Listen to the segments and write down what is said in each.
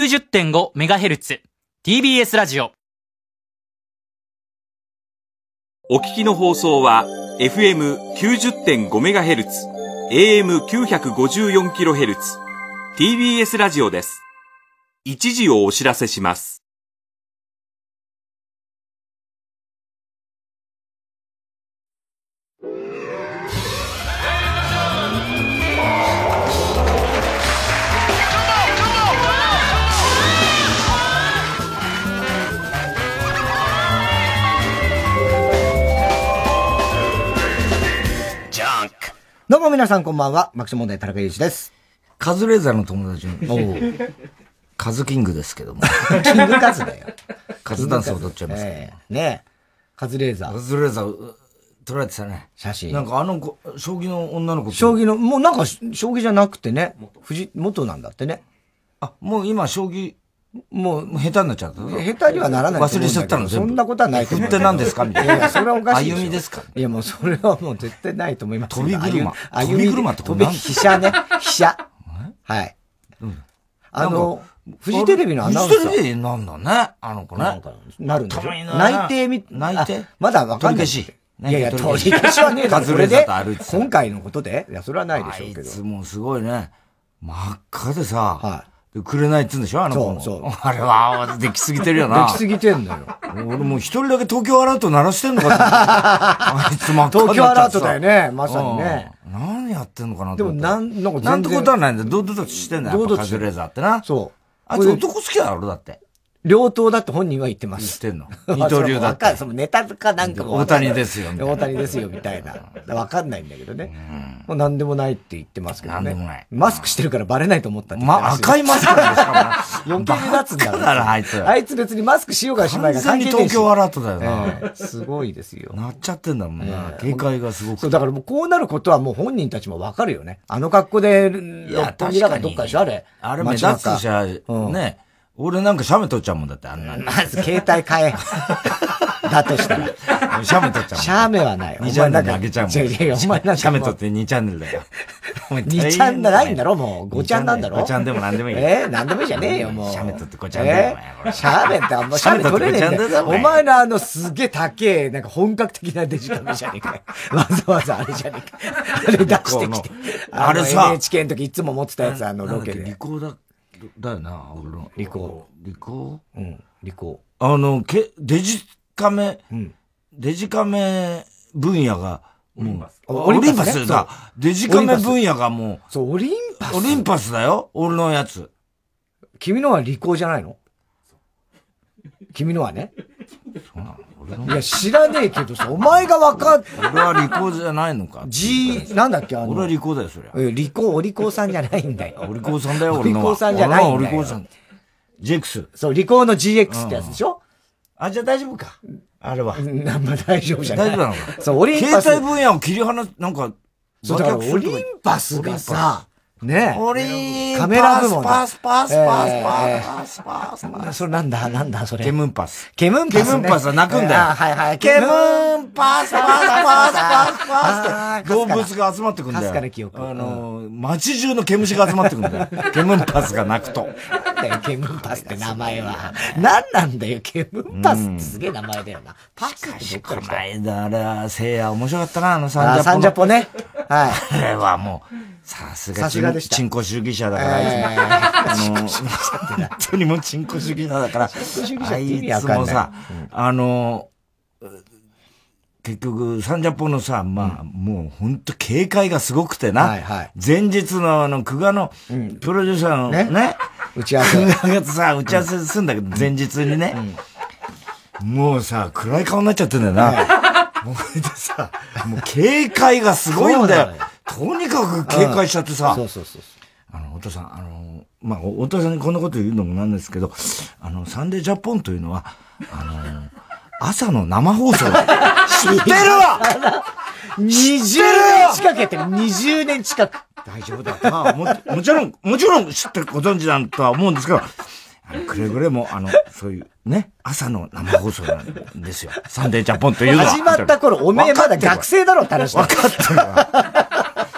FM90.5MHz TBS ラジオ。 お聞きの放送は FM90.5MHz AM954kHz TBS ラジオです。一時をお知らせします。 どうも皆さんこんばんは。爆笑問題田中裕二です。 カズレーザーの友達のカズキングですけども。 キングカズだよ。 カズダンス踊っちゃいますけど。 ねえ。カズレーザー。 カズレーザー撮られてたね。 写真。 なんか将棋の女の子。 将棋の、もうなんか将棋じゃなくてね。元なんだってね。 あ、もう今将棋、もう下手になっちゃった。 下手にはならない。 忘れちゃったの全部。 そんなことはないと思う。 振って何ですかみたいな。 いや、それはおかしい。 歩みですか。 いや、もうそれはもう絶対ないと思います。 飛び車。 飛び車って飛び飛車ね。飛車。はい。フジテレビのアナウンサー。 フジテレビなんだね。あの子ね。 なるんだ。内定まだわかんない。 取り消し。 いやいや、取り消しはねえだろ。 カズレーザーと歩いてた。 今回のことでいや、それはないでしょうけど。 あいつもうすごいね。真っ赤でさ。 はい。 くれないっつうんでしょあの子も。 そう。 あれは、できすぎてるよな。 できすぎてんだよ。 俺もう一人だけ東京アラート鳴らしてんのかと思って。あいつ真っ赤東京アラートだよね。まさにね。 何やってんのかなと思って。でもなんてことはないんだよ。堂々としてんだよ。カズレーザーってな。 そう。 あいつ男好きだろだって。 両党だって本人は言ってます。 言ってんの。二刀流だって。 そのネタかなんかも。 大谷ですよ。 大谷ですよ、みたいな。わかんないんだけどね。もう何でもないって言ってますけどね。 何でもない。 マスクしてるからバレないと思ったって。 赤いマスクなんですか余計に立つんだろ。 あいつ。 あいつ別にマスクしようがしまいが関係ない。 東京アラートだよな。 すごいですよ。 なっちゃってんだもんな。警戒がすごく。 そう、だからもうこうなることはもう本人たちもわかるよね。あの格好で、六本木だかどっかでしょあれ。 あれ目立つしゃ、ね。俺なんかシャメ取っちゃうもんだって、あんな。 まず携帯変え。だとしたら。 シャメ取っちゃうもん。 シャメはない。 2チャンネル上げちゃうもん。 いやいや、お前なんか。 シャメ取って2チャンネルだよ。 2チャンネルないんだろもう。5チャンなんだろ ?5 チャンでも何でもいい。 何でもいいじゃねえよ、もう。 シャメ取って5チャンだよ、 お前。シャメってあんまシャメ取れねえんだよ。お前のすげえ高え、なんか本格的なデジカメじゃねえか。わざわざあれじゃねえか。あれ出してきて。あれさ。NHK の時いつも持ってたやつ、ロケで。 リコーだよな、俺の。 リコうん、 リコデジカメ分野が、オリンパスだ。デジカメ分野がもう、 そう、オリンパスだよ、俺のやつ。 君のはリコじゃないの？君のはね。 そうなの？ いや、知らねえけどさ、お前が分かっ俺はリコじゃないのか。 なんだっけ俺はリコだよ、そりゃ。 お利口さんじゃないんだよ。 お利口さんだよ、俺のは。 お利口さんじゃないんだよ。 お利口さん。GX。 そう、利口の GX ってやつでしょ？ あ、じゃあ大丈夫か。あれは。 まあ大丈夫じゃない。 大丈夫なのか。 そう、オリンパス。 携帯分野を切り離す、なんか、 そうだからオリンパスがさ、ねカメラ部門パス。 それなんだそれ。 ケムンパス。 ケムンパスは泣くんだよ。 はい。 ケムンパスって動物が集まってくんだよ。 かすかな記憶。 街中の毛虫が集まってくんだよ。ケムンパスが泣くと。 なんだよ、ケムンパスって名前は。なんなんだよ、ケムンパスってすげえ名前だよな。パスってどっから来た？ この間、あれは、聖夜面白かったな、 サンジャポね。はい。 あれはもう、さすがチンコ主義者だから、本当にもうチンコ主義者だから、あいつもさ、結局、サンジャポのさ、まあ、もう本当警戒がすごくてな、前日の久我のプロデューサーのね、 打ち合わせ。 久我とさ、打ち合わせするんだけど、前日にね、もうさ、暗い顔になっちゃってんだよな。もうでさ、もう警戒がすごいんだよ。とにかく警戒しちゃってさ。 そう。 お父さん、まあ、お父さんにこんなこと言うのもなんですけど、サンデージャポンというのは、朝の生放送。知ってるわ 20年近くやってる。20年近く。 大丈夫だよな。もちろん知ってご存知だとは思うんですけど、くれぐれも、そういうね、朝の生放送なんですよ。サンデージャポンというのは。 始まった頃、おめえまだ学生だろって話だ。 分かってるわ。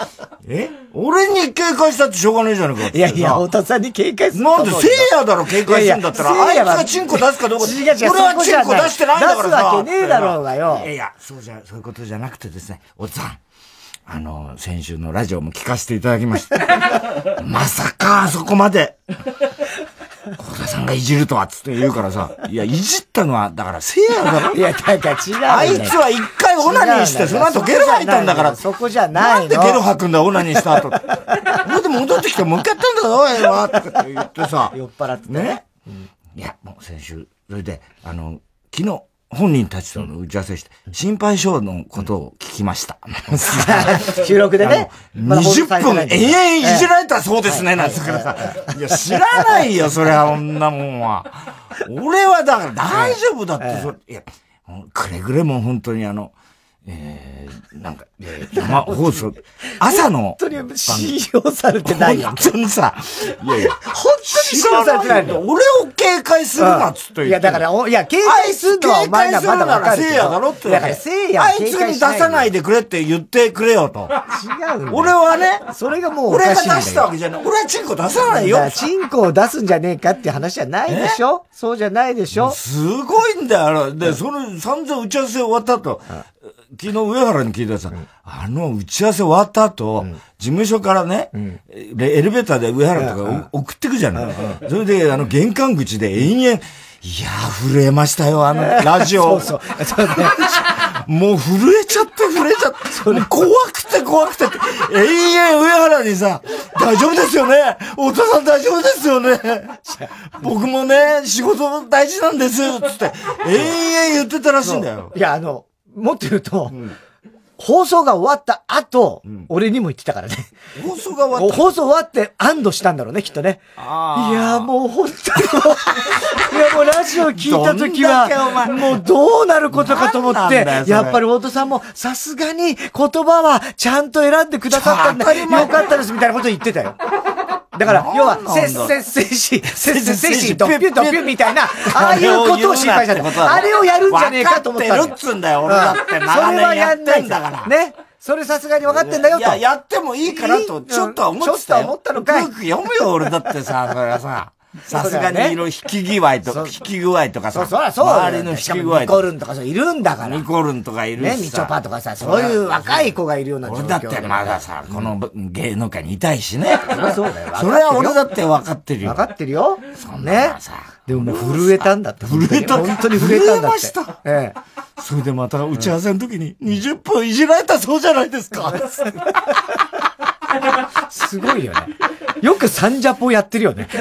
俺に警戒したってしょうがないじゃないかって。 いやいや、太田さんに警戒する。 なんで、せいやだろ、警戒するんだったら、あいつがチンコ出すかどうか。 違う違う、 俺はチンコ出してないんだからさ。 出すわけねえだろうがよ。 いやいや、そういうことじゃなくてですね、太田さん。先週のラジオも聞かせていただきました。まさか、あそこまで。小田さんがいじるとは、つって言うからさ。いや、いじったのは、だから、せいやだろ。 いや、なんか違う。 あいつは一回オナニーして、その後ゲロ吐いたんだから。 そこじゃないの。 なんでゲロ吐くんだ、オナニーした後。俺で戻ってきてもう一回やったんだぞ、おいわ、って言ってさ。 酔っ払ってね。いや、もう先週、それで、昨日、本人たちとの打ち合わせして、心配性のことを聞きました。 収録でね。 20分延々いじられたそうですね、なんつうからさ。いや、知らないよ、それは、女もんは。俺はだから大丈夫だって、いや、くれぐれも本当になんか、生放送、朝の。 本当に信用されてないよ。 本当にさ、いやいや、 本当に信用されてないの。 俺を警戒するなっつって言って。 いや、だから、いや、警戒するのはお前がまだわかるけど。 せいやだろって。 だから、せいやあいつに出さないでくれって言ってくれよと。 違う。 俺はね、 それがもうおかしいんだよ。 俺が出したわけじゃない。俺はチンコ出さないよ。 チンコを出すんじゃねえかって話じゃないでしょ。そうじゃないでしょ。 すごいんだよ。で、散々打ち合わせ終わった後、昨日上原に聞いたらさ、打ち合わせ終わった後、事務所からね、エレベーターで上原とか送ってくじゃない。それで、玄関口で延々、いやー、震えましたよ、ラジオ。そうもう震えちゃって。怖くてって、延々上原にさ、大丈夫ですよね。太田さん大丈夫ですよね。僕もね、仕事大事なんです、つって、延々言ってたらしいんだよ。 いや、もっと言うと、放送が終わった後、俺にも言ってたからね。 放送が終わった放送終わって安堵したんだろうね、きっとね。いや、もう本当にもうラジオ聞いた時は、もうどうなることかと思って、やっぱり太田さんもさすがに言葉はちゃんと選んでくださったんで、よかったですみたいなこと言ってたよ。だから、要は、せっし、ドッピュみたいな、ああいうことを心配したんだ。あれをやるんじゃねえかと思ったの。分かってるっつんだよ、俺だって。 それはやんないんだから。ね。それさすがに分かってんだよと。いや、やってもいいかなと、ちょっとは思ってたよ。 ちょっとは思ったのかい。 空気読むよ、俺だってさ、それはさ。さすがに色々引き具合とかさ。 そう。 周りの引き具合ニコルンとかいるんだから。 ニコルンとかいるしさ。 ね、みちょぱとかさ、そういう若い子がいるような状況。 俺だってまださ、この芸能界にいたいしね。 そうだよ。 それは俺だって分かってるよ。 分かってるよ。 そんなさ。 でももう震えたんだって。 震えた。 本当に震えたんだって。 震えました。それでまた打ち合わせの時に20分いじられたそうじゃないですか。 すごいよね。よくサンジャポやってるよね。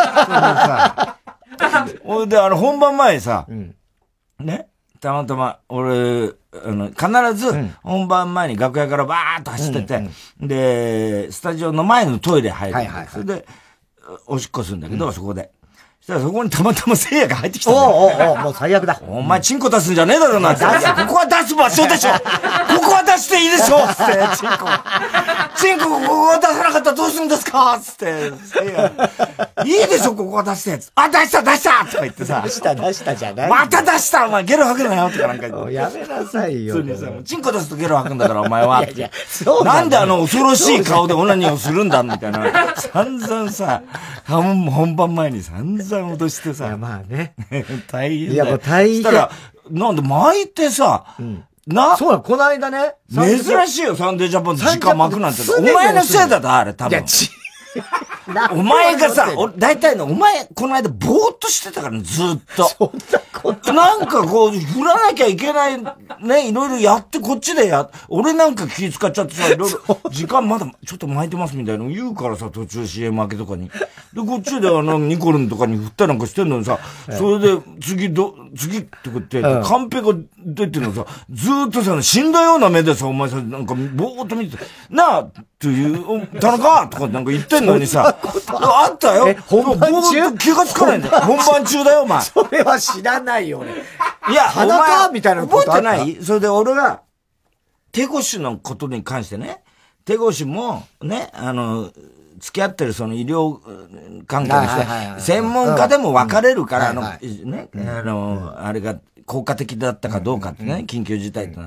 ほいで、本番前さ、ね、たまたま、俺、必ず、本番前に楽屋からバーっと走ってて、で、スタジオの前のトイレ入る。それで、おしっこするんだけど、そこで。そしたらそこにたまたま聖夜が入ってきたんだよ。 もう最悪だ。 お前チンコ出すんじゃねえだろなって。ここは出す場所でしょ。ここは出していいでしょつって、チンコここは出さなかったらどうするんですかつって、聖夜。いいでしょここは出して。あ、出したとか言ってさ。 出したじゃない。 また出したお前ゲロ吐くなよとかなんか言って。 やめなさいよ。 チンコ出すとゲロ吐くんだからお前は。 いやそうなんで恐ろしい顔でオナニーをするんだみたいな。散々さ、本番前に散々脅してさ。 いや、まあね。 大変だよ。 いや、もう大変。 したら、なんで巻いてさ、 そうだ、この間ね。 珍しいよ、サンデージャパン時間巻くなんて。お前のせいだぞ、あれ、多分。お前がさ、大体の、お前、この間、ぼーっとしてたからね、ずっと。 そんなことなんかこう、振らなきゃいけない、ね、いろいろやって、こっちで俺なんか気使っちゃってさ、いろいろ、時間まだ、ちょっと巻いてますみたいなの言うからさ、途中 CM 明けとかに。で、こっちでニコルンとかに振ったりなんかしてんのにさ、それで、次ってこって、カンペが出てるのさ、ずーっとさ、死んだような目でさ、お前さ、なんか、ぼーっと見てて、なあ、という、田中とかなんか言ってんのにさ、あったよ。 本番中気がつかないんだよ。本番中だよ、お前。 それは知らないよ、俺。 いや、 田中みたいなこと覚えてないそれで俺が、手越のことに関してね、手越も、ね、付き合ってるその医療関係の人、専門家でも分かれるから、ね、あれが効果的だったかどうかってね、緊急事態ってのは。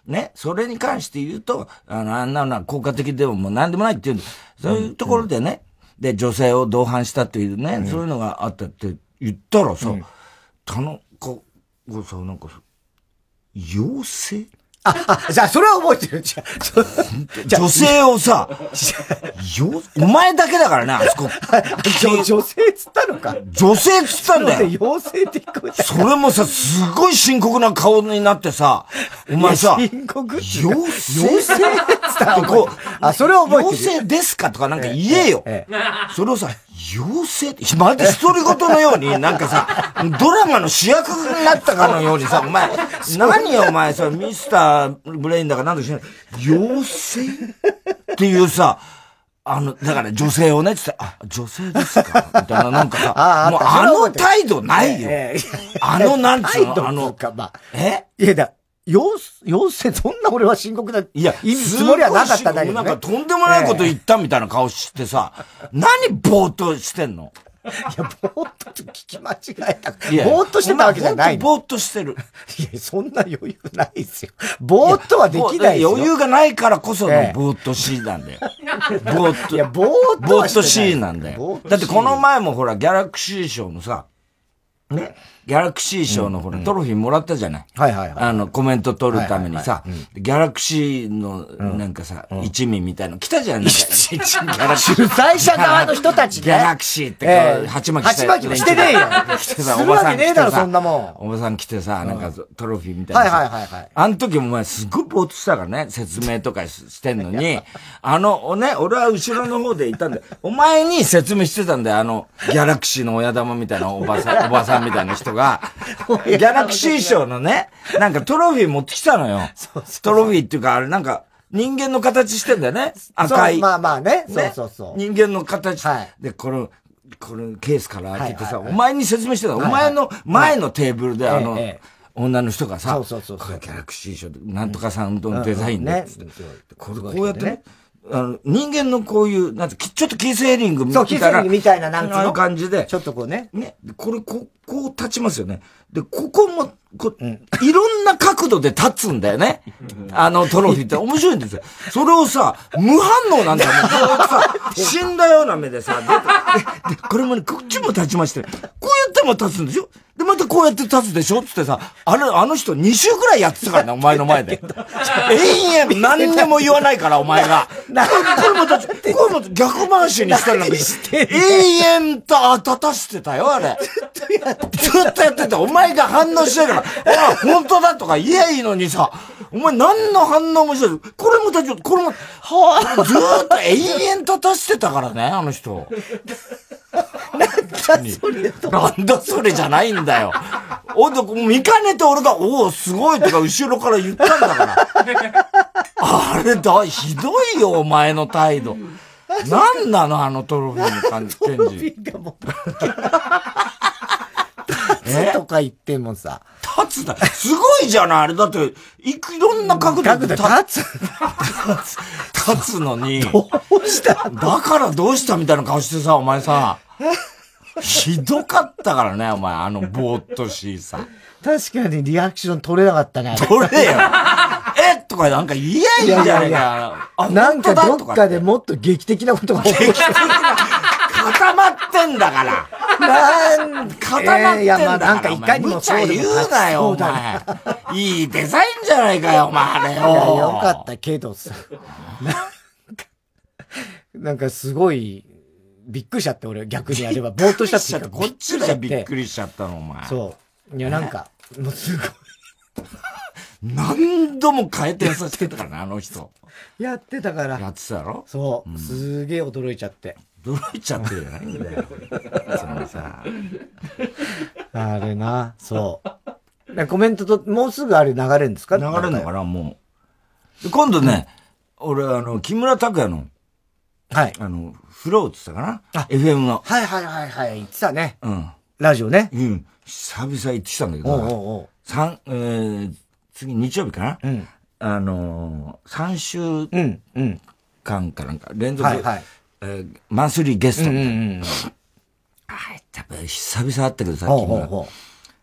ね、それに関して言うと、あんなのは効果的でももう何でもないっていう、そういうところでね、で、女性を同伴したっていうね、そういうのがあったって言ったらさ、田中がさ、なんかさ、妖精じゃあ、それは覚えてる。じゃあ女性をさ、お前だけだからね、あそこ。 女性つったのか。 女性つったんだよ。 妖精って聞こえた。 それもさ、すごい深刻な顔になってさ、お前さ、 深刻妖精つったのこう、 それは覚えてる。 妖精ですかとかなんか言えよ。それをさ、妖精って、まるで独り言のように、なんかさ、ドラマの主役になったかのようにさ、お前、何よお前さ、ミスターブレインだかなんだか知らない。妖精っていうさ、だから女性をね、つって、女性ですかみたいな、なんかさ、もう態度ないよ。なんつうのいや妖精、そんな俺は深刻な、つもりはなかったんだけどね。 なんかとんでもないこと言ったみたいな顔してさ、何ぼーっとしてんの？ いや、ぼーっと聞き間違えた。ぼーっとしてたわけじゃない。 ぼーっとしてる。 いや、そんな余裕ないですよ。ぼーっとはできないですよ。 余裕がないからこそのぼーっとしなんだよ。ぼーっと。 いや、ぼーっとしなんだよ。だってこの前もほら、ギャラクシー賞のさ、ね、ギャラクシー賞のほら、トロフィーもらったじゃない。 はいはいはい。 コメント取るためにさ、ギャラクシーの、なんかさ、一味みたいなの来たじゃん。 主催者側の人たちね。 ギャラクシーって、鉢巻きしてねえよ。 来てさ、 おばさん来てさ、そんなもん。 おばさん来てさ、なんかトロフィーみたいな。 はいはいはい。 あの時もお前すっごいぼーっとしたからね、説明とかしてんのに、ね、俺は後ろの方でいたんで、お前に説明してたんだよ、ギャラクシーの親玉みたいなおばさんみたいな人が、ギャラクシー賞のね、なんかトロフィー持ってきたのよ。トロフィーっていうか、あれなんか、人間の形してんだよね。赤い。 まあね。そう。 人間の形。で、これケースから開けてさ、お前に説明してた。お前の前のテーブルで女の人がさ、これギャラクシー賞で、なんとかさんのデザインで、こうやってね、人間のこういう、なんて、ちょっとキースヘリングみたいな。 キースヘリングみたいな、なんか。 ああいう感じで。 ちょっとこうね。 ね。こう立ちますよね。で、ここも、いろんな角度で立つんだよね。トロフィーって面白いんですよ。それをさ、無反応なんだよ。ずーっとさ、死んだような目でさ、で、これもね、こっちも立ちまして、こうやっても立つんでしょ？で、またこうやって立つでしょつってさ、あの人2週くらいやってたからね、お前の前で。延々何でも言わないから、お前が。これも立つ、これも逆回しにしたんだけど、延々と立たしてたよ、あれ。ずっとやってた。お前が反応しないから、本当だとか言えいいのにさ、お前何の反応もしない。これもずーっと延々と立してたからね、あの人。なんだそれじゃないんだよ。見かねて俺が、すごいとか後ろから言ったんだから。あれひどいよ、お前の態度。なんなの、トロフィーの感じ。トロフィーがもう。 立つとか言ってもさ。 立つだ。すごいじゃない、あれ。だって、いろんな角度で立つのに。 どうしただからどうしたみたいな顔してさ、お前さ。ひどかったからね、お前、ぼーっとしさ。 確かにリアクション取れなかったね。 取れよ。とかなんか言えいいんじゃないか。 なんかどっかでもっと劇的なことが起こる。 固まってんだから。固まってんだから。 なんかいかにもそうでも言うなよ、お前。いいデザインじゃないかよ、お前、あれよ。 よかったけどさ。なんかすごい、びっくりしちゃって、俺逆にやれば。ぼーっとしたっていうか。 こっちがびっくりしちゃったの、お前。 そう。いや、なんか、もうすごい。 何度も回転させてたからね、あの人。 やってたから。 やってたやろ？ そう。すげえ驚いちゃって。 驚いちゃってるじゃないんだよ。そのさ。 あれな、そう。コメントと、もうすぐあれ流れるんですか？ 流れるのかな、もう。今度ね、俺、木村拓哉の、 はい。 フローって言ったかな？ FM の。 はい、言ってたね。 うん。 ラジオね。 うん。久々行ってきたんだけど。次日曜日かな？うん。3週間かなんか、連続、マンスリーゲストみたいな。多分久々会ったけどさ、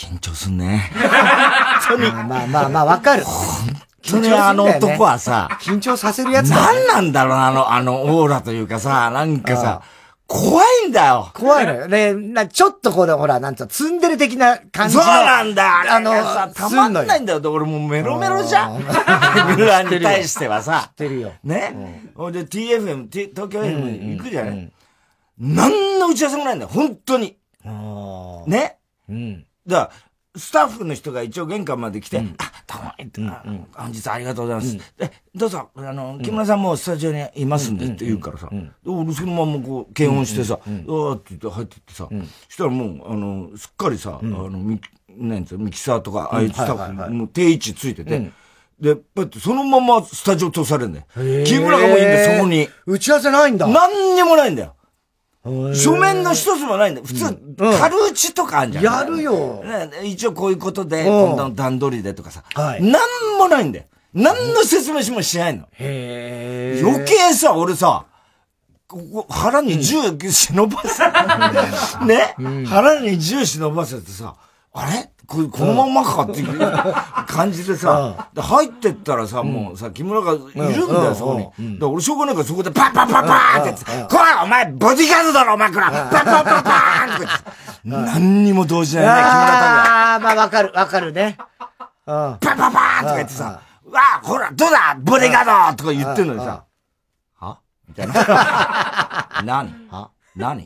緊張すんね。 本当に。まあ、わかる。 本当にあの男はさ、 緊張させるやつだね。 何なんだろうな、あのオーラというかさ、なんかさ、怖いんだよ。 怖いのよ。ね、ちょっとこれ、ほら、なんつうの、ツンデレ的な感じの。 そうなんだ。たまんないんだよ。俺もうメロメロじゃん。グラに対してはさ。 知ってるよ。 ね。ほんで TFM、東京 FM 行くじゃない。何の打ち合わせもないんだよ。本当に。ね。だから、スタッフの人が一応玄関まで来て、どうも、本日ありがとうございます。どうぞ、木村さんもスタジオにいますんでって言うからさ、俺そのままこう、検温してさ、うわーって言って入ってってさ、したらもう、すっかりさ、なんつうの、ミキサーとか、ああいうスタッフも定位置ついてて、で、そのままスタジオ通されるんだよ。木村がもういいんだよ、そこに。 打ち合わせないんだ。 何にもないんだよ。書面の一つもないんだよ。普通、軽打ちとかあるじゃん。 やるよ。 一応こういうことで、今度の段取りでとかさ。何もないんだよ。何の説明しもしないの。余計さ、俺さ、腹に銃忍ばせ、ね、腹に銃忍ばせてさ、あれこのまんまかっていう感じでさ、入ってったらさ、もうさ、木村がいるんだよ、そこに。俺しょうがないからそこでパンパンパンパーンって、こらお前ボディーガードだろお前こらパンパンパンパーンって。何にも動じないね、木村拓哉。 ああ、まあわかるね。 パンパンパーンとか言ってさ、わあ、ほら、どうだボディーガードとか言ってんのにさ、はみたいな。何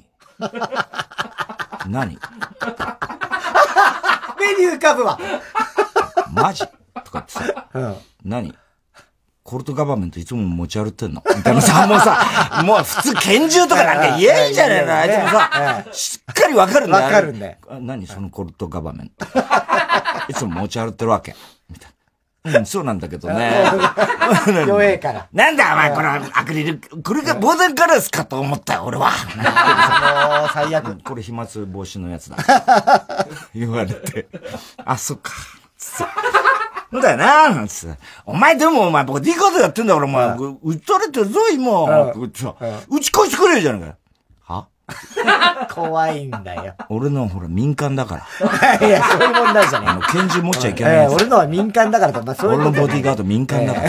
目に浮かぶわ。 マジとかってさ、何コルトガバメントいつも持ち歩ってんのみたいなさ、もうさ、もう普通拳銃とかなんか言えんじゃねえのあいつもさ、しっかりわかるんだよ。 わかるんだよ。 何そのコルトガバメント。いつも持ち歩ってるわけ。みたいな。そうなんだけどね。 弱えから。 なんだお前このアクリル、これが防弾ガラスかと思ったよ、俺は。 もう、最悪。 これ飛沫防止のやつだ。言われて。あ、そっか。そうだよな、なんつって。お前でもお前ボディーガードやってんだから、お前、撃たれてるぞ、今。撃ち越してくれよじゃねえかよ。は怖いんだよ。 俺のほら民間だから。 いや、そういう問題じゃねえ。 拳銃持っちゃいけないやつ。 俺のは民間だからと、まあそういう俺のボディーガード民間だから。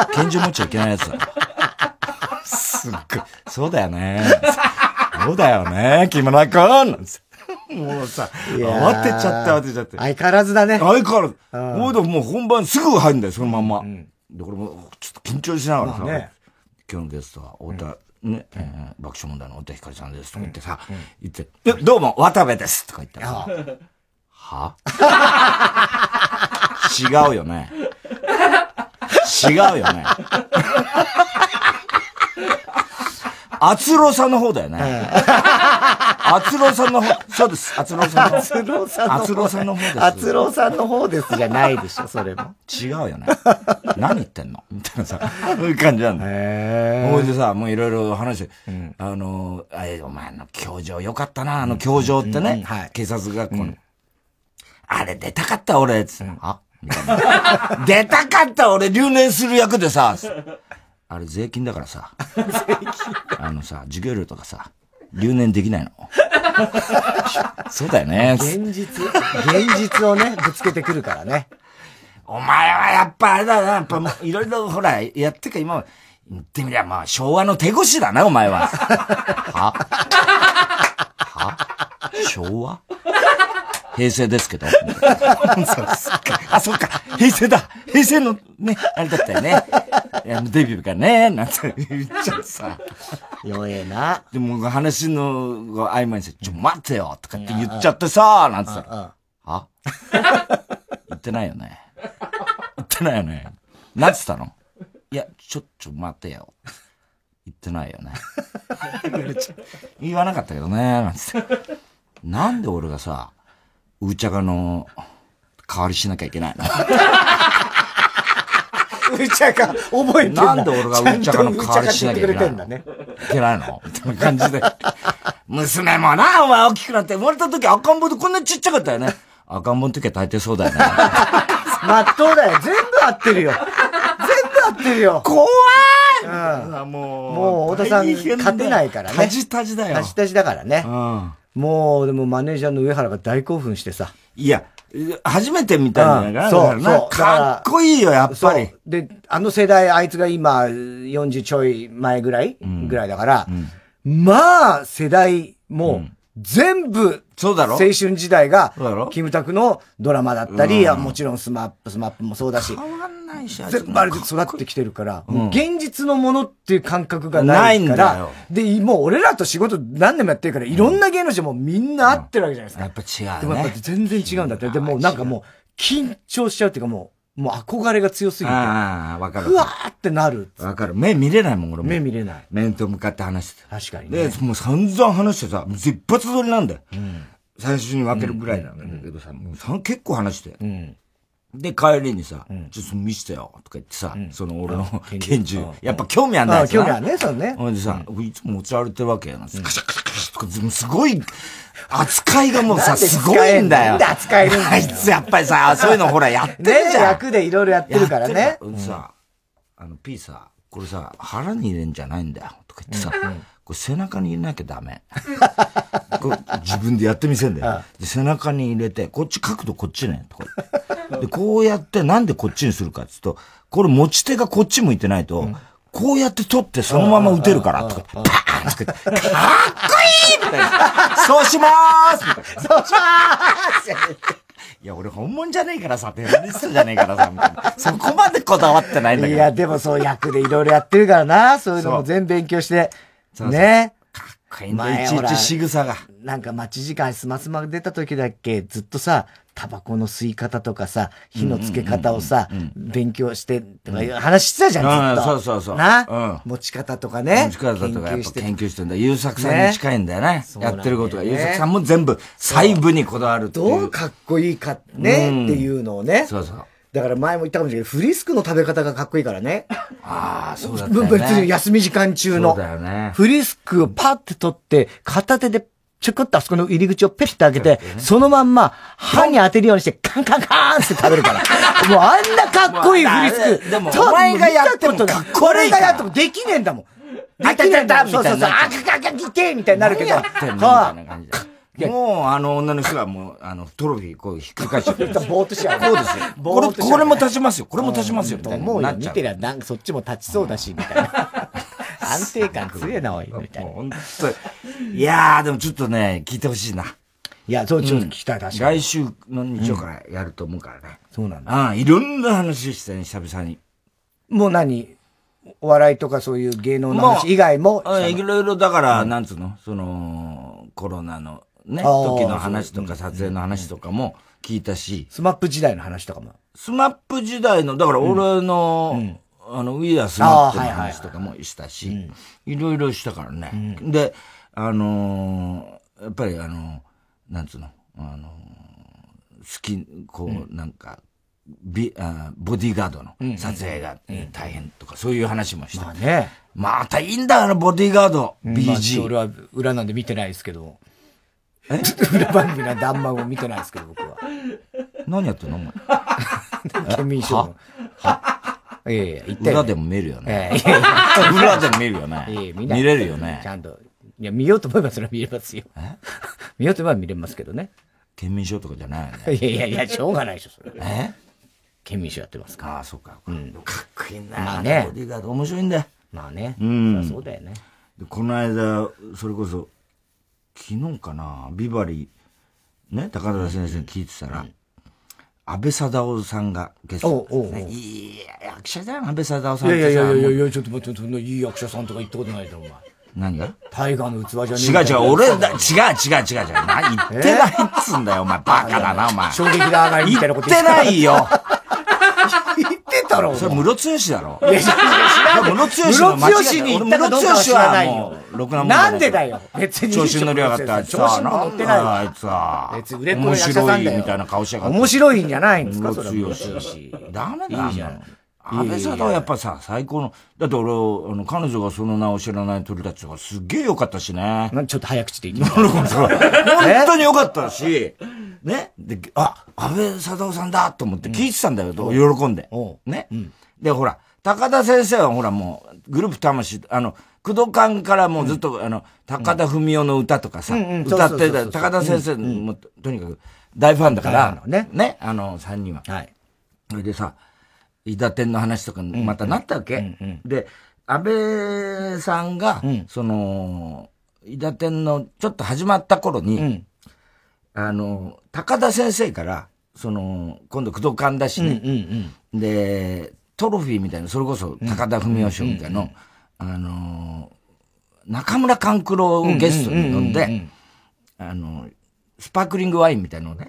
拳銃持っちゃいけないやつだ。すっごい。そうだよね。そうだよね、木村くん。もうさ、慌てちゃって。 相変わらずだね。 相変わらず。もう本番すぐ入るんだよ、そのまんま。で、これもちょっと緊張しながらさ、今日のゲストは太田、ね、爆笑問題の太田光さんですとか言ってさ、言って、どうも、渡部ですとか言ったらさ、は違うよね。違うよね。厚郎さんの方だよね。厚郎さんの方、そうです。厚郎さんの方。 厚郎さんの方です。 厚郎さんの方ですじゃないでしょ、それも。 違うよね。何言ってんのみたいなさ、そういう感じなんだよ。ほいでさ、もういろいろ話して、お前の教場よかったな、教場ってね、警察学校の。あれ出たかった俺、つって。あみたいな。出たかった俺、留年する役でさ、あれ税金だからさ。授業料とかさ、留年できないの。そうだよね。 現実をね、ぶつけてくるからね。 お前はやっぱあれだな、やっぱいろいろほら、やってか今、言ってみりゃまあ昭和の手越しだな、お前は。昭和平成ですけど。あ、そっか。平成だ。平成のね、あれだったよね。デビューがね、なんて言っちゃってさ。 弱えな。 でも話の合間にさ、待ってよとかって言っちゃってさ、なんて言ったら。は言ってないよね。言ってないよね。なんつったの？いや、ちょ待ってよ。言ってないよね。言わなかったけどね、なんつって。なんで俺がさ、うーちゃかの代わりしなきゃいけないの？ うーちゃか、覚えてんだ。 なんで俺がうーちゃかの代わりしなきゃいけないの？いけないのみたいな感じで。娘もな、お前大きくなって、生まれた時赤ん坊でこんなちっちゃかったよね。赤ん坊の時は大抵そうだよね。 まっとうだよ。全部合ってるよ。 怖い、 もう、太田さん、勝てないからね。 タジタジだよ。 タジタジだからね。 もう、でもマネージャーの上原が大興奮してさ。 いや、初めて見たんじゃないかな。 そう。 かっこいいよ、やっぱり。 で、あの世代、あいつが今、40ちょい前ぐらいだから、まあ、世代も、全部、 そうだろ青春時代が、キムタクのドラマだったり、もちろんスマップもそうだし、 変わんないし、 全部あれで育ってきてるから、現実のものっていう感覚がないから、で、もう俺らと仕事何年もやってるから、いろんな芸能人もみんな会ってるわけじゃないですか。 やっぱ違うね。 でもやっぱ全然違うんだって。でもなんかもう、緊張しちゃうっていうかもう憧れが強すぎて。 ああ、わかる。 ふわーってなる。 わかる。目見れないもん、俺も。 目見れない。 面と向かって話して。 確かにね。 で、もう散々話してさ、一発撮りなんだよ。最初に分けるぐらいなんだけどさ、もう結構話して。で、帰りにさ、ちょっと見せてよ、とか言ってさ、その俺の拳銃。やっぱ興味あんだよ。 興味あるね、そうね。 ほんでさ、いつも持ち歩いてるわけよ。カシャカシャカシャとか、すごい、扱いがもうさ、すごいんだよ。 なんで扱えるんだよ。 あいつやっぱりさ、そういうのほらやってるじゃん。 役でいろいろやってるからね。 さ、P さ、これさ、腹に入れんじゃないんだよ。とか言ってさ、これ背中に入れなきゃダメ。自分でやってみせんだよ。で、背中に入れて、こっち角度こっちね。とかで、こうやってなんでこっちにするかって言うと、これ持ち手がこっち向いてないと、こうやって取ってそのまま撃てるから、とか、パーンとか、かっこいいみたいな。そうしまーすみたいな。そうしまーすいや、俺本物じゃねえからさ、テロリストじゃねえからさ、みたいな。そこまでこだわってないんだけど。 いや、でもそう役でいろいろやってるからな。そういうのも全部勉強して。ね。 かっこいいんだよ、いちいち仕草が。 なんか待ち時間スマスマ出た時だっけ、ずっとさ、タバコの吸い方とかさ、火のつけ方をさ、勉強して、とかいう話してたじゃん、ずっと。 そう。 な、持ち方とかね。 持ち方とかやっぱ研究してんだ。優作さんに近いんだよね。やってることが。優作さんも全部細部にこだわるっていう。 どうかっこいいかね、っていうのをね。 そうそう。 だから前も言ったかもしれないけど、フリスクの食べ方がかっこいいからね。 ああ、そうだったね。 別に休み時間中の。 そうだよね。 フリスクをパッて取って、片手でちょこっとあそこの入り口をペッて開けて、そのまんま歯に当てるようにしてカンカンカーンって食べるから。もうあんなかっこいいフリスク。 でも、お前がやってもかっこいいから。 俺がやってもできねえんだもん。できねえんだ。そう、あかかかきてみたいになるけど。 何やってんのみたいな感じで。もう、女の人がもう、トロフィー、こう、ひっくり返しちゃう。 ぼーっとしちゃう。 そうですよ。これも立ちますよ。これも立ちますよ。みたいな。 もう見てりゃ、そっちも立ちそうだし、みたいな。安定感強えな、おい、みたいな。 本当いやー、でもちょっとね、聞いてほしいな。 いや、そう、ちょっと聞きたい、確かに。来週の日曜からやると思うからね。 そうなんだ。 いろんな話してね、久々に。 もう何お笑いとかそういう芸能の話以外もいろいろだから、なんつうのコロナの、ね、時の話とか撮影の話とかも聞いたし。 スマップ時代の話とかも。 スマップ時代の、だから俺の、ウィアスマップの話とかもしたし、いろいろしたからね。で、やっぱりなんつうの、なんか、ボディーガードの撮影が大変とか、そういう話もした。 まあね。 またいいんだよ、ボディーガード。BG。 俺は裏なんで見てないですけど。裏番組なんであんま見てないですけど、僕は。 何やってんのお前。 県民賞の。いやいや、言って。 裏でも見るよね。裏でも見るよね。見れるよね。 ちゃんと。いや、見ようと思えばそれは見れますよ。見ようと思えば見れますけどね。 県民賞とかじゃないよね。 いや、しょうがないでしょ、それ。県民賞やってますから。 ああ、そうか。かっこいいんだよ。まあね。 ボディーガード面白いんだよ。 まあね。そうだよね。 この間、それこそ、昨日かな、ビバリー、ね、高田先生に聞いてたら、安倍貞夫さんがゲストですね。いい役者だよ、安倍貞夫さんってさ。 いや、ちょっと待って、いい役者さんとか言ったことないだろ、お前。 何がタイガーの器じゃねえ。 違う、俺だ、違う。言ってないっつんだよ、お前。バカだな、お前。 衝撃だがみたいなこと言ってないよ。 言ってたろ。 それ、ムロツヨシだろ。 いや、知らない。 ムロツヨシの間違い。 ムロツヨシに行ったかどうかは知らないよ。なんでだよ。別に。 調子に乗りやがった。 調子に乗ってないわ。 あいつは。 別に売れっ子の役者さんだよ。 面白いみたいな顔しやがって。 面白いんじゃないんですか、 ムロツヨシ。ダメだよ。安倍貞夫はやっぱさ、最高の、だって俺、彼女がその名を知らない鳥たちがすっげえ良かったしね。 ちょっと早口で言って本当に良かったし、ね。で、安倍貞夫さんだと思って聞いてたんだよ、喜んで。ね。で、ほら、高田先生はほらもう、グループ魂、 工藤館からもうずっと、高田文夫の歌とかさ、歌ってた、高田先生も、とにかく大ファンだから、ね、3人は。はい。それでさ、伊達天の話とかまたなったわけ。で、安倍さんが、伊達天のちょっと始まった頃に、高田先生から、今度工藤館だしね。で、トロフィーみたいな、それこそ高田文夫賞みたいなの、中村勘九郎をゲストに呼んで、スパークリングワインみたいなのをね、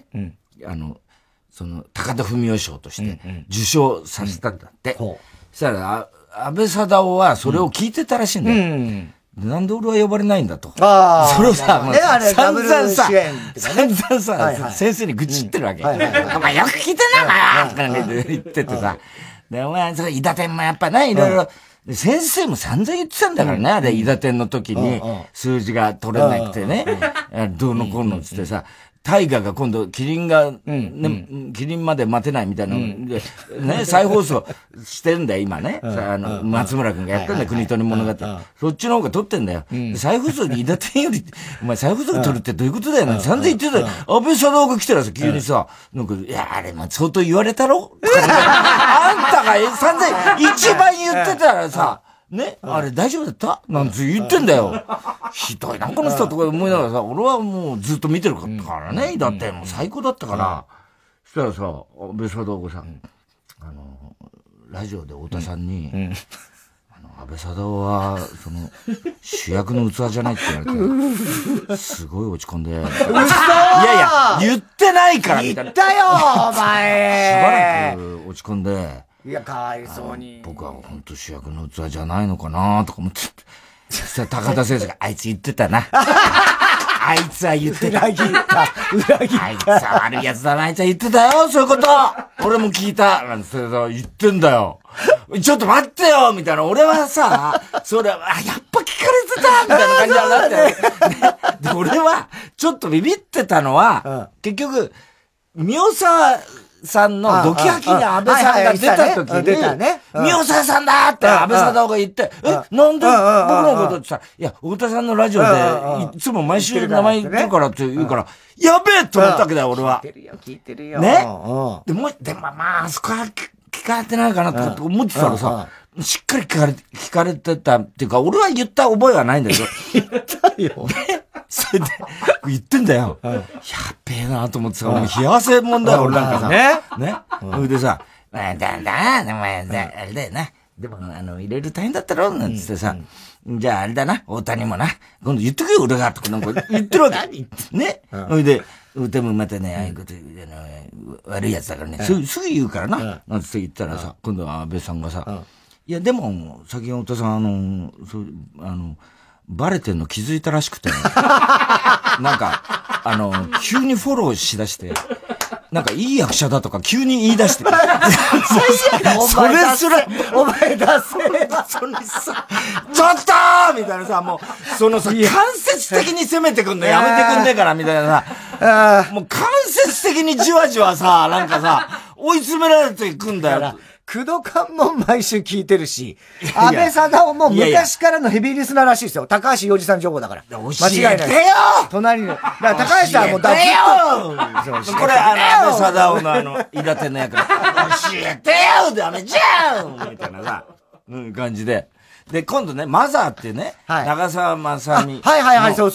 高田文夫賞として受賞させたんだって。そしたら、安倍貞夫はそれを聞いてたらしいんだよ。なんで俺は呼ばれないんだと。それをさ、散々さ、先生に愚痴ってるわけ。お前よく聞いてんな、とか言っててさ。で、お前、伊達天もやっぱね、いろいろ、先生も散々言ってたんだからね、あれ、伊達天の時に、数字が取れなくてね、どうのこうのつってさ、大河が今度、キリンが、キリンまで待てないみたいなので、ね、再放送してんだよ、今ね。松村くんがやってんだよ、国盗り物語。そっちの方が撮ってんだよ。再放送で伊達天より、お前再放送で撮るってどういうことだよな、散々言ってたよ。安倍貞夫が来たらさ、急にさ、なんか、いや、あれ、相当言われたろあんたが散々一番言ってたらさ、ね、あれ大丈夫だったなんて言ってんだよ。ひどいな、この人とか思いながらさ、俺はもうずっと見てるからね、だってもう最高だったから。そしたらさ、安倍貞夫がさ、ラジオで太田さんに、安倍貞夫は、主役の器じゃないって言われて、すごい落ち込んで。いやいや、言ってないからみたいな。 言ったよ、お前。 しばらく落ち込んで、 いや、かわいそうに。 僕は本当主役の器じゃないのかなとか思って。そしたら高田先生が、あいつ言ってたな。あいつは言ってた。裏切った。あいつは悪い奴だな、あいつは言ってたよ、そういうこと。俺も聞いた。なんて言ってんだよ。ちょっと待ってよみたいな。俺はさ、それは、やっぱ聞かれてたみたいな感じになって。で、俺は、ちょっとビビってたのは、結局、宮沢さんのドキハキに安倍さんが出た時に、宮沢さんだって安倍貞夫が言って、なんで僕のことって言ったら、いや、太田さんのラジオでいつも毎週名前言ってるからって言うから、やべえと思ったわけだよ、俺は。 聞いてるよ。 ね。でもまあ、そこは聞かれてないかなと思ってたらさ、しっかり聞かれてたっていうか、俺は言った覚えはないんだけど。 言ったよ。 それで、言ってんだよ。やっべえなと思ってさ、もう冷や汗もんだよ、俺なんかさ。ね。それでさ、お前あれだよな。でも、入れる大変だったろなんつってさ、じゃああれだな、大谷もな、今度言っとくよ、俺が、とかなんか言ってるわけ。ね。それで、でもまたね、ああいうこと悪いやつだからね、すぐ言うからな、なんつって言ったらさ、今度は安倍さんがさ、いや、でも、最近太田さん、バレてんの気づいたらしくて、なんか、急にフォローしだして、なんかいい役者だとか急に言い出して。それすら、 お前出せ。 それさ、ちょっとーみたいなさ、もう、間接的に攻めてくんのやめてくんねえから、みたいなさ、もう間接的にじわじわさ、なんかさ、追い詰められていくんだよ。 工藤館も毎週聞いてるし、安倍貞夫も昔からのヘビーリスナーらしいですよ。高橋洋二さん情報だから。間違いない。隣に。だから高橋さんもだって。これ、安倍貞夫の伊達の役で。教えてよダメじゃんみたいなさ、感じで。で、今度ね、マザーってね、長澤まさみ。 はい、そう。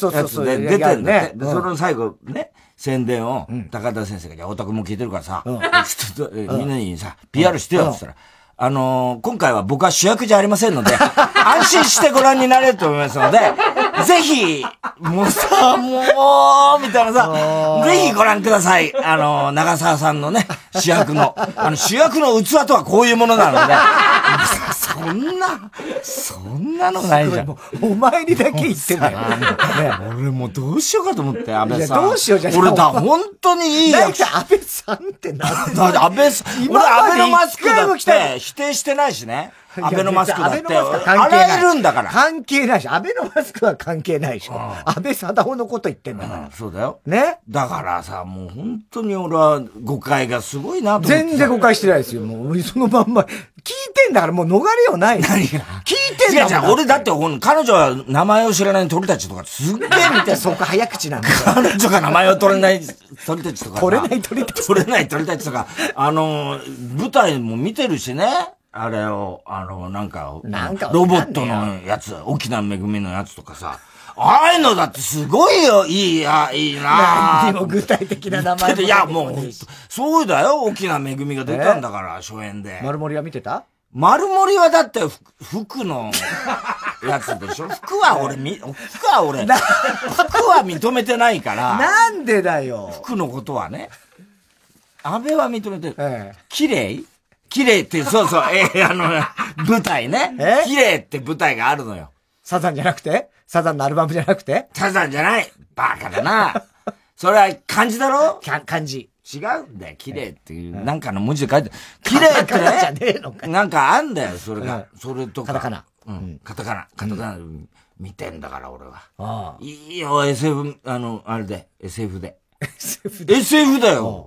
で、出てるね。で、その最後ね、宣伝を、高田先生が、じゃあ、オタクも聞いてるからさ、ちょっと、みんなにさ、PR してよって言ったら、今回は僕は主役じゃありませんので、安心してご覧になれると思いますので、ぜひ、もうさ、もう、みたいなさ、ぜひご覧ください。長澤さんのね、主役の器とはこういうものなので、そんなのないじゃん。 お前にだけ言ってんだよ。 俺もうどうしようかと思って、安倍さん。 どうしようじゃん。 俺本当にいい役者。 安倍さんってなんだ安倍さん。俺安倍のマスクだって否定してないしね。 アベノマスクだって。 洗えるんだから。 関係ないし、アベノマスクは関係ないでしょ。安倍貞夫のこと言ってんだから。 そうだよ。 ね。 だからさ、もう本当に俺は誤解がすごいなと思って。 全然誤解してないですよ。もう、そのまんま。聞いてんだからもう逃れようない。 何が聞いてんだから。俺だって彼女は名前を知らない鳥たちとかすっげえ見て。 そこ早口なんだよ。 彼女が名前を取れない鳥たちとか。 取れない鳥たち。 取れない鳥たちとか。舞台も見てるしね。あれを、なんかロボットのやつ、沖縄めぐみのやつとかさ。ああいうのだってすごいよ、いいな何も具体的な名前も。 いや、もう、そうだよ、沖縄めぐみが出たんだから、初演で。 丸森は見てた？ 丸森はだって、服のやつでしょ。服は俺認めてないから。 なんでだよ。 服のことはね。安倍は認めてる。綺麗って、そう、舞台ね。綺麗って舞台があるのよ。 サザンじゃなくて？サザンのアルバムじゃなくて？ サザンじゃない。バカだな。それは漢字だろ？ 漢字。 違うんだよ。綺麗っていう、なんかの文字で書いて、綺麗ってね。なんかあんだよ、それが。それとか。 カタカナ。 カタカナ。見てんだから、俺は。いいよ、SF、あれで、SF で。SF だよ。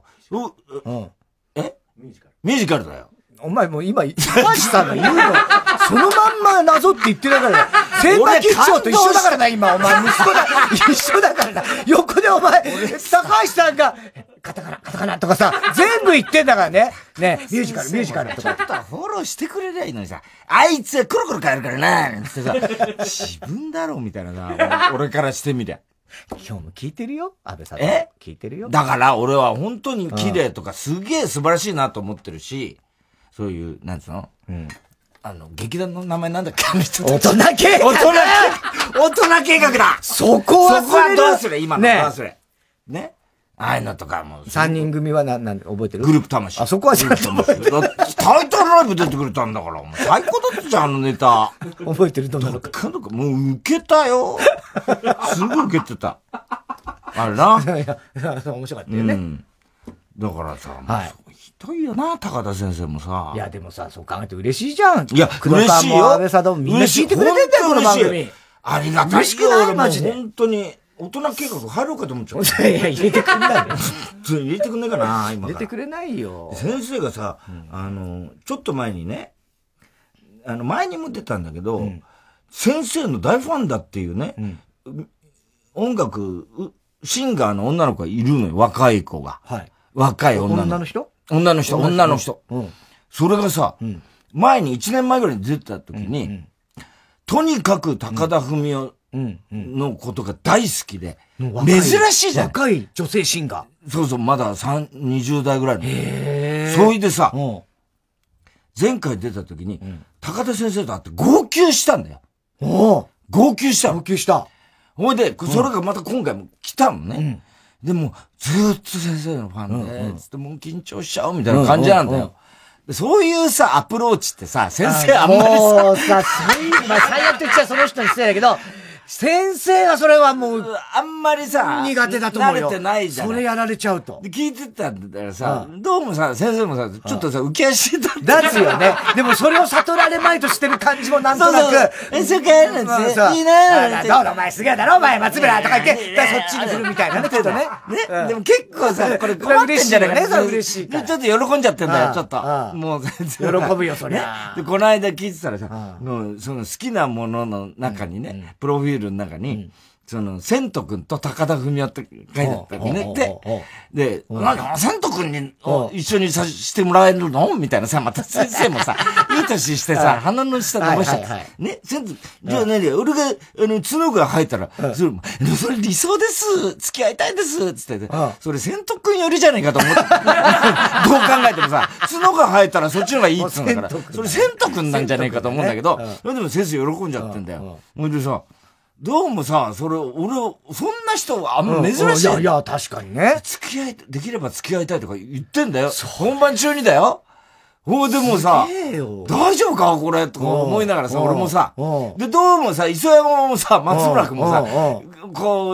ミュージカルだよ。 お前もう今、高橋さんが言うの、そのまんま謎って言ってたから、先輩吉兆と一緒だからな、今、お前、息子だ、一緒だからな。横でお前、高橋さんが、カタカナとかさ、全部言ってんだからね。ね、ミュージカルとか。 ちょっとフォローしてくれりゃいいのにさ、あいつコロコロ変えるからな、なんてさ、自分だろ、みたいなさ、俺からしてみりゃ。 今日も聞いてるよ、安倍さん。聞いてるよ。 だから俺は本当に綺麗とかすげえ素晴らしいなと思ってるし、そういう、なんつうの？劇団の名前なんだっけ？ 大人計画！ 大人計画だ！ そこはどうする？今のどうする？ね？ああいうのとかも。 3人組はなんで覚えてる？ グループ魂。 あそこはちゃんと覚えてる。 タイトルライブ出てくれたんだから、お前最高だったじゃん、ネタ。 覚えてる？どんなのか。もう受けたよ。すごい受けてた。あれな。 いや、面白かったよね。 だからさ、ひどいよな、高田先生もさ。 いや、でもさ、そう考えて嬉しいじゃん。 いや、嬉しいよ。 安倍さんもみんな聞いてくれてんだよ、この番組。 ありがたいよ、俺マジで。本当に、大人計画入ろうかと思っちゃう。 いや、入れてくんないよ。 入れてくんないかな、今。 入れてくれないよ。 先生がさ、ちょっと前にね、前にも出たんだけど、先生の大ファンだっていうね、音楽、シンガーの女の子がいるのよ、若い子が。 はい。 若い女の人。 女の人。それがさ、前に1年前ぐらいに出てた時に、とにかく高田文夫のことが大好きで、珍しいじゃん。 若い女性シンガー。そうそう、まだ20代ぐらいの。それでさ、前回出た時に、高田先生と会って号泣したんだよ。号泣したの。 号泣した。 ほいで、それがまた今回も来たのね。でも、ずーっと先生のファンで、つってもう緊張しちゃうみたいな感じなんだよ。そういうさ、アプローチってさ、先生あんまりさ。 もうさ、最悪って言っちゃその人に失礼だけど、先生はそれはもう、 あんまりさ、 苦手だと思うよ。 慣れてないじゃん。 それやられちゃうと。 で、聞いてたんだからさ、どうもさ、先生もさ、ちょっとさ、浮き足してたんだ。だつよね。でもそれを悟られまいとしてる感じもなんとなく。 そうか、なんて。いいなどうだお前すげえだろお前松村とか言って、そっちに来るみたいなね、ちょっとね。 ね。でも結構さ、これ困ってんじゃないかね、 それ嬉しいから。 ちょっと喜んじゃってんだよ、ちょっと。もう全然。喜ぶよ、そりゃ。 で、この間聞いてたらさ、その好きなものの中にね、プロフィールの中に、千斗くんと高田文夫って書いてあったのね。で、千斗くんに一緒にさしてもらえるのみたいなさ、また先生もさ、いい年してさ、鼻の下伸ばしちゃって。ね、じゃあね、俺が、角が生えたら、それ理想です、付き合いたいです、つって、それ千斗くんよりじゃないかと思って。どう考えてもさ、角が生えたらそっちの方がいいっつうんだから、それ千斗くんなんじゃねえかと思うんだけど、でも先生喜んじゃってんだよ。ほいでさ、どうもさ、そんな人はあんま珍しい。 いや、確かにね。 できれば付き合いたいとか言ってんだよ。本番中にだよ。でもさ、大丈夫かこれとか思いながらさ、俺もさ、で、どうもさ、磯山もさ、松村君もさ、こう、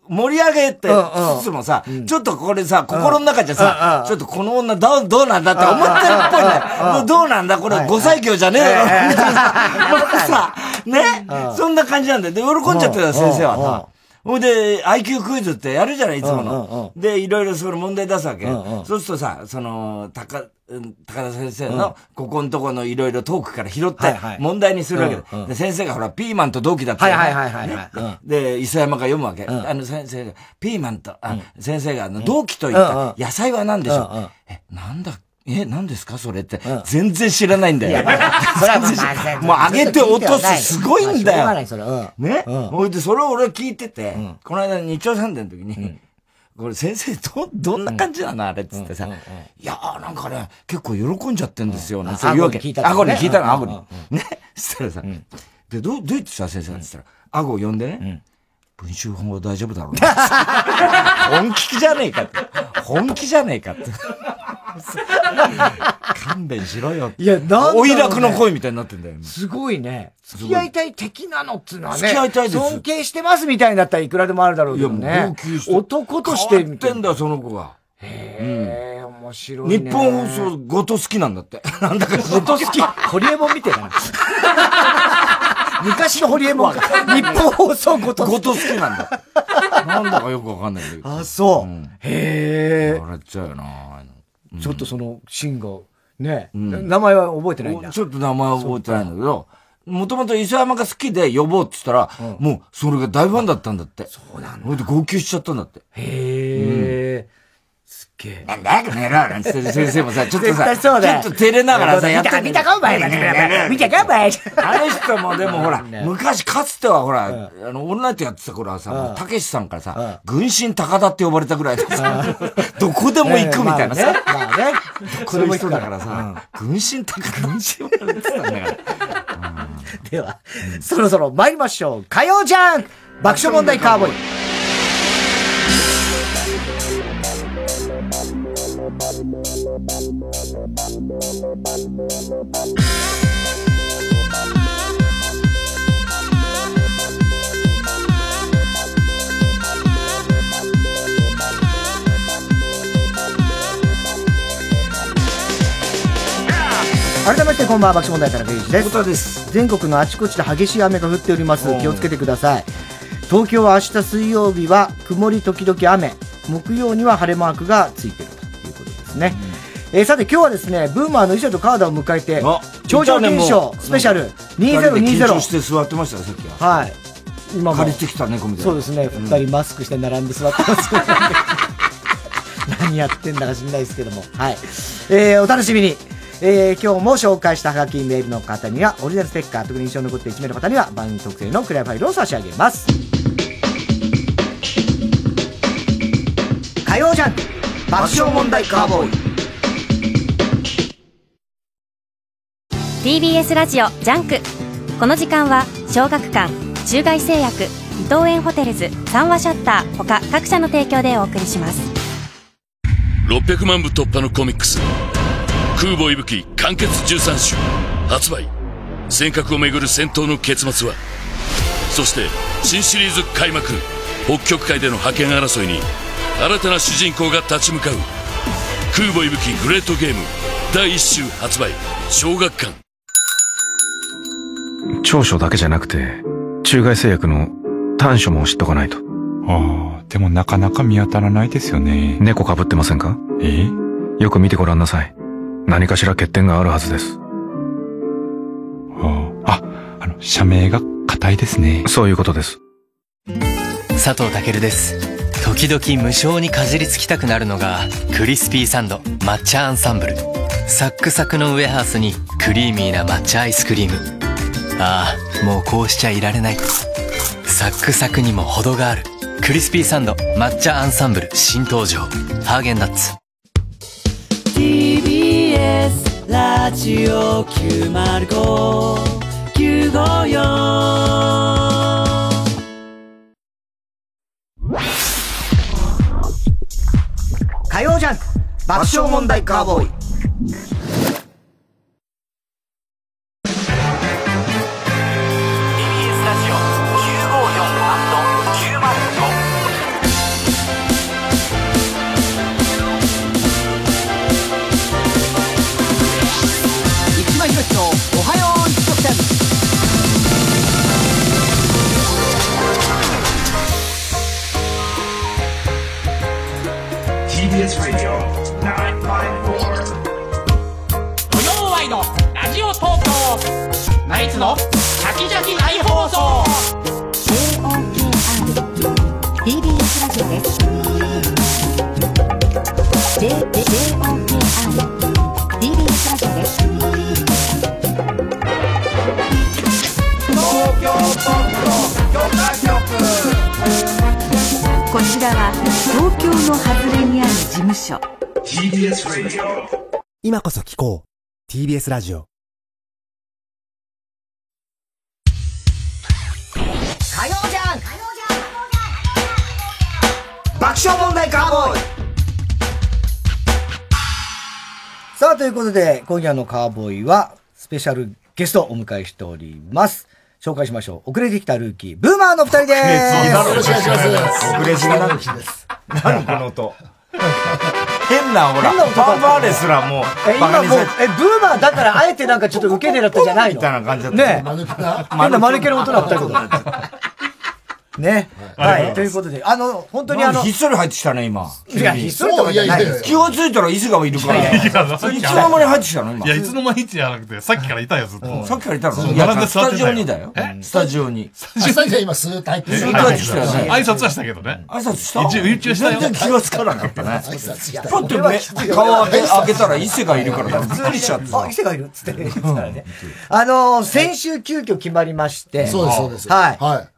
盛り上げてつつもさ、ちょっとこれさ、心の中じゃさ、ちょっとこの女どうなんだって思ってるっぽいんだよ。どうなんだこれ5歳教じゃねえだろみたいな。さ、ねそんな感じなんだよ。で、喜んじゃってた先生はさ。ほいで、IQ クイズってやるじゃないいつもの。で、いろいろそれ問題出すわけ。そうするとさ、高田先生の、ここのとこのいろいろトークから拾って、問題にするわけで。で、先生がほら、ピーマンと同期だったよ。で、磯山が読むわけ。先生が、ピーマンと、先生が、同期と言った野菜は何でしょうなんだ何ですかそれって。全然知らないんだよ。もう上げて落とすすごいんだよ。ね。ほいで、それを俺聞いてて、この間日曜サンデーの時に、これ先生どんな感じなのあれっつってさ、いやなんかね、結構喜んじゃってんですよ。そういうわけ。顎に聞いたの、顎に。ね。そしたらさ、で、どう言ってさ、先生って言ったら、顎を呼んでね、文集本は大丈夫だろうね。本気じゃねえかって。本気じゃねえかって。勘弁しろよって。 いや、なんだろうね。 おいらくの声みたいになってんだよ。 すごいね。付き合いたい的なのっつうのはね。 付き合いたいです。 尊敬してますみたいになったらいくらでもあるだろうけどね。いや、もう号泣して。男として変わってんだよ、その子が。 へぇ面白いね。 日本放送ごと好きなんだって。なんだかごと好き。ホリエモン見てたな。昔のホリエモン。日本放送ごと好きなんだ。なんだかよくわかんないけど。 あ、そう。へぇ笑っちゃうよな。 ちょっとそのシーンが、ね、名前は覚えてないんだ。 ちょっと名前は覚えてないんだけど、もともと磯山が好きで呼ぼうって言ったら、もうそれが大ファンだったんだって。 そうなんだ。 それで号泣しちゃったんだって。 へぇすっげえ。 なんだよ、この野郎なんつって先生もさ、ちょっとさ、 ちょっと照れながらさ、やって見たかお前見たかお前あの人もでもほら、昔かつてはほら、オンライトやってた頃はさ、たけしさんからさ、軍神高田って呼ばれたぐらいでさ、どこでも行くみたいなさ、 まあね。 どこでも行くだからさ、軍神高田って呼ばれてたんだから。 では、そろそろ参りましょう。火曜ジャンク爆笑問題カーボーイ。改めましてこんばんは、爆笑問題田中裕二です。 ことです。 全国のあちこちで激しい雨が降っております。気をつけてください。東京は明日水曜日は曇り時々雨、木曜には晴れマークがついているということですね。さて今日はですね、ブーマーの医者と川田を迎えて頂上検証スペシャル2020。 緊張して座ってましたよ、さっきは。 はい。今も借りてきた猫みたいな。 そうですね、二人マスクして並んで座ってます。何やってんだか知んないですけども。はい。お楽しみに。今日も紹介したハガキメールの方にはオリジナルステッカー、特に印象に残って1名の方には番組特製のクリアファイルを差し上げます。火曜ジャンク爆笑問題カーボーイ。 TBS ラジオジャンク。この時間は小学館、中外製薬、伊東園ホテルズ、三話シャッター他各社の提供でお送りします。 600万部突破のコミックス空母息吹完結13週発売。尖閣をめぐる戦闘の結末は。そして新シリーズ開幕。北極海での覇権争いに新たな主人公が立ち向かう。空母息吹グレートゲーム第1週発売。小学館。 長所だけじゃなくて中外製薬の短所も知っとかないと。 ああ、でもなかなか見当たらないですよね。 猫被ってませんか？よく見てごらんなさい。何かしら欠点があるはずです。 社名が硬いですね。 そういうことです。 佐藤健です。時々無性にかじりつきたくなるのがクリスピーサンド抹茶アンサンブル。サックサクのウエハースにクリーミーな抹茶アイスクリーム。ああ、もうこうしちゃいられない。サックサクにも程がある。クリスピーサンド抹茶アンサンブル新登場。ハーゲンダッツ。 TBS ラジオ905954。 火曜ジャンク爆笑問題カーボーイ。 TBS Radio 954土曜ワイドラジオ東京ナイツのシャキシャキ大放送 TBS ラジオです。JOKR TBS ラジオです。 東京ポッド許可局。 こちらは東京の外れにある事務所 TBS Radio。 今こそ聞こう TBS ラジオ。 火曜じゃん爆笑問題カーボーイ。さあ、ということで、今夜のカーボーイは、スペシャルゲストをお迎えしております。紹介しましょう。遅れてきたルーキー、ブーマーの二人でーす。 よろしくお願いします。遅れすぎなんです。何この音。変な、ほら、ファンファーレすらもう、 今もう、ブーマーだからあえてなんかちょっと受け狙ったじゃないのみたいな感じだった。 ねえ。変な間抜けの音だったけど。ね。はい。ということで、本当にひっそり入ってきたね、今。 いや、ひっそりとかじゃないです。 気がついたら伊勢がいるから。いつの間に入ってきたの今。 いや、いつの間にじゃなくて、さっきからいたよ、ずっと。 さっきからいたのいや、スタジオにだよ。スタジオに。 スタジオ今スーッと入ってる。 挨拶はしたけどね。 挨拶した一応したよ。 全然気がつかなかったね。パッとね、顔開けたら伊勢がいるから、びっくりしちゃって。 あ、伊勢がいるっつって。先週急遽決まりまして。 そうです、そうです。 はい。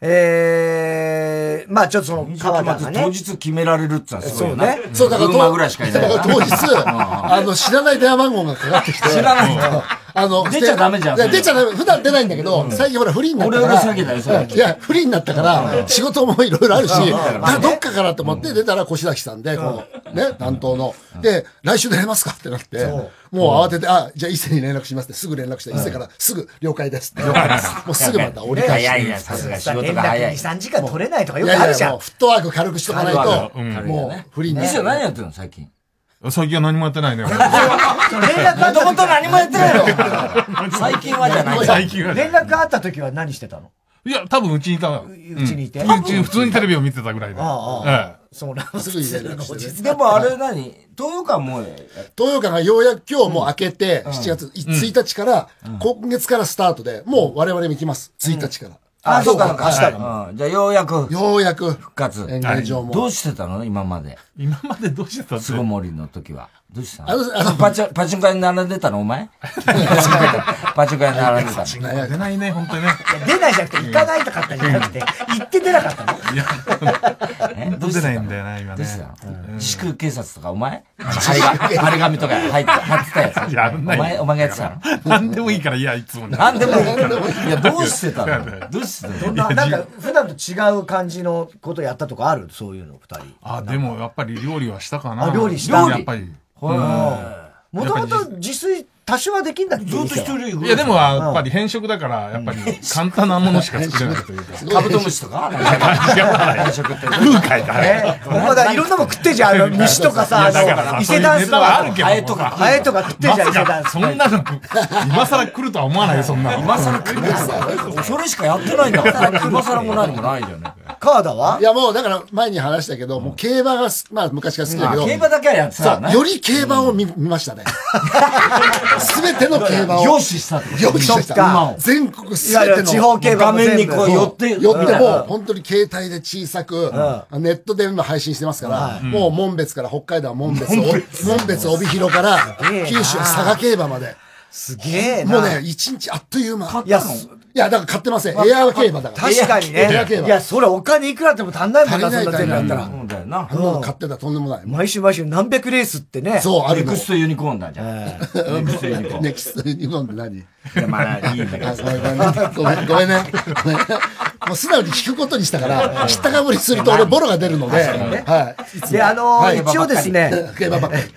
まあちょっとその川田がね。 当日決められるってのはすごいよね。 そう、だから車ぐらいしかいない。 だから当日、知らない電話番号がかかってきて。 知らない。出ちゃダメじゃん。 出ちゃダメ。普段出ないんだけど、最近ほらフリーになったから。 俺詐欺だよ、それ。 いや、フリーになったから、仕事もいろいろあるし、どっかからと思って出たら越崎さんで、この、ね、担当の。で、来週出れますかってなって、もう慌てて、じゃあ伊勢に連絡しますってすぐ連絡して、伊勢からすぐ了解ですって。もうすぐまた折り返して。 早いや、さすが仕事が早い。 2、3時間取れないとかよくあるじゃん。 もうフットワーク軽くしとかないと、もうフリーに。 伊勢何やってるの最近。 最近は何もやってないね。 連絡もともと何もやってないの最近はじゃない。 最近は。 連絡あった時は何してたの？ いや、多分うちにいた。 うちにいて。 普通にテレビを見てたぐらいで。 そうなんすぐに連絡して。 でもあれ何東洋館も東洋館がようやく今日もう開けて、7月1日から、今月からスタートで、もう我々も行きます。1日から。 そうか、明日が。じゃあようやく復活。 演芸場も。 どうしてたの今まで。 今までどうしてたの巣ごもりの時は。どうしたのパチンコ屋に並んでたのお前パチンコ屋に並んでたの出ないね、本当にね。 出ないじゃなくて、行かないとかったじゃなくて、行って出なかったのいや、出ないんだよな、今ね。 自粛警察とかお前張り紙とか貼ってたやつ。 やんない。 お前がやってたの何でもいいから、いや、いつも。 何でもいいから。いや、どうしてたのどうしてたのなんか、普段と違う感じのことやったとかあるそういうの、二人。 でも、やっぱり料理はしたかな。 料理したやっぱり。 もともと自炊多少はできんだっけずっと一人いやでもやっぱり偏食だからやっぱり簡単なものしか作れないというかカブトムシとか偏食って空海だねまだいろんなもん食ってんじゃん虫とかさ伊勢ダンスとかハエとか食ってんじゃん伊勢ダンスそんなの今更来るとは思わないよそんな今更来るそれしかやってないんだから今更も何もないじゃない川田はいやもうだから前に話したけどもう競馬がまあ昔から好きだけど競馬だけはやってたねより競馬を見ましたねすべての競馬を凝視した全国すべての地方競馬画面にこう寄っても本当に携帯で小さくネットで今配信してますからもう門別から北海道は門別帯広から九州は佐賀競馬まですげえなもうね一日あっという間いやだから買ってませんエアー競馬だから確かにねいやそれお金いくらでも足んないもんなそんな全部やったらそうだよな買ってたらとんでもない毎週何百レースってねそうあるネクストユニコーンだじゃんネクストユニコーンって何まあいいんだけどごめんねもう素直に聞くことにしたから知ったかぶりすると俺ボロが出るのでで一応ですね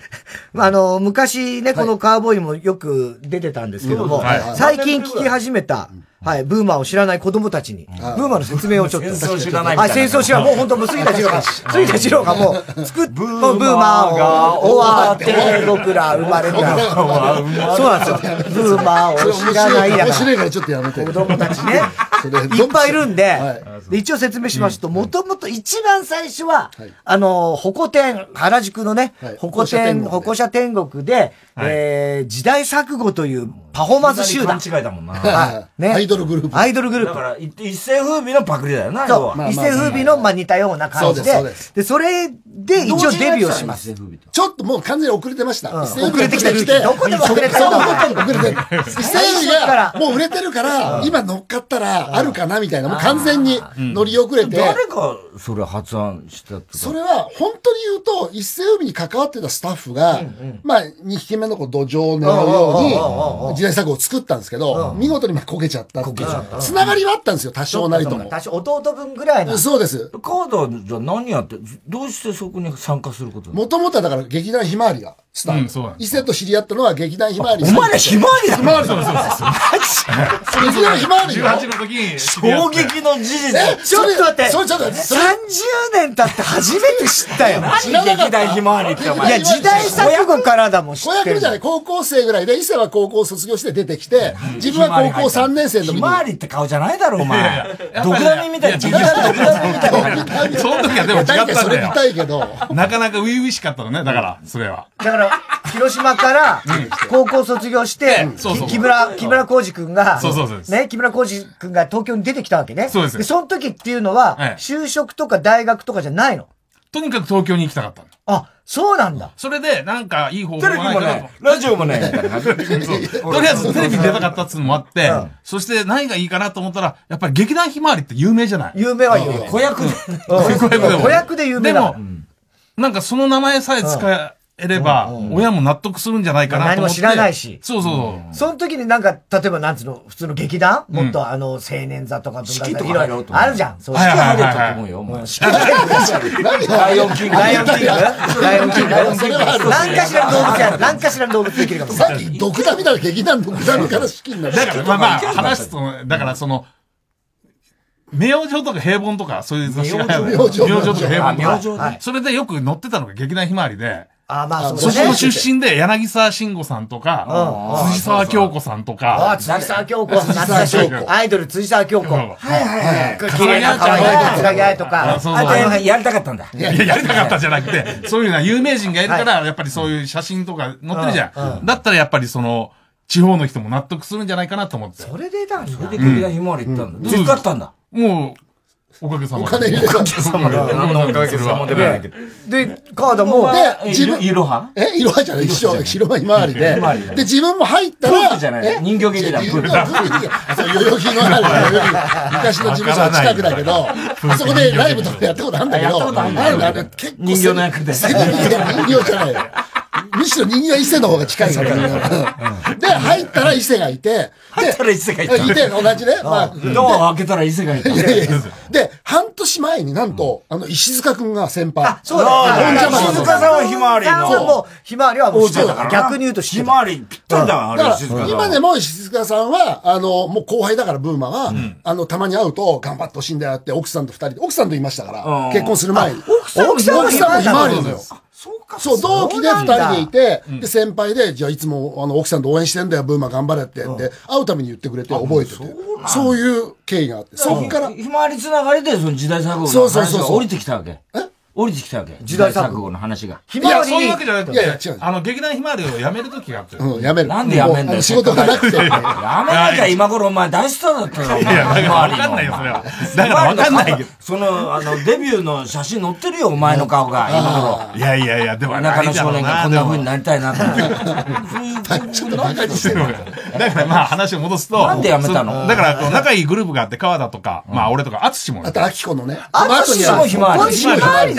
昔ねこのカーボーイもよく出てたんですけども最近聞き始めたはい、ブーマーを知らない子供たちに、ブーマーの説明をちょっと。 戦争知らないみたいな。 はい、戦争知らない。もう本当杉田二郎がもう、ブーマーが終わって、僕ら生まれた。そうなんですよ。ブーマーを知らないやから。 面白いからちょっとやめて。 子供たちね。いっぱいいるんで、一応説明しますと、もともと一番最初は、ホコ天、原宿のね、ホコ社天国で、時代錯誤というパフォーマンス集団。 勘違いだもんな。 ね。 アイドルグループ。 アイドルグループ。 だから、一世風靡のパクリだよな、 そう。一世風靡の、似たような感じで。で、それで一応デビューをします。 ちょっともう完全に遅れてました。 遅れてきた。どこでも遅れてた。 遅れてる。一世風靡がもう売れてるから、今乗っかったらあるかなみたいな、もう完全に乗り遅れて。 誰がそれ発案したってそれは、本当に言うと、一世風靡に関わってたスタッフが、2匹目の土壌を狙うように、時代錯誤を作ったんですけど、見事に焦げちゃったっていう。つながりはあったんですよ、多少なりとも。 多少、弟分ぐらいの。 そうです。 カードはじゃあ何やって、どうしてそこに参加することもともとはだから劇団ひまわりがスタート。伊勢と知り合ったのは劇団ひまわり。 お前らひまわりだひまわりそうそうそう。劇団ひまわり 18の時に。 衝撃の事実。 ちょっと待って。 ちょっと待って。 30年経って初めて知ったよ。 何劇団ひまわりってお前。 いや、時代錯誤からだもん、知ってる。 子役じゃない、高校生ぐらいで、伊勢は高校卒業して出てきて、自分は高校3年生の時に。 ひまわりって顔じゃないだろ、お前。ドクダミみたいな。ドクダミみたいな。 その時はでも違ったんだよ。 それ見たいけど。 なかなか初々しかったのね、だから、それは。 だから、広島から高校卒業して、木村浩二くんが、ね、木村浩二くんが東京に出てきたわけね。 そうです。 で、その時っていうのは、就職とか大学とかじゃないの。 とにかく東京に行きたかったの。 あ、そうなんだ。 それで、なんかいい方法がないかな。ラジオもね。 とりあえずテレビに出たかったっていうのもあって、そして何がいいかなと思ったら、やっぱり劇団ひまわりって有名じゃない？ 有名は有名。 子役で。 子役で有名だ。 でも、なんかその名前さえ使えれば、親も納得するんじゃないかなと思って。 何も知らないし。 そうそう。 その時になんか、例えばなんつうの、普通の劇団もっと青年座とか文化祭とかあるじゃん。 そう、式入れたと思うよ。 式入れた。ライオンキング。ライオンキング。何かしらの動物やる。何かしらの動物できるかも。 さっき、ドクダミだ、劇団ドクダミから式になる。 だからまあ話すと、だからその、明星とか平凡とか、そういう雑誌が明星とか平凡とか。それでよく載ってたのが劇団ひまわりで、そこの出身で柳沢慎吾さんとか、辻沢京子さんとか。 辻沢京子。アイドル辻沢京子。はい。綺麗な可愛いつなぎ合いとか。 やりたかったんだ。 いや、やりたかったじゃなくて、そういうような有名人がいるから、やっぱりそういう写真とか載ってるじゃん。だったらやっぱりその、地方の人も納得するんじゃないかなと思って。 それでだ。 それで劇団ひまわり行ったんだ。どう使ったんだ。 もう、おかげさまで。 お金入れた。おかげさまで。 何のおかげさまでもないけど。 で、カードも、 で、自分、 いろはいろはじゃない、一緒、広場ひまわりで。で、自分も入ったら、 プールじゃない人形劇団、プール。 そう、代々木のある、昔の事務所は近くだけど、あそこでライブとかやったことあるんだけど、 結構人形の役で。 人形じゃない。むしろ人間は伊勢の方が近いから。で、入ったら伊勢がいて、 入ったら伊勢がいた。 いて、同じね。 ドアを開けたら伊勢がいた。 で、半年前になんと、石塚くんが先輩。 そうだ。 石塚さんはひまわりの。 もう、ひまわりはもう、逆に言うとひまわりぴったりだわ、あれ、石塚さん。 今でも石塚さんは、もう後輩だからブーマは、たまに会うと、頑張ってほしいんだよって、奥さんと二人で、奥さんといましたから、結婚する前に。 奥さんもひまわりなのよ。そう、同期で二人でいて、で、先輩で、じゃあいつも、奥さんと応援してんだよ、ブーマ頑張れって言って、会うために言ってくれて覚えてて。そういう経緯があって、そっから。 ひまわりつながりで、その時代錯誤の話が降りてきたわけ。降りてきたわけ。時代錯誤の話が。 ひまわりそういうわけじゃなくて、劇団ひまわりを辞める時があって。 辞める。 なんで辞めんだよ。 仕事がなくて。辞めなきゃ今頃お前大スターだったろ、お前。 いや、だからわかんないよ、それは。だからわかんないけど。 その、デビューの写真載ってるよ、お前の顔が、今頃。 いやいやいや、でも田舎の少年がこんな風になりたいなと思って。 ちょっとバカにしてる。 だからまあ話を戻すと。 なんで辞めたの？ だから、仲いいグループがあって、川田とか、まあ俺とか、淳も。 あと、秋子のね。 淳もひまわり。ひまわり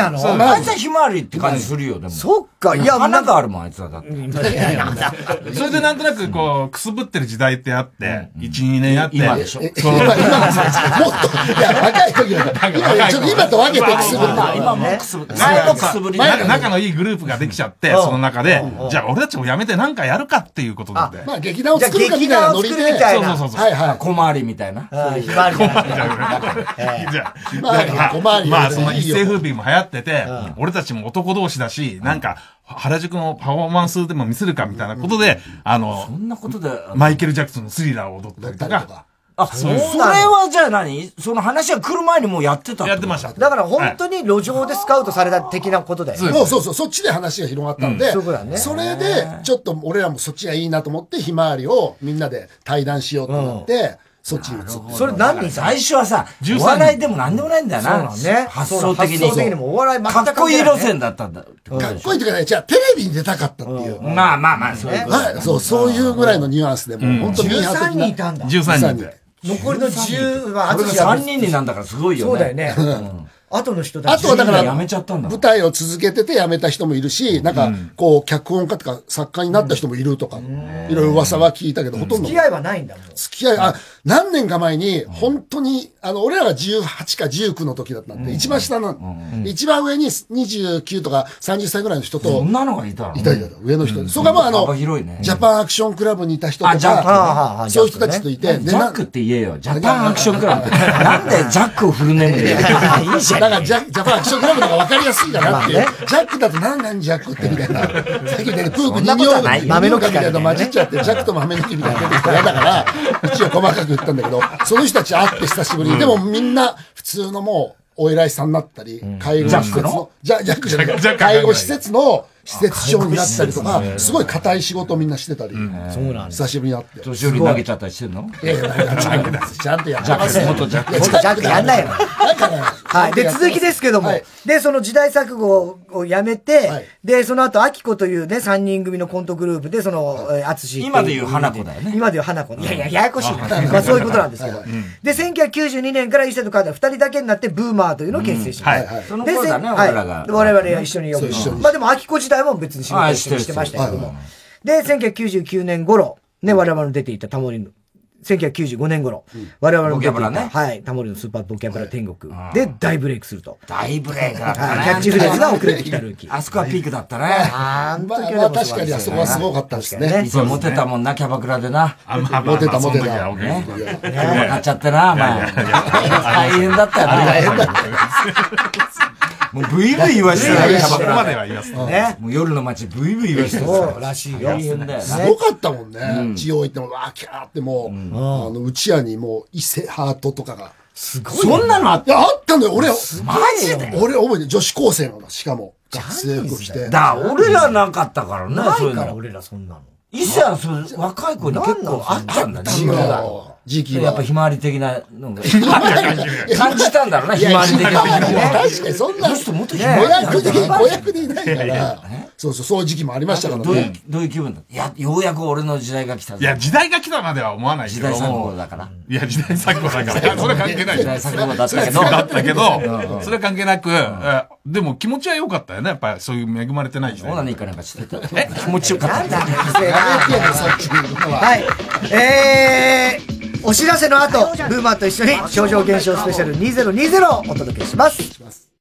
なの？ あいつはひまわりって感じするよ、でも。 そっか、いや、 花があるもん、あいつはだって。 それでなんとなくこう、くすぶってる時代ってあって、1、2年あって。 今でしょ？ 今もっと、いや、若い時だから。ちょっと今と分けてくすぶってる。 今もくすぶってる。前のくすぶり。 仲のいいグループができちゃって、その中で、じゃあ俺たちもやめてなんかやるかっていうことなんで。 まあ劇団を作るかみたいなノリで。 そう。 はいはい。 小回りみたいな。 ひまわりみたいな。 じゃあ、まあその一世風靡も流行ってて、俺たちも男同士だし、なんか、原宿のパフォーマンスでも見せるかみたいなことで、 そんなことで、 マイケル・ジャクソンのスリラーを踊ったりとか。 それはじゃあ何？その話が来る前にもうやってた？ やってました。 だから本当に路上でスカウトされた的なことだよね。そう、そっちで話が広がったんで、それで、ちょっと俺らもそっちがいいなと思って、ひまわりをみんなで対談しようと思って、そっちに移って。 それ何人最初はさ、お笑いでも何でもないんだよな。 そうね。 発想的に。 発想的にもお笑い全くかっこいい路線だったんだ。かっこいいというかね、じゃあテレビに出たかったっていう。 まあ、そういうこと。 はい、そういうぐらいのニュアンスでも、本当に 13人いたんだ。 13人で。 残りの10は、 あと3人になんだからすごいよね。 そうだよね。後の人たち。 あとはだから、 やめちゃったんだ。 舞台を続けてて辞めた人もいるし、なんか、こう、脚本家とか作家になった人もいるとか、いろいろ噂は聞いたけど、ほとんど。 付き合いはないんだもん。 付き合い、何年か前に、本当に、俺らが18か19の時だったんで、一番下の、一番上に29とか30歳ぐらいの人と、 そんなのがいたの？ いた、上の人。そこがまあジャパンアクションクラブにいた人とか、そういう人たちといて、 ジャックって言えよ。ジャパンアクションクラブって。なんでジャックをフルネームで言う？ いいじゃん。だからジャパンアクションクラブの方が分かりやすいかなっていう。ジャックだと何ジャックってみたいな。さっきみたいにプーク人形豆の木みたいなの混じっちゃって、ジャックと豆の木みたいなの出てきたら嫌だから、一応細かく言ったんだけど、その人たち会って久しぶりに、でもみんな普通のもう、お偉いさんになったり、介護施設の、ジャックじゃない、介護施設の施設長になったりとか、すごい硬い仕事をみんなしてたり、久しぶりに会って。 年寄り投げちゃったりしてんの？ いや、ちゃんとやってますよ。 元ジャックやんないよ。はい。で、続きですけども、で、その時代錯誤をやめて、で、その後、アキコというね、3人組のコントグループで、その、アツシ。 今で言う花子だよね。 今で言う花子。いや、ややこしいな。まあ、そういうことなんですけど。で、1992年から伊勢とカード2人だけになって、ブーマーというのを結成しました。 その頃だね、俺らが。 我々は一緒によく。まあでも、アキコ時代も別に仕事してましたけども。で、1999年頃、ね、我々の出ていたタモリの、1995年頃、我々の出ていた、はい、タモリのスーパーボキャブラ天国で大ブレイクすると。 大ブレイクだったね。 キャッチフレーズが遅れてきたルーキー。 あそこはピークだったね。 あの時は確かにあそこはすごかったですね。 いつもモテたもんな、キャバクラでな。 モテた。 車買っちゃってな、まあ。大変だったよね。大変だった。もうブイブイ言わしてたね、キャバクラまでは言わせてね。もう夜の街ブイブイ言わしてた。 そうらしいよ。 大変だよね。 すごかったもんね。地方行っても、わーキャーってもう、うち屋にもう、伊勢ハートとかが。 すごい。 そんなのあった？ いや、あったのよ、俺。マジで？ 俺覚えて、女子高生なの、しかも。学生服着て。 俺らなかったからね、 そういうの。俺らそんなの。 伊勢は若い子に結構あったんだね。時期は。やっぱひまわり的なのが。感じたんだろうな、ひまわり的な。 確かにそんな。500人いないから。そういう時期もありましたからね。 どういう気分だ？いや、ようやく俺の時代が来た。 いや、時代が来たまでは思わないけど。 時代錯誤だから。 いや、時代錯誤だから。それは関係ない。 時代錯誤だったけど。 だったけど、それは関係なく、でも気持ちは良かったよね。やっぱりそういう恵まれてない時代。 そうなのいかなんかしてた。気持ちよかった。 はい。お知らせの後、ブーマーと一緒に超常現象スペシャル2020をお届けします。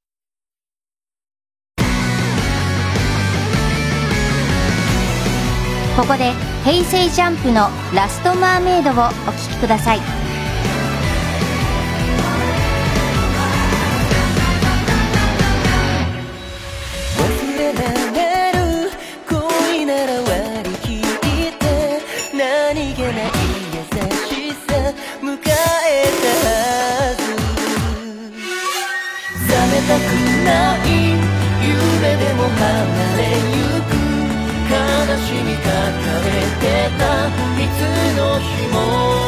ここで平成ジャンプのラストマーメイドをお聴きください。 忘れられる恋なら割り切って何気ない優しさ迎えたはず。覚めたくない夢でも離れゆく悲しみ書かれてたいつの日も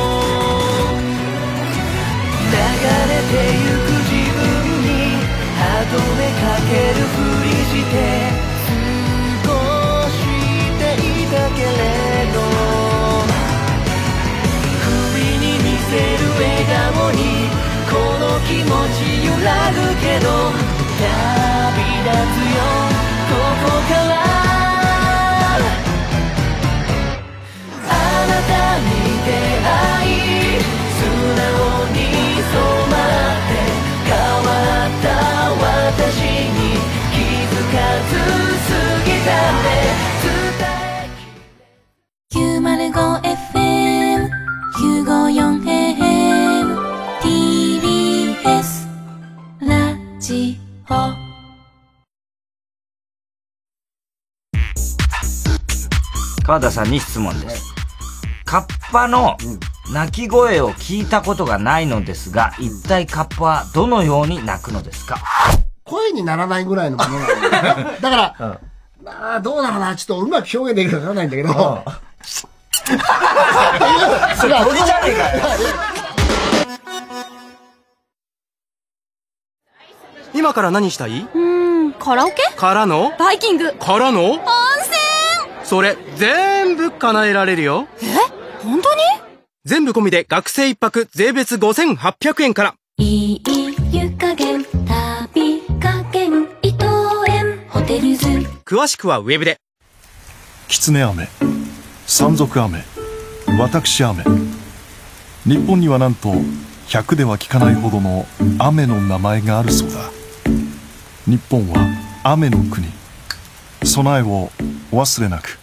流れてゆく自分に歯止めかけるふりして過ごしていたけれど不意に見せる笑顔にこの気持ち揺らぐけど旅川田さんに質問です。カッパの鳴き声を聞いたことがないのですが、一体カッパはどのように鳴くのですか？ 声にならないぐらいのものなんだよ。だから、まあ、どうだろうな、ちょっとうまく表現できるかわからないんだけど。 それ鳥じゃねえかよ。 今から何したい？ カラオケ？ からの？ バイキング？ からの？ 温泉？ それ、全部叶えられるよ。 本当に？ 全部込みで学生一泊税別5800円から。 いい湯加減、旅加減、伊藤園ホテルズ。 詳しくはウェブで。 狐雨、山賊雨、私雨。日本にはなんと100では聞かないほどの雨の名前があるそうだ。日本は雨の国。備えをお忘れなく。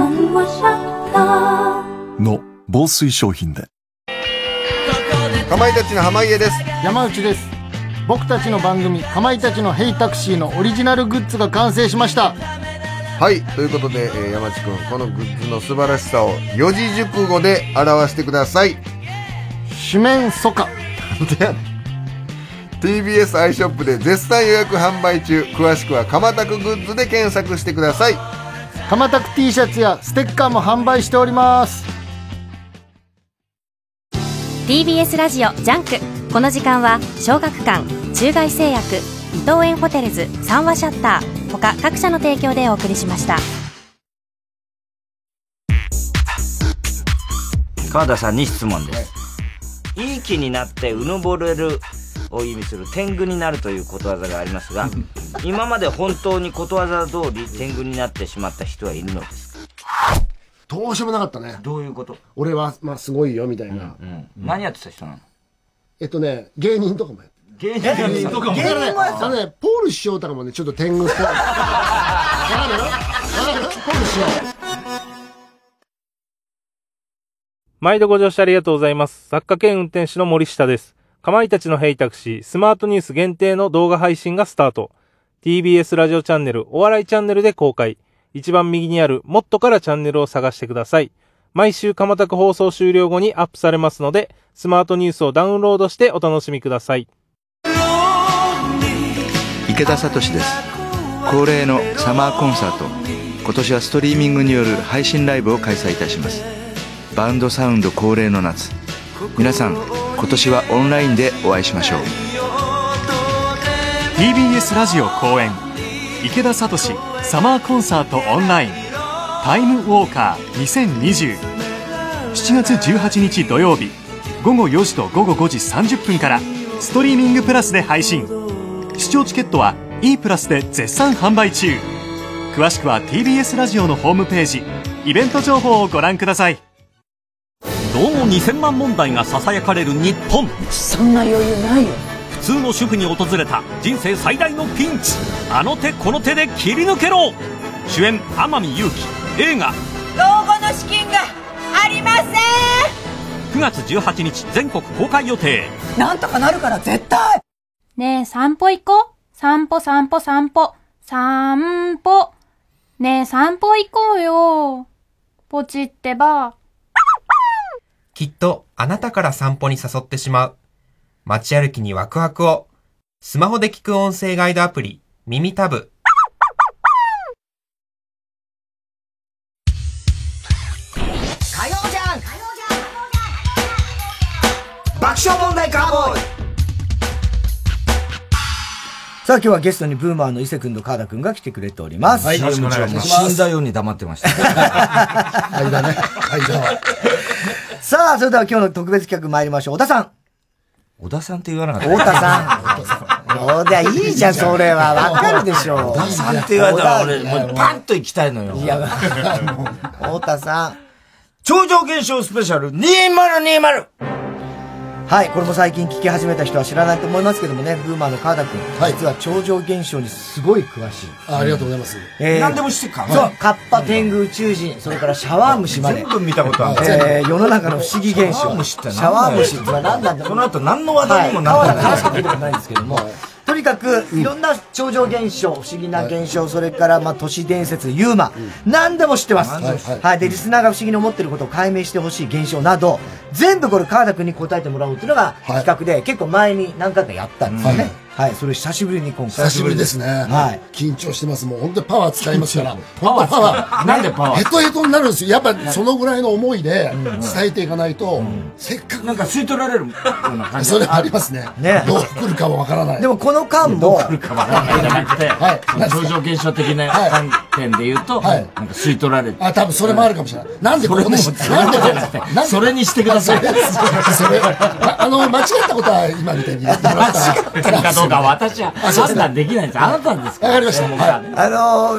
の防水商品で。 かまいたちの濱家です。 山内です。僕たちの番組かまいたちのヘイタクシーのオリジナルグッズが完成しました。 はい、ということで、山内くん、このグッズの素晴らしさを四字熟語で表してください。 四面楚歌。 なんでやねん。TBS アイショップで絶賛予約販売中。詳しくはかまたくグッズで検索してください。 かまたく T シャツやステッカーも販売しております。 TBS ラジオジャンク。この時間は小学館、中外製薬、伊藤園ホテルズ、三和シャッター他各社の提供でお送りしました。 川田さんに質問です。いい気になってうぬぼれるを意味する天狗になるということわざがありますが、今まで本当にことわざ通り天狗になってしまった人はいるのですか？ どうしようもなかったね。 どういうこと？ 俺は、まあ、すごいよ、みたいな。 何やってた人なの？ 芸人とかもやって。芸人とかもやって。ポール師匠とかもね、ちょっと天狗っぽい。わかるポール師匠。 毎度ご乗車ありがとうございます。作家兼運転手の森下です。かまいたちのヘイタクシースマートニュース限定の動画配信がスタート。TBS ラジオチャンネルお笑いチャンネルで公開。一番右にあるもっとからチャンネルを探してください。毎週かまたく放送終了後にアップされますので、スマートニュースをダウンロードしてお楽しみください。 池田聡です。恒例のサマーコンサート。今年はストリーミングによる配信ライブを開催いたします。バウンドサウンド恒例の夏。皆さん、今年はオンラインでお会いしましょう。 TBS ラジオ公演池田聡サマーコンサートオンラインタイムウォーカー2020 7月18日土曜日午後4時と午後5時30分からストリーミングプラスで配信。視聴チケットは E プラスで絶賛販売中。詳しくは TBS ラジオのホームページイベント情報をご覧ください。 どうも2000万問題が囁かれる日本。 そんな余裕ないよ。 普通の主婦に訪れた人生最大のピンチ。あの手この手で切り抜けろ。主演天海祐希。映画老後の資金がありません。 9月18日全国公開予定。 なんとかなるから絶対。 ねえ散歩行こう。散歩散歩散歩散歩。ねえ散歩行こうよ。ポチってば。 きっとあなたから散歩に誘ってしまう。街歩きにワクワクを。スマホで聞く音声ガイドアプリ耳タブ。 火曜じゃん爆笑問題カーボーイ。さあ今日はゲストにブーマーの伊勢くんと川田くんが来てくれております。 はい、よろしくお願いします。死んだように黙ってました。 間ね。間。 さあ、それでは今日の特別企画参りましょう。小田さん。 小田さんって言わなかった。 太田さん。小田いいじゃん、それは。わかるでしょ。 小田さんって言われたら俺、もうパンと行きたいのよ。 いや、太田さん。 超常現象スペシャル2020。 はい、これも最近聞き始めた人は知らないと思いますけどもね、ブーマーの川田くん、実は超常現象にすごい詳しい。 ありがとうございます。 何でも知ってるからね。 そう、カッパ、天狗、宇宙人、それからシャワー虫まで。 全部見たことある。 世の中の不思議現象。シャワー虫って何なんだろう。 その後何の話題にもならない。 川田からしか聞いたことないんですけども。ととにかく、いろんな超常現象、不思議な現象、それから、都市伝説、ユーマ、何でも知ってます。はい。で、リスナーが不思議に思ってることを解明してほしい現象など、全部これ川田君に答えてもらおうっていうのが企画で、結構前に何回かやったんですよね。はい、それ久しぶりに今回。 久しぶりですね。はい。緊張してます。もう本当にパワー使いますから。パワー。 なんでパワー？ ヘトヘトになるんですよ。やっぱそのぐらいの思いで伝えていかないと、せっかく。 なんか吸い取られるような感じ。 それありますね。ね。どう来るかもわからない。 でもこの間も。どう来るかわからないじゃなくて、はい。超常現象的な観点で言うと、なんか吸い取られる。 多分それもあるかもしれない。なんでここでなんでそれにしてください。 それ、間違ったことは今みたいに言ってもらったら。間違ったかどうか私は判断できないんです。あなたですか？ わかりました。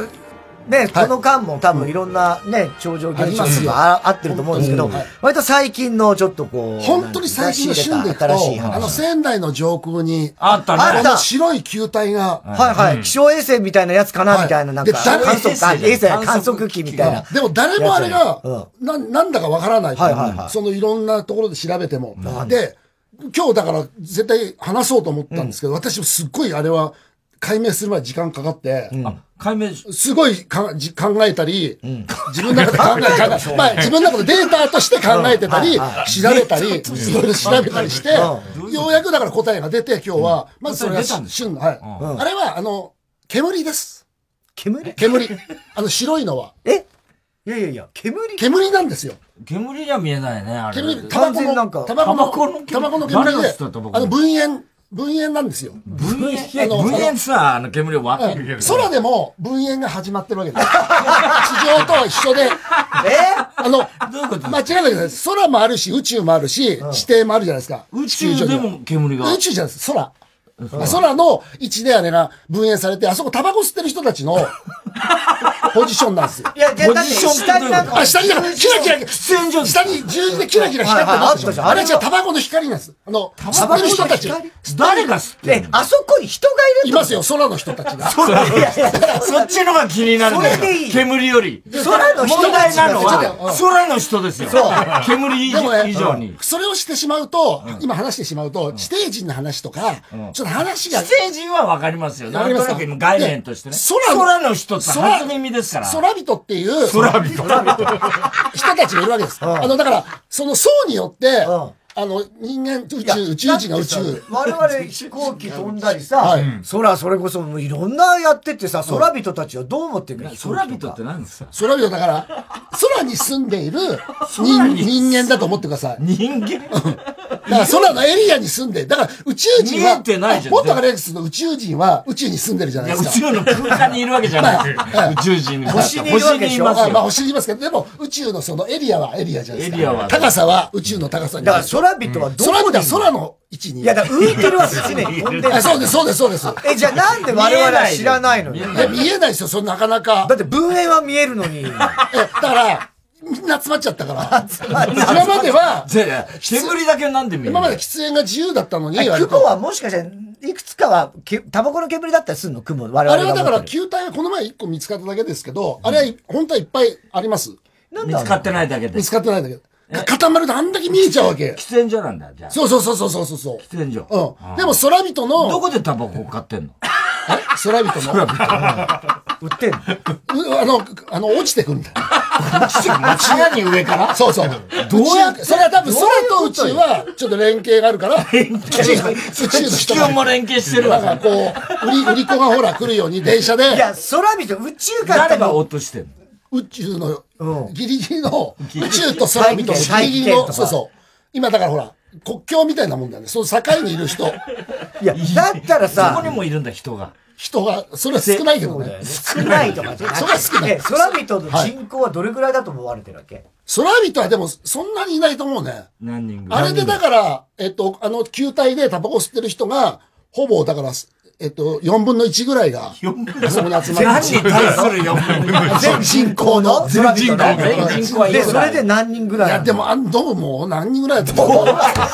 ね、この間も多分いろんなね、超常現象があってると思うんですけど、割と最近のちょっとこう、 本当に最近の旬でいくと、仙台の上空に、 あったね。 この白い球体が、 はいはい、気象衛星みたいなやつかなみたいな、なんか、観測機みたいな。 でも誰もあれが、なんだかわからない。そのいろんなところで調べても。で、今日だから絶対話そうと思ったんですけど、私もすっごいあれは、解明するまで時間かかって、 解明すごい考えたり、自分の中で自分の中でデータとして考えてたり、調べたり、いろいろ調べたりして、ようやくだから答えが出て、今日は、まずそれが旬、はい。あれは、煙です。 煙。 白いのは。 いや、 煙なんですよ。 煙には見えないね、あれ。 煙、タバコの煙で、分煙なんですよ。 分煙さ、煙を分ける。 空でも分煙が始まってるわけです。地上とは一緒で。 どういうこと間違いないです。空もあるし、宇宙もあるし、地底もあるじゃないですか。 宇宙でも煙が。 宇宙じゃないです。空の位置であれが分煙されて、あそこタバコ吸ってる人たちのポジションなんですよ。 いや、だって下になんか、 下にキラキラ、出演所下に十字でキラキラ光ってます。あれじゃタバコの光なんです。吸ってる人たち。 誰が吸ってるあそこに人がいるいますよ、空の人たちが。 そっちのが気になるんだよ。煙より。 空の人問題なのは、空の人ですよ。煙以上に。 それをしてしまうと、今話してしまうと、地底人の話とか、ちょっと話が。 地底人はわかりますよ。なんとなく今概念としてね。空の人って初耳ですから。 空人っていう、人たちがいるわけです。だから、その層によって、人間、宇宙人が宇宙。 我々飛行機飛んだりさ、空、それこそもういろんなやっててさ、空人たちはどう思ってるの？ 空人って何ですか？ 空人だから、空に住んでいる人間だと思ってください。 人間だから空のエリアに住んで、だから宇宙人は、ポッタガレックスの宇宙人は宇宙に住んでるじゃないですか。 宇宙の空間にいるわけじゃなくて、宇宙人星にいるわけでしょ。 星にいますけど、でも宇宙のそのエリアはエリアじゃないですか。高さは宇宙の高さに。 だから空人はどこに？ 空の位置に。 いや、だから浮いてるわけ常に飛んでる。 そうです。 じゃあなんで我々は知らないのに？ 見えないですよ、それなかなか。 だって分煙は見えるのに。 だから、みんな集まっちゃったから。今までは、 煙だけなんで見える？ 今まで喫煙が自由だったのに。 雲はもしかして、いくつかは、タバコの煙だったりするの？雲、我々 あれはだから、球体はこの前1個見つかっただけですけど、あれは本当はいっぱいあります。 見つかってないだけで。 見つかってないだけで。固まるとあんだけ見えちゃうわけ。 喫煙所なんだ、じゃあ。 そう。 喫煙所。 でも空人の。 どこでタバコ買ってんの？ 空人の。 売ってんの？ 落ちてくんだよ。 さらに上から？ そう。どうやって？それは多分空と宇宙はちょっと連携があるから、宇宙の人が。も連携してるわ。 なんかこう、売り子がほら来るように電車で。 いや、空人、宇宙から誰が落としてんの？ 宇宙の、ギリギリの、宇宙と空人のギリギリの、そう。今だからほら、国境みたいなもんだよね。その境にいる人。 いや、だったらさ、 そこにもいるんだ、人が。 それは少ないけどね。 少ないとかじゃなくて。 それは少ない。 空人の人口はどれくらいだと思われてるわけ？ 空人はでも、そんなにいないと思うね。 何人ぐらい？ あれでだから、球体でタバコ吸ってる人が、ほぼ、だから、4分の1ぐらいが、そこに集まって。 何に対する4分の1？ 全人口の全人口はで、それで何人ぐらい？ いや、でも、どうも、何人ぐらいだと思う。いや、だから、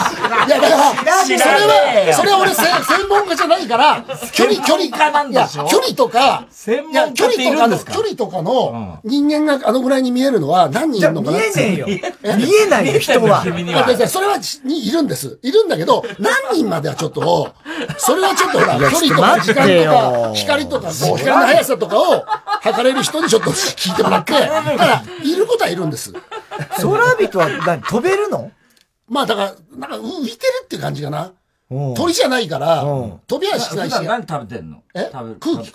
それは俺、専門家じゃないから、距離とか、 専門家っているんですか？ 距離とかの人間があのぐらいに見えるのは何人いるのかな？ 見えねえよ。見えないよ、人は。 それは、いるんです。いるんだけど、何人まではちょっと、それはちょっとほら、距離とか時間とか、光とか、こう、光の速さとかを測れる人にちょっと聞いてもらって、ただ、いることはいるんです。 空人は飛べるの？ まあだから、なんか浮いてるっていう感じかな。鳥じゃないから、飛びはしないし。 何食べてんの？ 空気。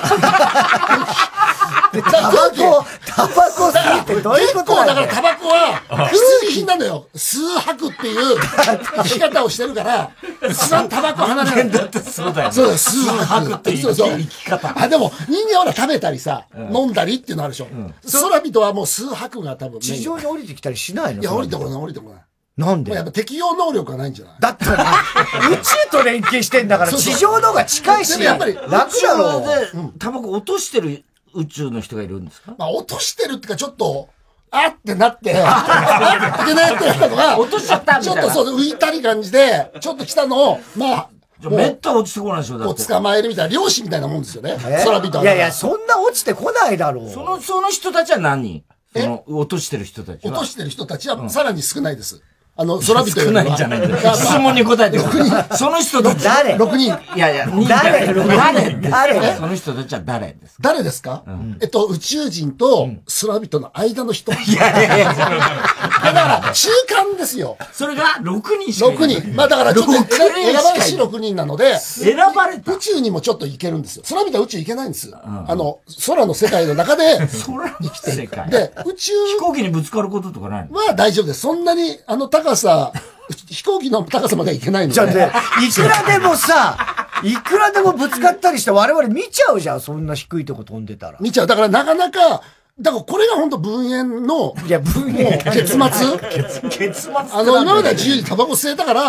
タバコ吸ってどういうことだからタバコは、必需品なのよ。吸う吐くっていう生き方をしてるから、タバコ離れない。 だってそうだよね。 そうだよ、吸う吐くっていう生き方。 あ、でも人間はほら食べたりさ、飲んだりっていうのあるでしょ。空人はもう吸う吐くが多分。 地上に降りてきたりしないの？ いや、降りてこない。 なんで？ やっぱ適応能力がないんじゃない？ だって宇宙と連携してんだから地上の方が近いし、 やっぱり楽だろう。 タバコ落としてる宇宙の人がいるんですか？ まあ落としてるっていうかちょっと、あってなって、いけないってなったのが、 落としちゃったみたいな。 ちょっとそう浮いたり感じで、ちょっと来たのを、まあ、 めった落ちてこないでしょ、だって。 捕まえるみたいな、漁師みたいなもんですよね。空人は。 いやいや、そんな落ちてこないだろう。 その人たちは何人？落としてる人たちは。 落としてる人たちはさらに少ないです。空人よりは。 少ないんじゃないんだよ。質問に答えてくれ。その人たち。 誰？ 6人。 いやいや、 誰？ その人たちは誰ですか？ 誰ですか？宇宙人と空人の間の人。いや。 だから、中間ですよ。 それが6人しかいない。 6人。まあだからちょっと選ばれし6人なので、 選ばれた宇宙にもちょっと行けるんですよ。空人は宇宙行けないんです。空の世界の中で生きてる。で、宇宙。 飛行機にぶつかることとかないの？ は大丈夫です。そんなに、高さ、飛行機の高さまではいけないので。 じゃあね、いくらでもさ、いくらでもぶつかったりして我々見ちゃうじゃん、そんな低いとこ飛んでたら。 見ちゃう。だからなかなか、だからこれが本当分煙の、 いや、分煙。 結末今までは自由にタバコ吸えたから、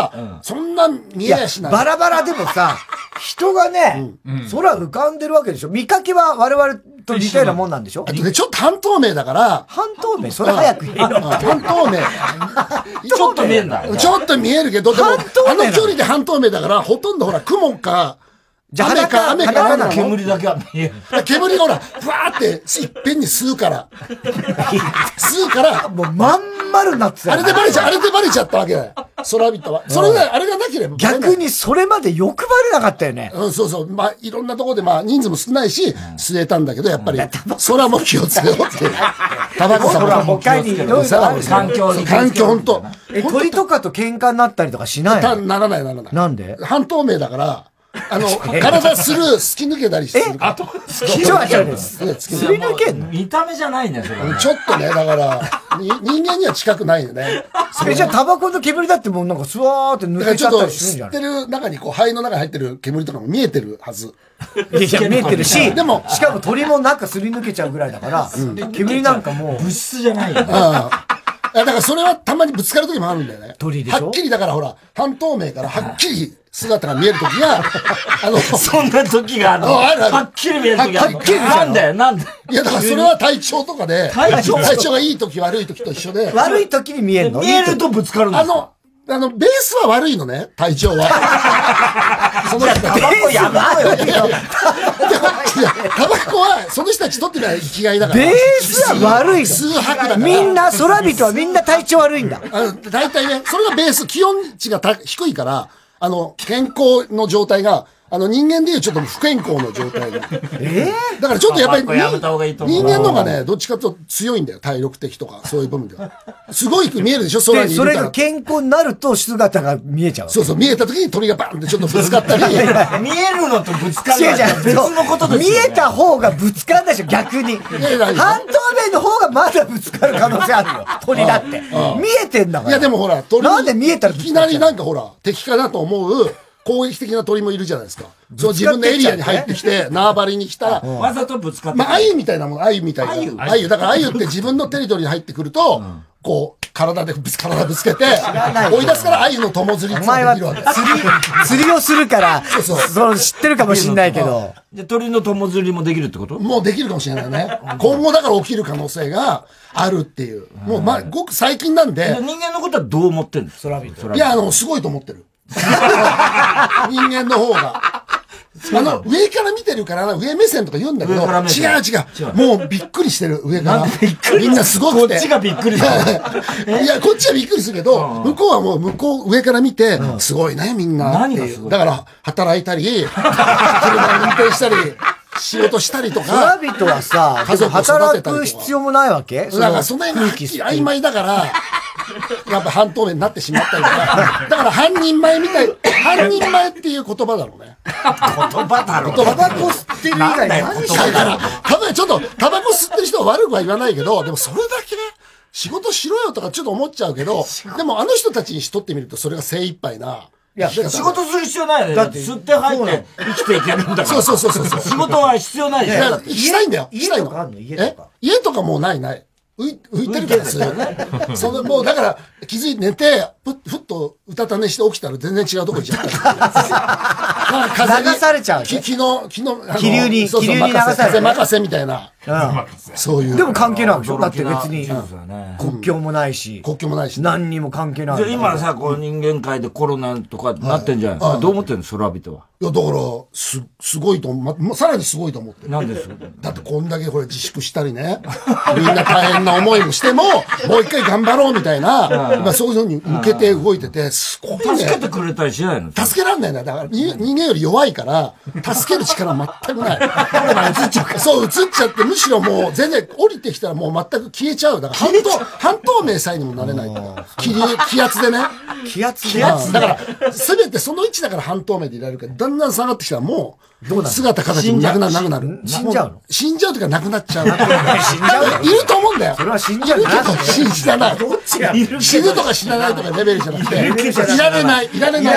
そんな見えやしない。 バラバラでもさ、人がね、空浮かんでるわけでしょ。見かけは我々と似たようなもんなんでしょ。 あとね、ちょっと半透明だから。 半透明？それ早く言えよ。 半透明。 ちょっと見えんだ。 ちょっと見えるけど、でも、あの距離で半透明だから、ほとんどほら、雲か、雨か、 煙だけは見える。 煙がほら、ふわーって、いっぺんに吸うから。 もうまん丸なってた。 あれでバレちゃったわけだよ。空人は。それが、あれがなければ。 逆にそれまで欲張れなかったよね。 そうそう。まあ、いろんなところで、まあ、人数も少ないし、吸えたんだけど、やっぱり、空も気をつけようっていう。タバコさも他にいろいろある環境ほんと。 鳥とかと喧嘩になったりとかしないの？ ならない。 なんで？ 半透明だから、体突き抜けたりする。 突き抜けんの？ 見た目じゃないね、それ。 ちょっとね、だから、人間には近くないよね。 じゃあタバコの煙だってもうなんかスワーって抜けちゃったりするんじゃない？ 吸ってる中に肺の中に入ってる煙とかも見えてるはず。 いや、見えてるし、でも、しかも鳥もなんかすり抜けちゃうぐらいだから、煙なんかもう。 物質じゃないよね。 だからそれはたまにぶつかる時もあるんだよね。 鳥でしょ？ はっきりだからほら、半透明からはっきり姿が見える時が、 そんな時があるの？はっきり見える時があるの？なんでいや、だからそれは体調とかで、体調がいい時悪い時と一緒で。 悪い時に見えるの？ 見えるとぶつかるんですか？ ベースは悪いのね、体調は。 その人タバコやばいよ。 タバコは、その人たちとってのは生きがいだから。 ベースは悪いの。 数拍だから。 みんな、空人はみんな体調悪いんだ。 大体ね、それがベース、気温値が低いから、健康の状態が、人間でいうちょっと不健康の状態が。だからちょっとやっぱり人間の方がね、どっちかと強いんだよ。体力的とか、そういう部分では。すごい見えるでしょ、空にいるから。 それが健康になると姿が見えちゃう。 そうそう、見えた時に鳥がバンってちょっとぶつかったり。 見えるのとぶつかるのは別のことですよね。 見えた方がぶつかんないでしょ、逆に。半透明の方がまだぶつかる可能性あるよ。鳥だって。見えてんだから。 いやでもほら、鳥なんで見えたらいきなりなんかほら、敵かなと思う、攻撃的な鳥もいるじゃないですか。そう、自分のエリアに入ってきて、縄張りに来た。 わざとぶつかって。 まあ、鮎みたいなもん、鮎みたいな。鮎。だから鮎って自分のテリトリーに入ってくると、こう、体ぶつけて、追い出すから鮎の友釣りってできるわけ。 釣りをするから、そう、知ってるかもしんないけど。 で、鳥の友釣りもできるってこと？ もうできるかもしれないね。今後だから起きる可能性があるっていう。もう、まあ、ごく最近なんで。 人間のことはどう思ってんの？ いや、すごいと思ってる。人間の方が。 上から見てるから上目線とか言うんだけど、違う。もうびっくりしてる、上から。みんなすごくて。 こっちがびっくりする。 いや、こっちはびっくりするけど、向こうはもう上から見て、すごいね、みんな。 何がすごい？ だから、働いたり、車運転したり、仕事したりとか。 村人はさ、働く必要もないわけ？ だからその辺が曖昧だから、やっぱ半透明になってしまったりとか。だから半人前っていう言葉だろうね。 言葉だろう。 タバコ吸ってる以外何してる？ だから、多分ちょっと、タバコ吸ってる人は悪くは言わないけど、でもそれだけね、仕事しろよとかちょっと思っちゃうけど、でもあの人たちにしとってみるとそれが精一杯な。 いや、仕事する必要ないよね。だって吸って入って生きていけるんだから。 そう。 仕事は必要ないじゃん。 したいんだよ。 家とかあるの？ 家とかもうない。浮いてるからすよね。もうだから気づいて寝て、ふっとうたた寝して起きたら全然違うとこ行っちゃった。 流されちゃう。 気流に流され風任せみたいな。そういう。 でも関係ないでしょ？だって別に国境もないし。何にも関係ない。 じゃあ今さ、こう人間界でコロナとかなってんじゃない？どう思ってんの、空人は。 いや、だから、すごいと思う。さらにすごいと思ってる。 なんですよ。 だってこんだけこれ自粛したりね。みんな大変な思いもしても、もう一回頑張ろうみたいな、今そういうのに向けて動いてて、すごいね。 助けてくれたりしないの？ 助けらんないんだよ。だから人間より弱いから、助ける力全くない。映っちゃう。そう、映っちゃって、むしろもう全然降りてきたらもう全く消えちゃう。だから半透明さえにもなれない。気圧でね。 気圧だから、すべてその位置だから半透明でいられるけど、だんだん下がってきたらもう、姿形もなくなる。 死んじゃうの？ 死んじゃうというかなくなっちゃう。いると思うんだよ。 それは死んじゃう。 死なない。死ぬとか死なないとかレベルじゃなくて、いられない。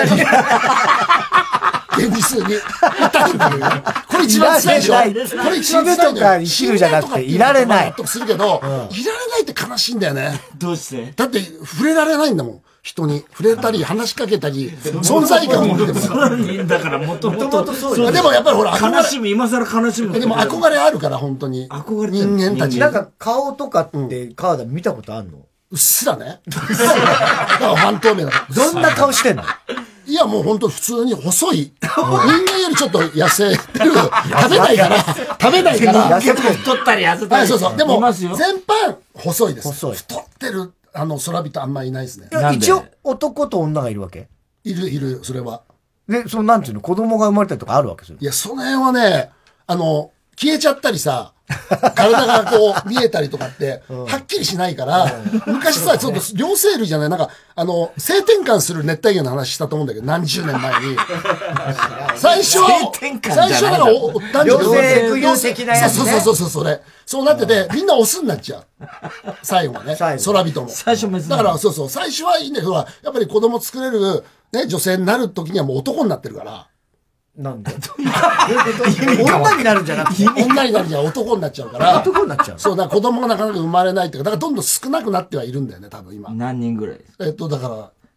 現実に。これ一番辛いでしょ？これ一番辛いんだよ。 死ぬとか生きるじゃなくて、いられない。 納得するけど、いられないって悲しいんだよね。 どうして？ だって触れられないんだもん。人に触れたり話しかけたり、存在感を持ってる。だからもともとそう。 でもやっぱりほら、 悲しみ、今更悲しむ。 でも憧れあるから、本当に。 憧れ人間たち。 なんか顔とかって川田見たことあるの？ うっすらね。だから半透明だから。 どんな顔してんの？ いやもう本当普通に細い。人間よりちょっと痩せてる。食べないから。 結構太ったり痩せたり。 そう。でも、全般細いです。太ってる。空人あんまいないですね。 一応男と女がいるわけ？ いる、それは。 で、なんていうの、子供が生まれたりとかあるわけですよ。 いや、その辺はね、消えちゃったりさ、体がこう見えたりとかって、はっきりしないから、昔さ、ちょっと両生類じゃない、なんか、性転換する熱帯魚の話したと思うんだけど、何十年前に。最初はなんか、 両生類的なやつね。 そう、それ。そうなってて、みんなオスになっちゃう。最後はね。空人も。 最初だから、そう、最初はいいんだけど、やっぱり子供作れる、ね、女性になる時にはもう男になってるから。 なんで女になるんじゃなくて女になるんじゃ男になっちゃうから。 男になっちゃう。 そう、だから子供がなかなか生まれないっていうか、だからどんどん少なくなってはいるんだよね、多分今。 何人ぐらい？ だから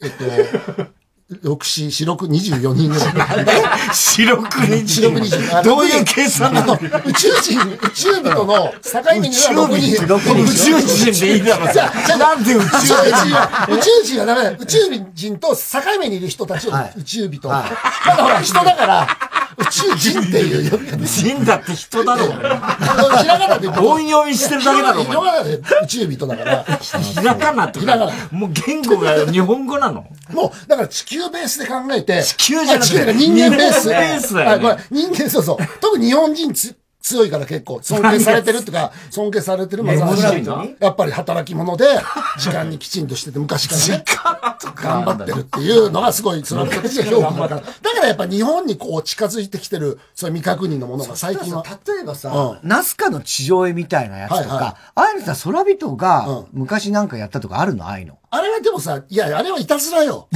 、24人ぐらい。 四六24。どういう計算なの？ 宇宙人との境目には6人。 宇宙人でいいだろ。なんで宇宙人はダメだ。宇宙人と境目にいる人たちを宇宙人。まだほら、人だから、宇宙人っていう呼び方。 人だって人だろ。 ひらがなで音読みしてるだけだろ。 ひらがなで宇宙人だから。 ひらがなって。もう言語が日本語なの？ もう、だから地球ベースで考えて。 地球じゃなくて人間ベース。 人間ベースだよね。 人間、そう。特に日本人強いから結構尊敬されてるとか、尊敬されてるやっぱり働き者で、時間にきちんとしてて昔からね、頑張ってるっていうのがすごい、その人たちが評価だから。だからやっぱ日本にこう近づいてきてる、そういう未確認のものが最近は。 例えばさ、ナスカの地上絵みたいなやつとか、ああいうのさ、空人が昔なんかやったとかあるの？ああいうの。 あれはでもさ、いや、あれはいたずらよ。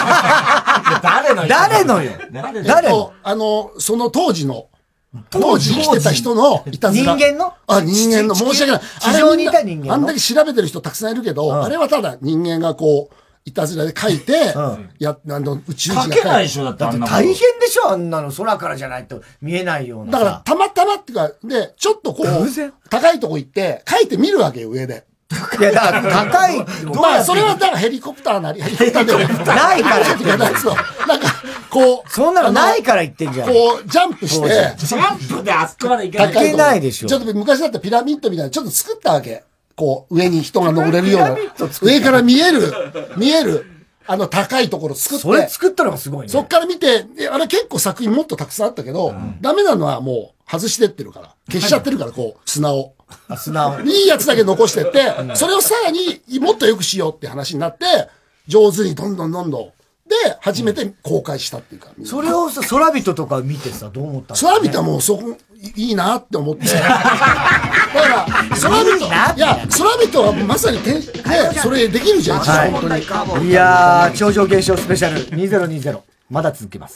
誰のよ。 その当時生きてた人のいたずら。 人間の？ 人間の。申し訳ない。 地上にいた人間の。 あんだけ調べてる人たくさんいるけど、あれはただ人間がこう、いたずらで書いて、宇宙人が書けないでしょ、だってあんな大変でしょ、あんなの。空からじゃないと見えないような。 だから、たまたまっていうか、で、ちょっとこう、高いとこ行って、書いてみるわけよ、上で。 いや、だから高い。 まあ、それはだからヘリコプターなり、ヘリコプターで。 ないから。 なんか、 こう。 そんなのないから言ってんじゃん。 こう、ジャンプして。 ジャンプであそこまで行けないでしょ。 ちょっと昔だったらピラミッドみたいな、ちょっと作ったわけ。こう、上に人が登れるような。上から見える、高いところ作って。 それ作ったのがすごいね。 そっから見て、あれ結構作品もっとたくさんあったけど、ダメなのはもう外してってるから。消しちゃってるから、こう、砂を。いいやつだけ残してって、それをさらにもっと良くしようって話になって、上手にどんどん。で、初めて公開したっていうか。 それをさ、空人とか見てさ、どう思ったの？ 空人はもういいなって思って。だから、空人はまさにそれできるじゃん、 本当に。いやー、超常現象スペシャル2020。まだ続きます。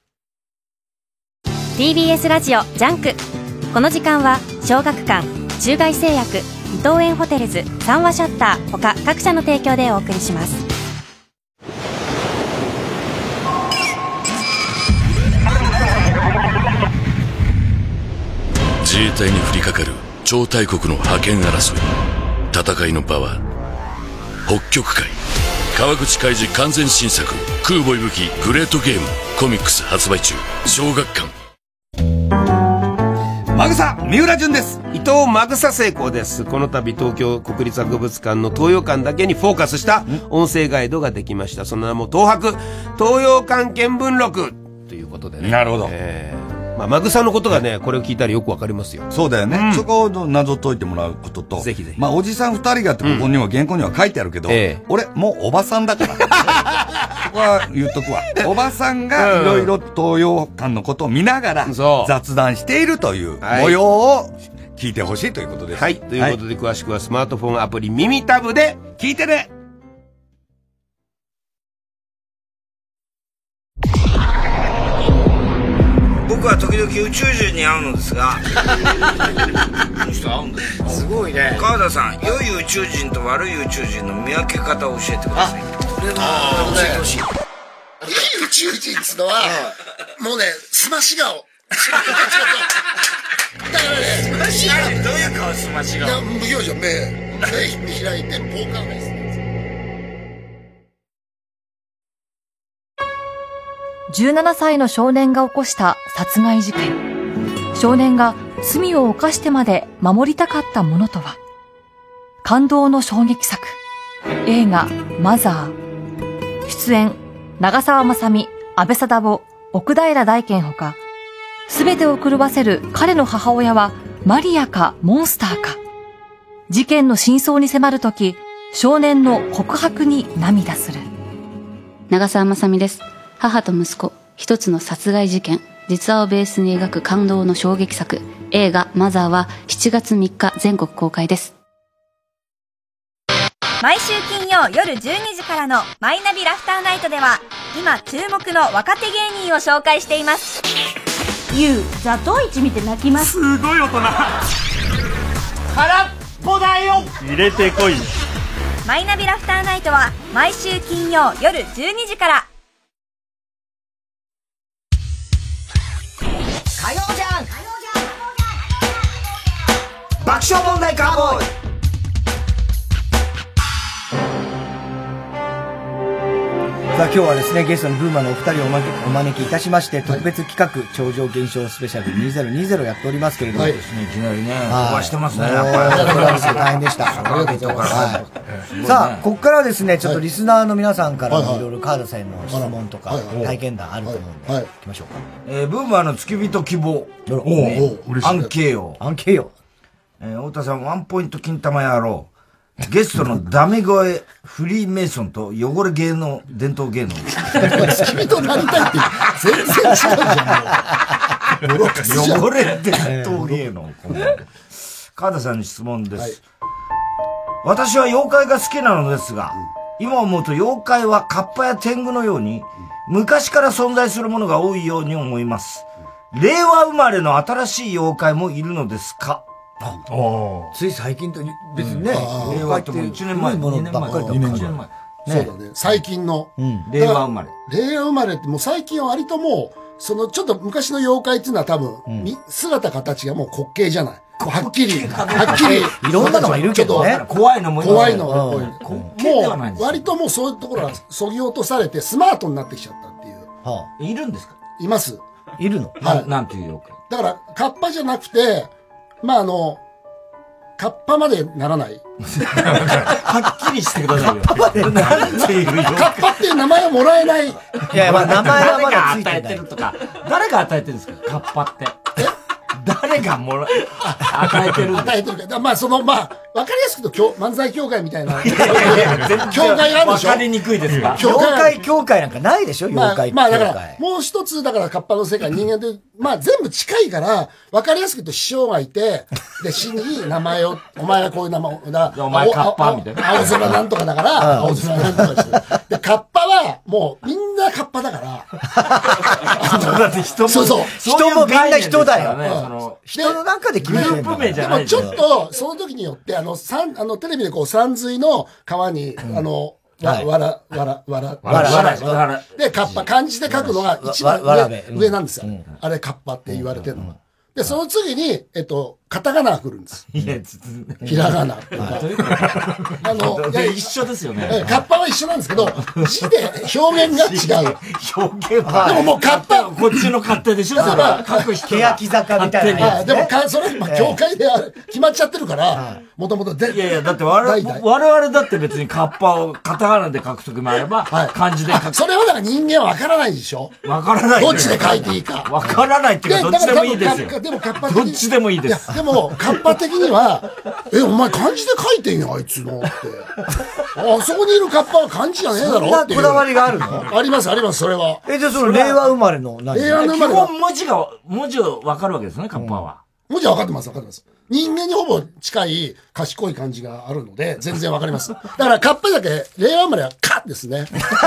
TBS ラジオジャンク。この時間は小学館、中外製薬、伊藤園ホテルズ、三和シャッター他各社の提供でお送りします。 自衛隊に降りかかる超大国の覇権争い。戦いの場は北極海。川口海事完全新作空母息吹グレートゲームコミックス発売中。小学館。 マグサ三浦淳です。伊藤マグサ成功です。この度東京国立博物館の東洋館だけにフォーカスした音声ガイドができました。その名も東博東洋館見聞録ということでね。 なるほど。 マグサのことがね、これを聞いたらよくわかりますよ。 そうだよね。そこを謎解いてもらうことと。 ぜひぜひ。 おじさん二人がってここには原稿には書いてあるけど、俺もうおばさんだから。ここは言っとくわ。おばさんがいろいろ東洋館のことを見ながら雑談しているという模様を聞いてほしいということです。 はい。ということで詳しくはスマートフォンアプリ耳タブで聞いてね。 僕は時々宇宙人に会うのですがこの人会うんですか？ すごいね。 川田さん、良い宇宙人と悪い宇宙人の見分け方を教えてください。 これは教えてほしい。いい宇宙人っつのはもうね、すまし顔。だからね、 スマシ顔どういう顔？スマシ顔無表情、目見開いてポーカーフェイス。 17歳の少年が起こした殺害事件。少年が罪を犯してまで守りたかったものとは。感動の衝撃作。映画マザー。出演長澤まさみ、阿部サダヲ、奥平大賢ほか、すべてを狂わせる彼の母親はマリアかモンスターか。事件の真相に迫るとき、少年の告白に涙する。 長澤まさみです。母と息子、一つの殺害事件、実話をベースに描く感動の衝撃作、映画マザーは7月3日全国公開です。 毎週金曜夜12時からのマイナビラフターナイトでは、今注目の若手芸人を紹介しています。 ユウ、ザトウイチ見て泣きます。 すごい大人。 空っぽだよ。 入れてこい。 マイナビラフターナイトは毎週金曜夜12時から。 火曜じゃん爆笑問題カーボーイ。さあ今日はですね、ゲストのブーマーのお二人をお招きいたしまして、特別企画、超常現象スペシャル2020やっておりますけれども、 はいですね、いきなりね、飛ばしてますね、やっぱり。 大変でした。さあ、ここからはですね、ちょっとリスナーの皆さんからいろいろ川田さんへの質問とか、体験談あると思うんで、行きましょうか。 ブーマーの付き人希望。アンケーヨ。 アンケーヨ。 太田さん、ワンポイント金玉野郎。ゲストのダメ声フリーメイソンと汚れ芸能、伝統芸能。 付き人なりたいって全然違うじゃん。 汚れ伝統芸能。川田さんに質問です。はい、私は妖怪が好きなのですが、今思うと妖怪はカッパや天狗のように昔から存在するものが多いように思います。令和生まれの新しい妖怪もいるのですか？ つい最近と別にね、 令和って1年前、2年前、2年前。 そうだね。最近の。 令和生まれ。 令和生まれってもう最近は割ともう、ちょっと昔の妖怪っていうのは多分、姿形がもう滑稽じゃない。はっきり。 いろんなのがいるけどね。 怖いのも怖いのもう、割ともうそういうところは削ぎ落とされてスマートになってきちゃったっていう。 いるんですか？ います。 いるの？ なんていう妖怪？ だから、カッパじゃなくて、カッパまでならない。 はっきりしてくださいよ。 カッパまでならない。 カッパっていう名前をもらえない。いや、名前はまだついてない。 誰が与えてるとか、誰が与えてるんですか？カッパって。誰が与えてるんですか？ 与えてるか。わかりやすく言うと、漫才協会みたいな。協会があるでしょ？ わかりにくいですが。 妖怪協会なんかないでしょ？妖怪協会。 だから、もう一つ、だから、カッパの世界、人間で、全部近いから、わかりやすく言うと、師匠がいて、で、死に名前を、お前はこういう名前だ。 お前カッパみたいな。 青空なんとかだから、青空なんとかして。で、カッパは、もう、みんなカッパだから。 だって人も、 そう。 人もみんな人だよ。人の中で決める。 グループ名じゃない。 でもちょっと、その時によって、テレビで山水の川に、わら。で、カッパ、漢字で書くのが一番上なんですよ。あれ、カッパって言われてるのが。で、その次に、カタカナが来るんです。ひらがなっていうか。 一緒ですよね。 カッパは一緒なんですけど、字で表現が違う。 表現は。 でももうカッパ、 こっちの勝手でしょ？それは書く人。 欅坂みたいな。 でも、それ、教会で決まっちゃってるから、もともといや、だって我々だって別にカッパをカタカナで書くときもあれば、漢字で書く。 それはだから人間はわからないでしょ？ わからない。 どっちで書いていいか。 わからないっていうか、どっちでもいいですよ。 でもカッパ的に。 どっちでもいいです。 でも、カッパ的には、お前漢字で書いてんよ、あいつのって。あそこにいるカッパは漢字じゃねえだろっていう。 そんなこだわりがあるの？ あります、それは。 じゃあその令和生まれの何？ 令和生まれの。基本文字をわかるわけですね、カッパは。 文字はわかってます。人間にほぼ近い賢い感じがあるので、全然わかります。だからカッパだけ、令和生まれはカですね。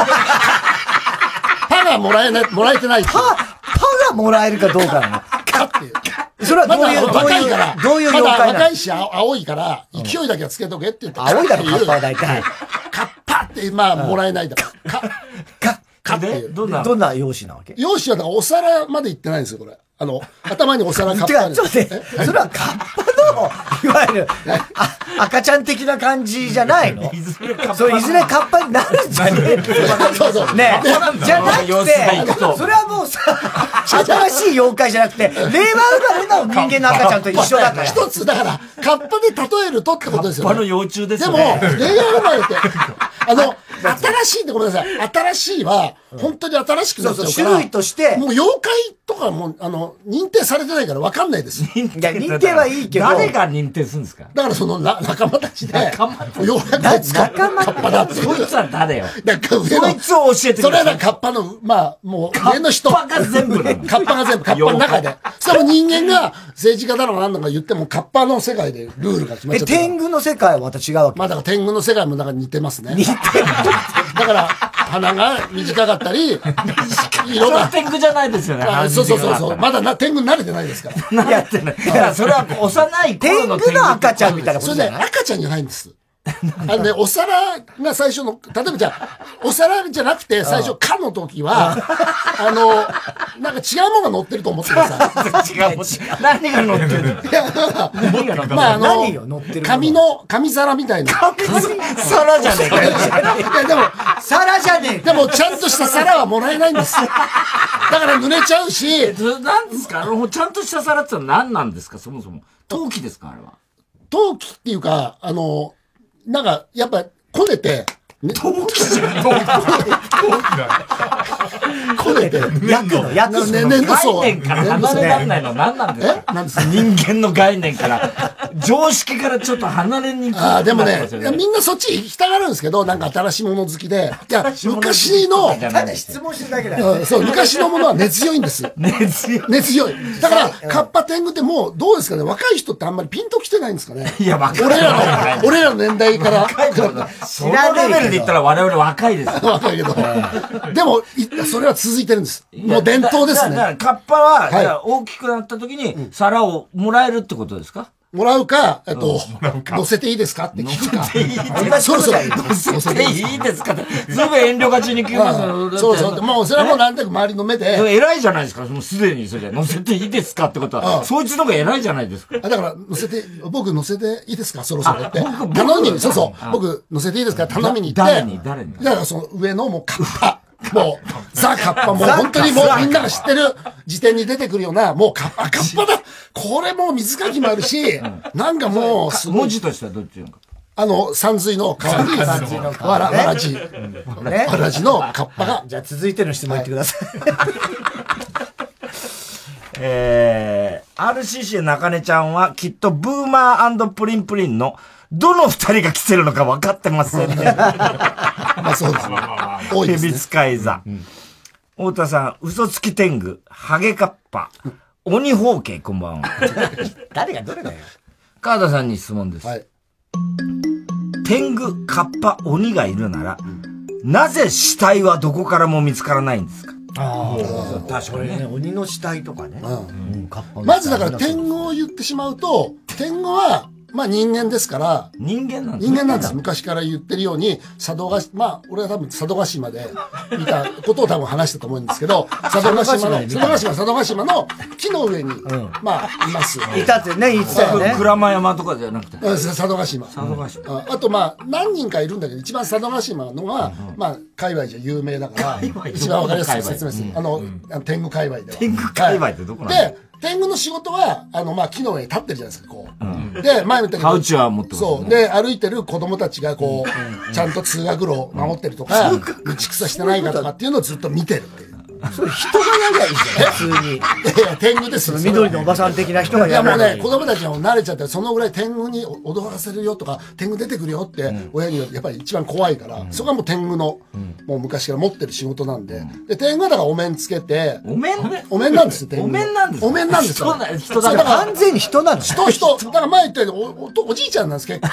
パがもらえてない。 パがもらえるかどうかなの？ カっていう。 それは若いから、 どういう妖怪まだ若いし、青いから、勢いだけはつけとけって言って。 青いだろ、カッパは大体。 カッパって、もらえないだから。カっていう。 どんな容姿なわけ？ 容姿はだからお皿までいってないんですよ、これ。頭にお皿カッパに。 ちょっと待って、それはカッパの、いわゆる、赤ちゃん的な感じじゃないの？いずれカッパになるんじゃねえそう。 ねじゃなくて、それはもうさ、新しい妖怪じゃなくて、令和生まれの人間の赤ちゃんと一緒だから。 一つ、だから、カッパで例えるとってことですよね。 カッパの幼虫ですね。でも、令和生まれって、新しいってごめんなさい。新しいは、本当に新しくなっちゃうから。 種類として。 もう妖怪とかも、認定されてないから分かんないです。 認定はいいけど。 誰が認定するんですか？ だからその仲間たちで、ようやくあいつがカッパだって。 そいつは誰よ？ そいつを教えてくれ。それはカッパの、もう上の人。 カッパが全部。 カッパの中で。そしたら人間が政治家だろうなんだか言っても、カッパの世界でルールが決まっちゃって。 天狗の世界はまた違うわけ？ だから天狗の世界も似てますね。似てる。だから、鼻が短かったり、 色が。天狗じゃないですよね。 そう。まだ天狗慣れてないですから。 やってない。いや、それは幼い頃の天狗の赤ちゃんみたいなことじゃない？ それね、赤ちゃんじゃないんです。お皿が最初の、例えばじゃあ、お皿じゃなくて最初、かの時は、なんか違うものが乗ってると思ってください。 違う。何が乗ってる？ 何を乗ってる？ 紙皿みたいな。 皿じゃねえか。 いや、でも、 皿じゃねえか。でも、ちゃんとした皿はもらえないんです。だから濡れちゃうし。 何ですか？ちゃんとした皿って何なんですか？そもそも。陶器ですか？あれは。 陶器っていうか、なんか、やっぱ、こねて、 陶器じゃん。 こねて、 焼くの概念から離れられないの何なんですか？人間の概念から、常識からちょっと離れにくい。 でもね、みんなそっち行きたがるんですけど、なんか新しいもの好きで、いや、昔の、 ただ質問してるだけだよ。 そう、昔のものは根強いんです。根強い。だから、カッパ天狗ってもう、どうですかね、若い人ってあんまりピンと来てないんですかね。 いや、 俺らの年代から。 そのレベルで言ったら我々若いです。 若いけど。でも、それは続いてるんです。もう伝統ですね。 だからカッパは、大きくなった時に皿をもらえるってことですか？ もらうか、乗せていいですかって聞くか。 そう。乗せていいですかって。ずいぶん遠慮がちに聞きますそう。もう、それはもうなんとなく周りの目で。 偉いじゃないですか。もうすでにそれで。乗せていいですかってことは。そいつの方が偉いじゃないですか。 だから、僕乗せていいですかそろそろって。頼みに、僕乗せていいですか頼みに行って。 誰にだからその上のもうカッパ。 もう、ザ・カッパ、もう本当にもうみんなが知ってる時点に出てくるような、もうカッパだ。これもう水かきもあるし、なんかもうすごい。 文字としてはどっちのか。 山水の川に、わらじのカッパが。 じゃあ続いての質問言ってください。 RCC 中根ちゃんはきっとブーマープリンプリンのどの二人が来てるのか分かってませんね。 まあそうですね。多いですね。 蛇使い座。太田さん、嘘つき天狗、ハゲカッパ、鬼包茎、こんばんは。 誰がどれだよ。 川田さんに質問です。はい。天狗、カッパ、鬼がいるなら、なぜ死体はどこからも見つからないんですか？ 確かにね、鬼の死体とかね。 まずだから天狗を言ってしまうと、天狗は、まあ人間ですから。 人間なんです。人間なんです。昔から言ってるように、まあ、俺は多分佐渡島で見たことを多分話したと思うんですけど、佐渡島の木の上に、まあ、います。 いたってね、言ってたよね。 鞍馬山とかじゃなくて。 佐渡島。あとまあ、何人かいるんだけど、一番佐渡島のが、まあ、界隈じゃ有名だから、一番わかりやすく説明する。天狗界隈では。 天狗界隈ってどこなんですか？ で、天狗の仕事は、まあ、木の上に立ってるじゃないですか、こう。で、前も言ったけど。 カウチは持ってます。 そう。で、歩いてる子供たちが、こう、ちゃんと通学路を守ってるとか、道草してないかとかっていうのをずっと見てるっていう。 それ人がやりゃいいじゃん、普通に。 いや、天狗ですよ。 緑のおばさん的な人がやる。いや、もうね、子供たちが慣れちゃって、そのぐらい天狗に踊らせるよとか、天狗出てくるよって、親にやっぱり一番怖いから、そこはもう天狗の、もう昔から持ってる仕事なんで。で、天狗はだからお面つけて、 お面なんですよ、天狗。 お面なんですお面なんですよ。 人だから。完全に人なの。 人。だから前言ったように、おじいちゃんなんです、結構。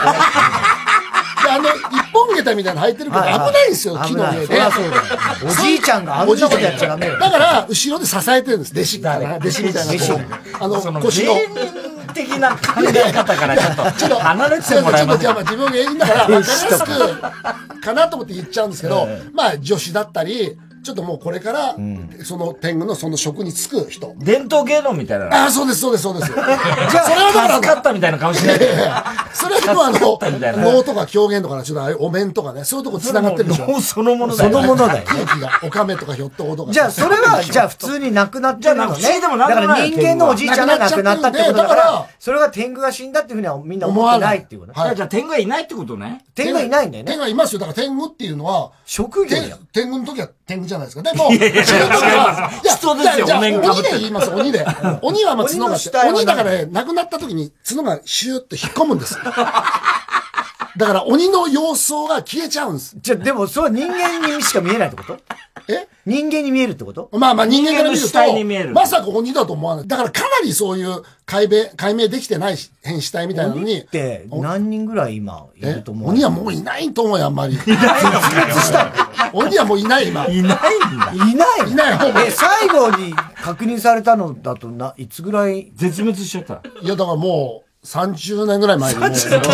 一本下駄みたいなの履いてるけど、危ないんですよ、木の上で。 おじいちゃんがあんなことやっちゃダメよ。 だから、後ろで支えてるんです、弟子みたいな、腰の。 的な考え方からちょっと離れてもらいます。 ちょっと自分が言いながら、わかりやすく、かなと思って言っちゃうんですけど、まあ、助手だったり、ちょっともうこれから、その天狗のその職に就く人。 伝統芸能みたいな。 ああ、そうです。じゃあ、それはだから。助かったみたいな顔しないで。 それはもう能とか狂言とかね、ちょっとお面とかね、そういうとこ繋がってるでしょ。 能そのものだよ。 そのものだよ。 空気が、おかめとかひょっとことか。 じゃあ、それは、じゃあ普通に亡くなっちゃうのね。だから人間のおじいちゃんが亡くなったってことだから、それが天狗が死んだっていうふうにはみんな思ってないっていうこと。 じゃあ天狗はいないってことね。 天狗いないんだよね。 天狗はいますよ。だから天狗っていうのは、 職業じゃん。 天狗の時は天狗じゃないですか。でも、 違います。人ですよ、お面かぶって。 鬼で言います、鬼で。鬼はまあ角が、鬼だからね、亡くなった時に角がシューッと引っ込むんです。だから鬼の様相が消えちゃうんです。 じゃあ、でも、それは人間にしか見えないってこと？人間に見えるってこと？ まあ人間から見ると、まさか鬼だと思わない。だからかなりそういう解明できてない変死体みたいなのに。 鬼って何人ぐらい今いると思う？ 鬼はもういないと思うよ、あんまり。絶滅したの。鬼はもういない、今。 いないんだ。 いない。 最後に確認されたのだといつぐらい絶滅しちゃった？ いや、だからもう、30年ぐらい前にもう。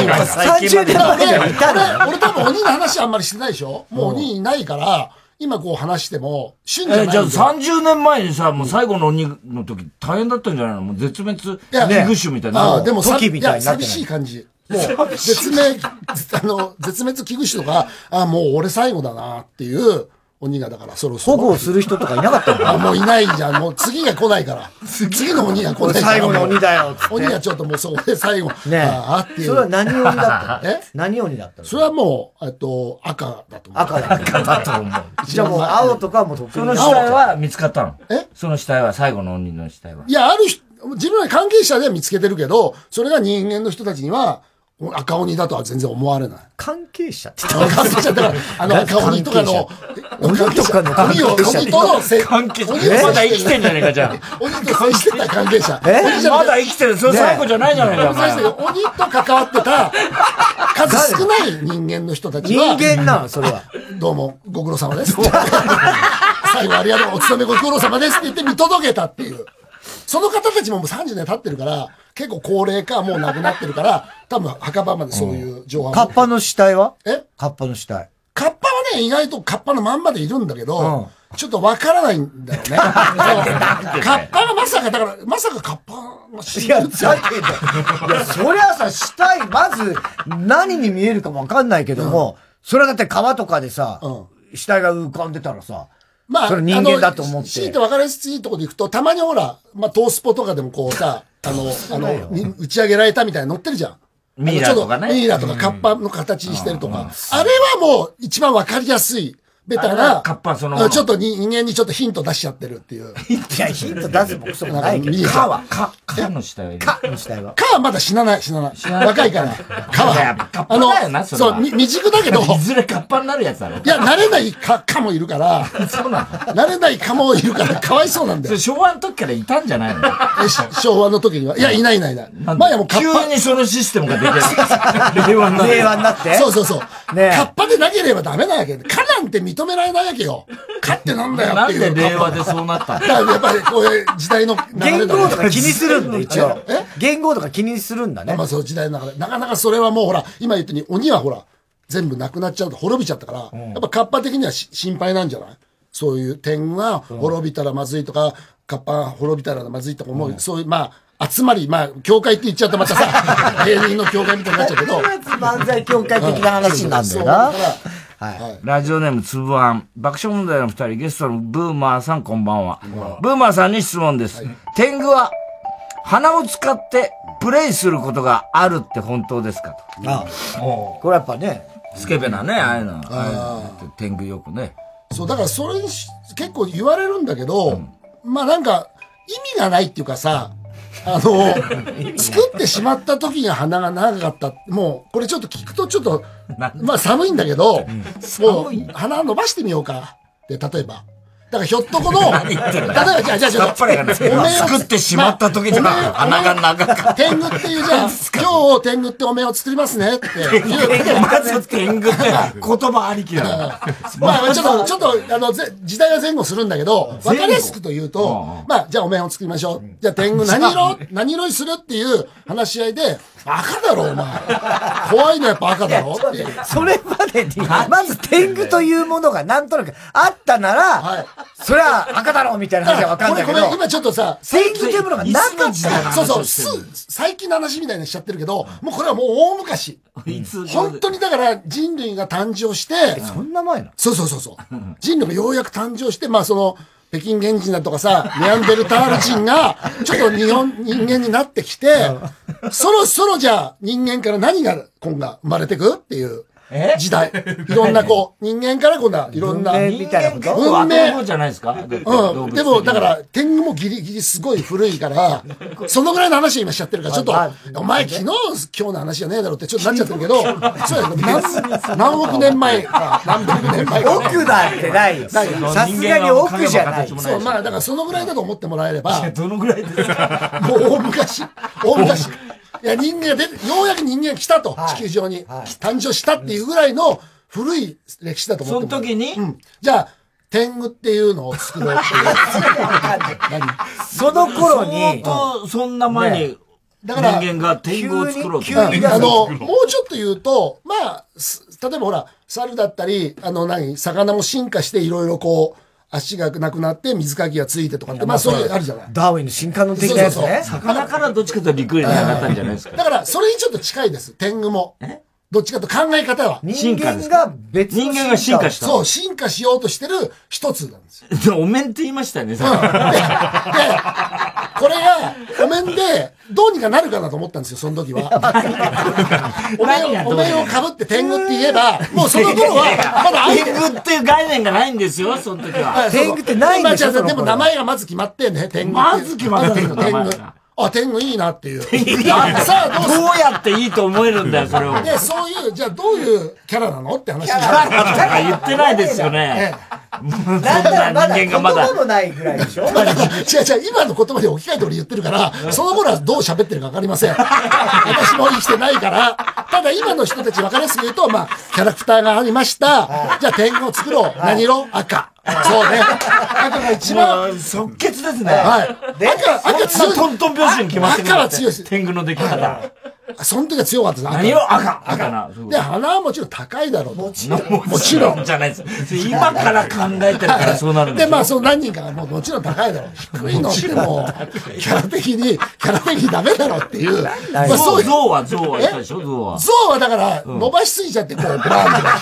30年前にいたの？ 俺多分鬼の話あんまりしてないでしょ？もう鬼いないから、今こう話しても、瞬じゃないんだよ。 じゃあ30年前にさ、もう最後の鬼の時大変だったんじゃないの？もう絶滅危惧種みたいな。 ああ、でも時みたいな。寂しい感じ。もう、絶滅危惧種とか、もう俺最後だなっていう、鬼がだからそろそろ。 保護をする人とかいなかったの？ もういないじゃん。もう次が来ないから。次の鬼が来ないから。 最後の鬼だよ。 鬼がちょっともうそこで最後。 ねえ。 っていう。 それは何鬼だったの？何鬼だったの？ それはもう、赤だと思う。 赤だと思う。じゃあもう青とかも得意。 その死体は見つかったの？その死体は、最後の鬼の死体は。 いや、自分は関係者では見つけてるけど、それが人間の人たちには、赤鬼だとは全然思われない。 関係者って関係者だから、赤鬼とかの、 鬼とかの関係者。鬼との関係者。まだ生きてんじゃねえか、じゃあ。 鬼と接してた関係者。 まだ生きてる。それ最後じゃないじゃないか、 鬼と関わってた、数少ない人間の人たちは。 人間なの、それは。 どうも、ご苦労様です。最後ありがとう、お勤めご苦労様ですって言って見届けたっていう。その方たちももう30年経ってるから、結構高齢か、もう亡くなってるから、多分墓場までそういう情報。 カッパの死体は？カッパの死体。 カッパはね、意外とカッパのまんまでいるんだけど、ちょっとわからないんだよね。カッパがまさかカッパの死体。 いや、そりゃさ、死体、まず何に見えるかもわかんないけども、それはだって川とかでさ、死体が浮かんでたらさ、 まあ、 それ人間だと思って。 強いて分かりやすいところで行くと、たまにほら、まあ、トースポとかでもこうさ、打ち上げられたみたいなの載ってるじゃん。 ミイラとかね。 ミイラとかカッパの形にしてるとか。あれはもう一番分かりやすい。ベタな、 カッパそのちょっと人間にちょっとヒント出しちゃってるっていう。 いや、ヒント出す僕そこないけど。 カは、カの死体はカの死体は。 カはまだ死なない。若いから。カは。そう、未熟だけど。 いずれカッパになるやつだろ。 いや、慣れないカもいるから。 そうなの慣れないカもいるから、かわいそうなんだよ。 昭和の時からいたんじゃないの昭和の時には。いや、いない。前はもう急にそのシステムができる。令和になって。そう。カッパでなければダメなわけ。カなんて認められないわけよ。カってなんだよっていう。 なんで令和でそうなったんだやっぱりこういう時代の言語とか気にするんだ、一応。言語とか気にするんだね。 まあそう、時代の中で。なかなかそれはもうほら、今言ったように鬼はほら、全部なくなっちゃうと滅びちゃったから、やっぱカッパ的には心配なんじゃない？そういう天が滅びたらまずいとか、カッパが滅びたらまずいとか、もうそういう、まあ、集まり、まあ、教会って言っちゃうとまたさ、芸人の教会みたいになっちゃうけど。 漫才協会的な話になるんだよな。 はい。ラジオネームつぶあん。爆笑問題の二人、ゲストのブーマーさんこんばんは。ブーマーさんに質問です。天狗は、鼻を使ってプレイすることがあるって本当ですかと。 ああ。これやっぱね、 スケベなね、ああいうの。天狗よくね。 そう、だからそれ結構言われるんだけど、まあなんか、意味がないっていうかさ、作ってしまった時が鼻が長かった。もう、これちょっと聞くとちょっと、まあ寒いんだけど、もう、鼻伸ばしてみようか。で、例えば。だからひょっとこの、例えば、じゃあ、 作ってしまった時に鼻が長かった。 天狗っていう、じゃあ、今日天狗ってお面を作りますねって。 まず天狗って言葉ありきだ。 まあ、ちょっと、時代は前後するんだけど、わかりやすくと言うと、まあ、じゃあお面を作りましょう。じゃあ天狗何色にするっていう話し合いで、赤だろ、お前。怖いのやっぱ赤だろって。 それまでに、まず天狗というものがなんとなくあったなら、それは赤だろうみたいな話はわかんないけど。 今ちょっとさ、 天狗というものがなかった。 そう、最近の話みたいにしちゃってるけど、もうこれはもう大昔。本当にだから人類が誕生して、 そんな前なの？ そう。人類がようやく誕生して、まあその、北京原人だとかさ、ネアンデルタール人が、ちょっと人間になってきて、そろそろじゃあ人間から何が今が生まれてくっていう時代。いろんなこう、人間から今度はいろんな。 文明みたいなこと？ 文明。 じゃないですか？ でもだから、天狗もギリギリすごい古いから、そのぐらいの話を今しちゃってるから、ちょっと、お前今日の話じゃねえだろってちょっとなっちゃってるけど、そうや何億年前か、何百年前か。 億だってないよ。さすがに億じゃない。 そう、まあだからそのぐらいだと思ってもらえれば。 どのぐらいですか？ もう大昔。いや、人間がようやく人間が来たと、地球上に。誕生したっていうぐらいの古い歴史だと思ってもらえる。 その時にじゃあ、天狗っていうのを作ろうっていう。 その頃に。 そんな前に、人間が天狗を作ろうと。 もうちょっと言うと、まあ、例えばほら、猿だったり、魚も進化していろいろこう、足がなくなって水かきがついてとかって、まあそういうあるじゃない。 ダーウィンの進化論的なやつね。 魚からどっちかと陸に上がったんじゃないですか。 だから、それにちょっと近いです、天狗も。どっちかと考え方は。 人間が別の人間が進化した。 そう、進化しようとしてる一つなんですよ。 お面って言いましたよね、 で、これが、お面で、どうにかなるかなと思ったんですよ、その時は。お面をかぶって天狗って言えば、もうその頃は、まだ天狗っていう概念がないんですよ、その時は。 天狗ってないんですよ。 でも名前がまず決まってんね、天狗。 まず決まってんの、 天狗。あ、天狗いいなっていう。 さあ、どうやっていいと思えるんだよ、それを。 で、そういう、じゃあどういうキャラなのって話になる。 キャラとか言ってないですよね。 なんだまだ言葉もないぐらいでしょ？違う、 今の言葉で置き換えて俺言ってるから、その頃はどう喋ってるか分かりません。私も生きてないから、ただ今の人たち分かりやすく言うと、まあ、キャラクターがありました。じゃあ天狗を作ろう。何色？赤。そうね。赤が一番。 即決ですね。 はい。赤強い。 トントン拍子に決まってる。 赤は強いです。 天狗の出来方。 その時は強かったです。 何色？赤な。 で、鼻はもちろん高いだろうと。 もちろんじゃないです。今から考えてるからそうなるんです。 で、まあ、その何人かがもちろん高いだろう。低いのってもう、キャラ的にダメだろうっていう。 象は言ったでしょ、象は。 象はだから、伸ばしすぎちゃって、こう、ブラーンと。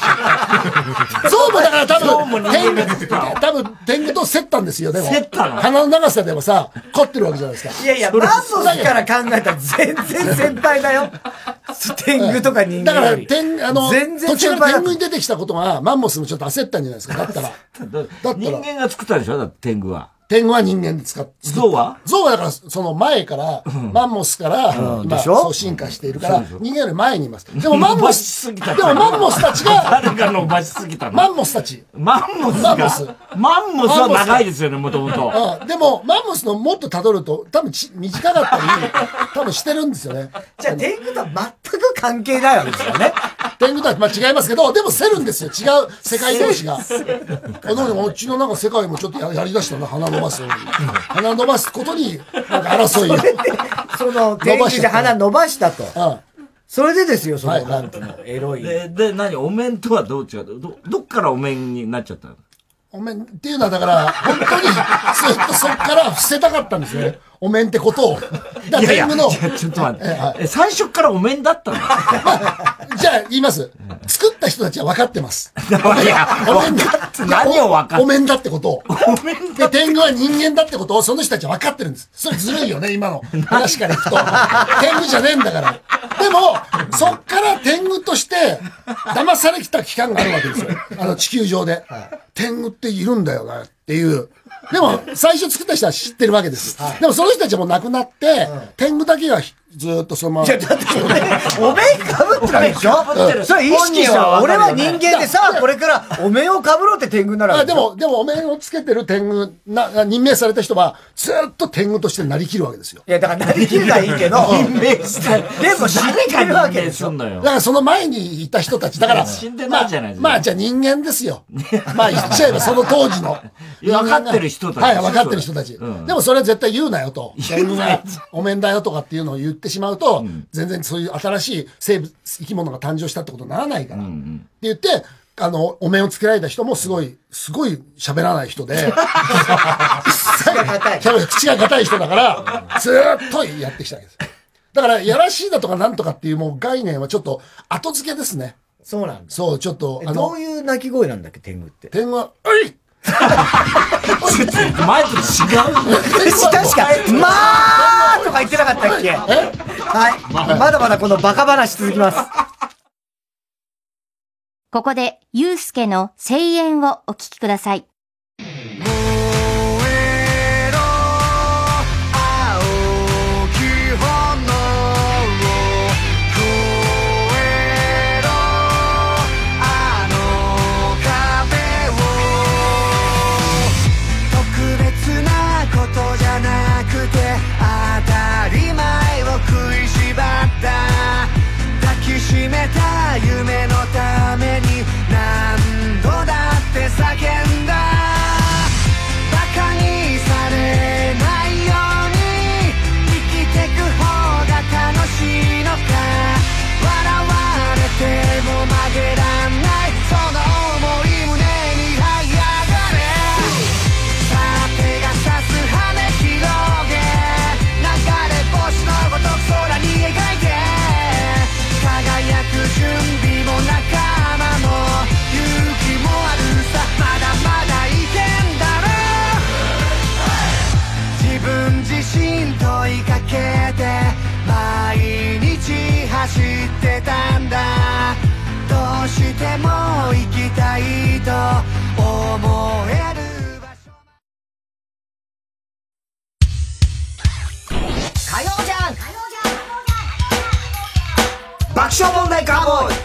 象もだから多分天狗と競ったんですよ、でも。 競ったの？ 鼻の長さでもさ、勝ってるわけじゃないですか。 いやいや、マンモスから考えたら全然先輩だよ。天狗とか人間より。 だから全然途中から天狗に出てきたことが、マンモスもちょっと焦ったんじゃないですか、だったら。 人間が作ったでしょ、だって天狗は。 天狗は人間で使って。 象はだから、その前から、マンモスから、今、そう進化しているから、人間より前にいます。でもマンモスたちが、 誰が伸ばしすぎたの？ マンモスたち。 マンモスは長いですよね、もともと。 でも、マンモスのもっと辿ると、多分短かったり、多分してるんですよね。 じゃあ、天狗とは全く関係ないわけですよね。 天狗とは違いますけど、でも競るんですよ。違う世界同士が。うちのなんか世界もちょっとやりだしたな、鼻伸ばすように。鼻伸ばすことに、なんか争いを。 その、天狗で鼻伸ばしたと。それでですよ、その、なんていうの、エロい。 で、お面とはどう違う？どっからお面になっちゃったの？ お面っていうのはだから、本当にずっとそっから伏せたかったんですよね。お面ってことを。 いやいや、ちょっと待って。最初からお面だったの？ じゃあ言います。作った人たちは分かってます。 いや、お面だって何を分かってお面だってことを。で、天狗は人間だってことをその人たちは分かってるんです。それずるいよね、今の話からいくと。天狗じゃねえんだから。でも、そっから天狗として騙されきた期間があるわけですよ。地球上で。天狗っているんだよなっていう。でも、最初作った人は知ってるわけです。でもその人たちも亡くなって、天狗だけがずーっとそのまま。 いや、だってお面かぶってるわけでしょ？それ意識した俺は人間でさ、これからお面をかぶろうって天狗になるわけでもお面をつけてる天狗任命された人は、ずーっと天狗としてなりきるわけですよ。 いや、だからなりきるのはいいけど、任命して。でも知ってるわけでしょ。 だからその前にいた人たち、だから、 死んでないじゃないですか。まあじゃあ人間ですよ。まあ言っちゃえばその当時の。 分かってる人たち。 はい、分かってる人たち。でもそれは絶対言うなよと。天狗がお面だよとかっていうのを言ってしまうと、全然そういう新しい生き物が誕生したってことにならないから。って言って、お面をつけられた人もすごい喋らない人で、口が硬い人だから、ずーっとやってきたわけです。だから、やらしいだとかなんとかっていうもう概念はちょっと後付けですね。 そうなんだ。 そう、ちょっと、 どういう鳴き声なんだっけ、天狗って。 天狗は、 前と違う。 確か、まーとか言ってなかったっけ？はい。まだまだこのバカ話続きます。 ここで、ゆうすけの声援をお聞きください。 夢のために何度だって叫んだバカにされないように生きてく方が楽しいのか笑われても曲げらんないその想い胸に這い上がれさてがさす羽広げ流れ星のごとく空に描いて輝く準備も仲間も勇気もあるさまだまだいけんだろ自分自身問いかけて毎日走ってたんだどうしても行きたいと思える場所火曜じゃん爆笑問題カーボーイ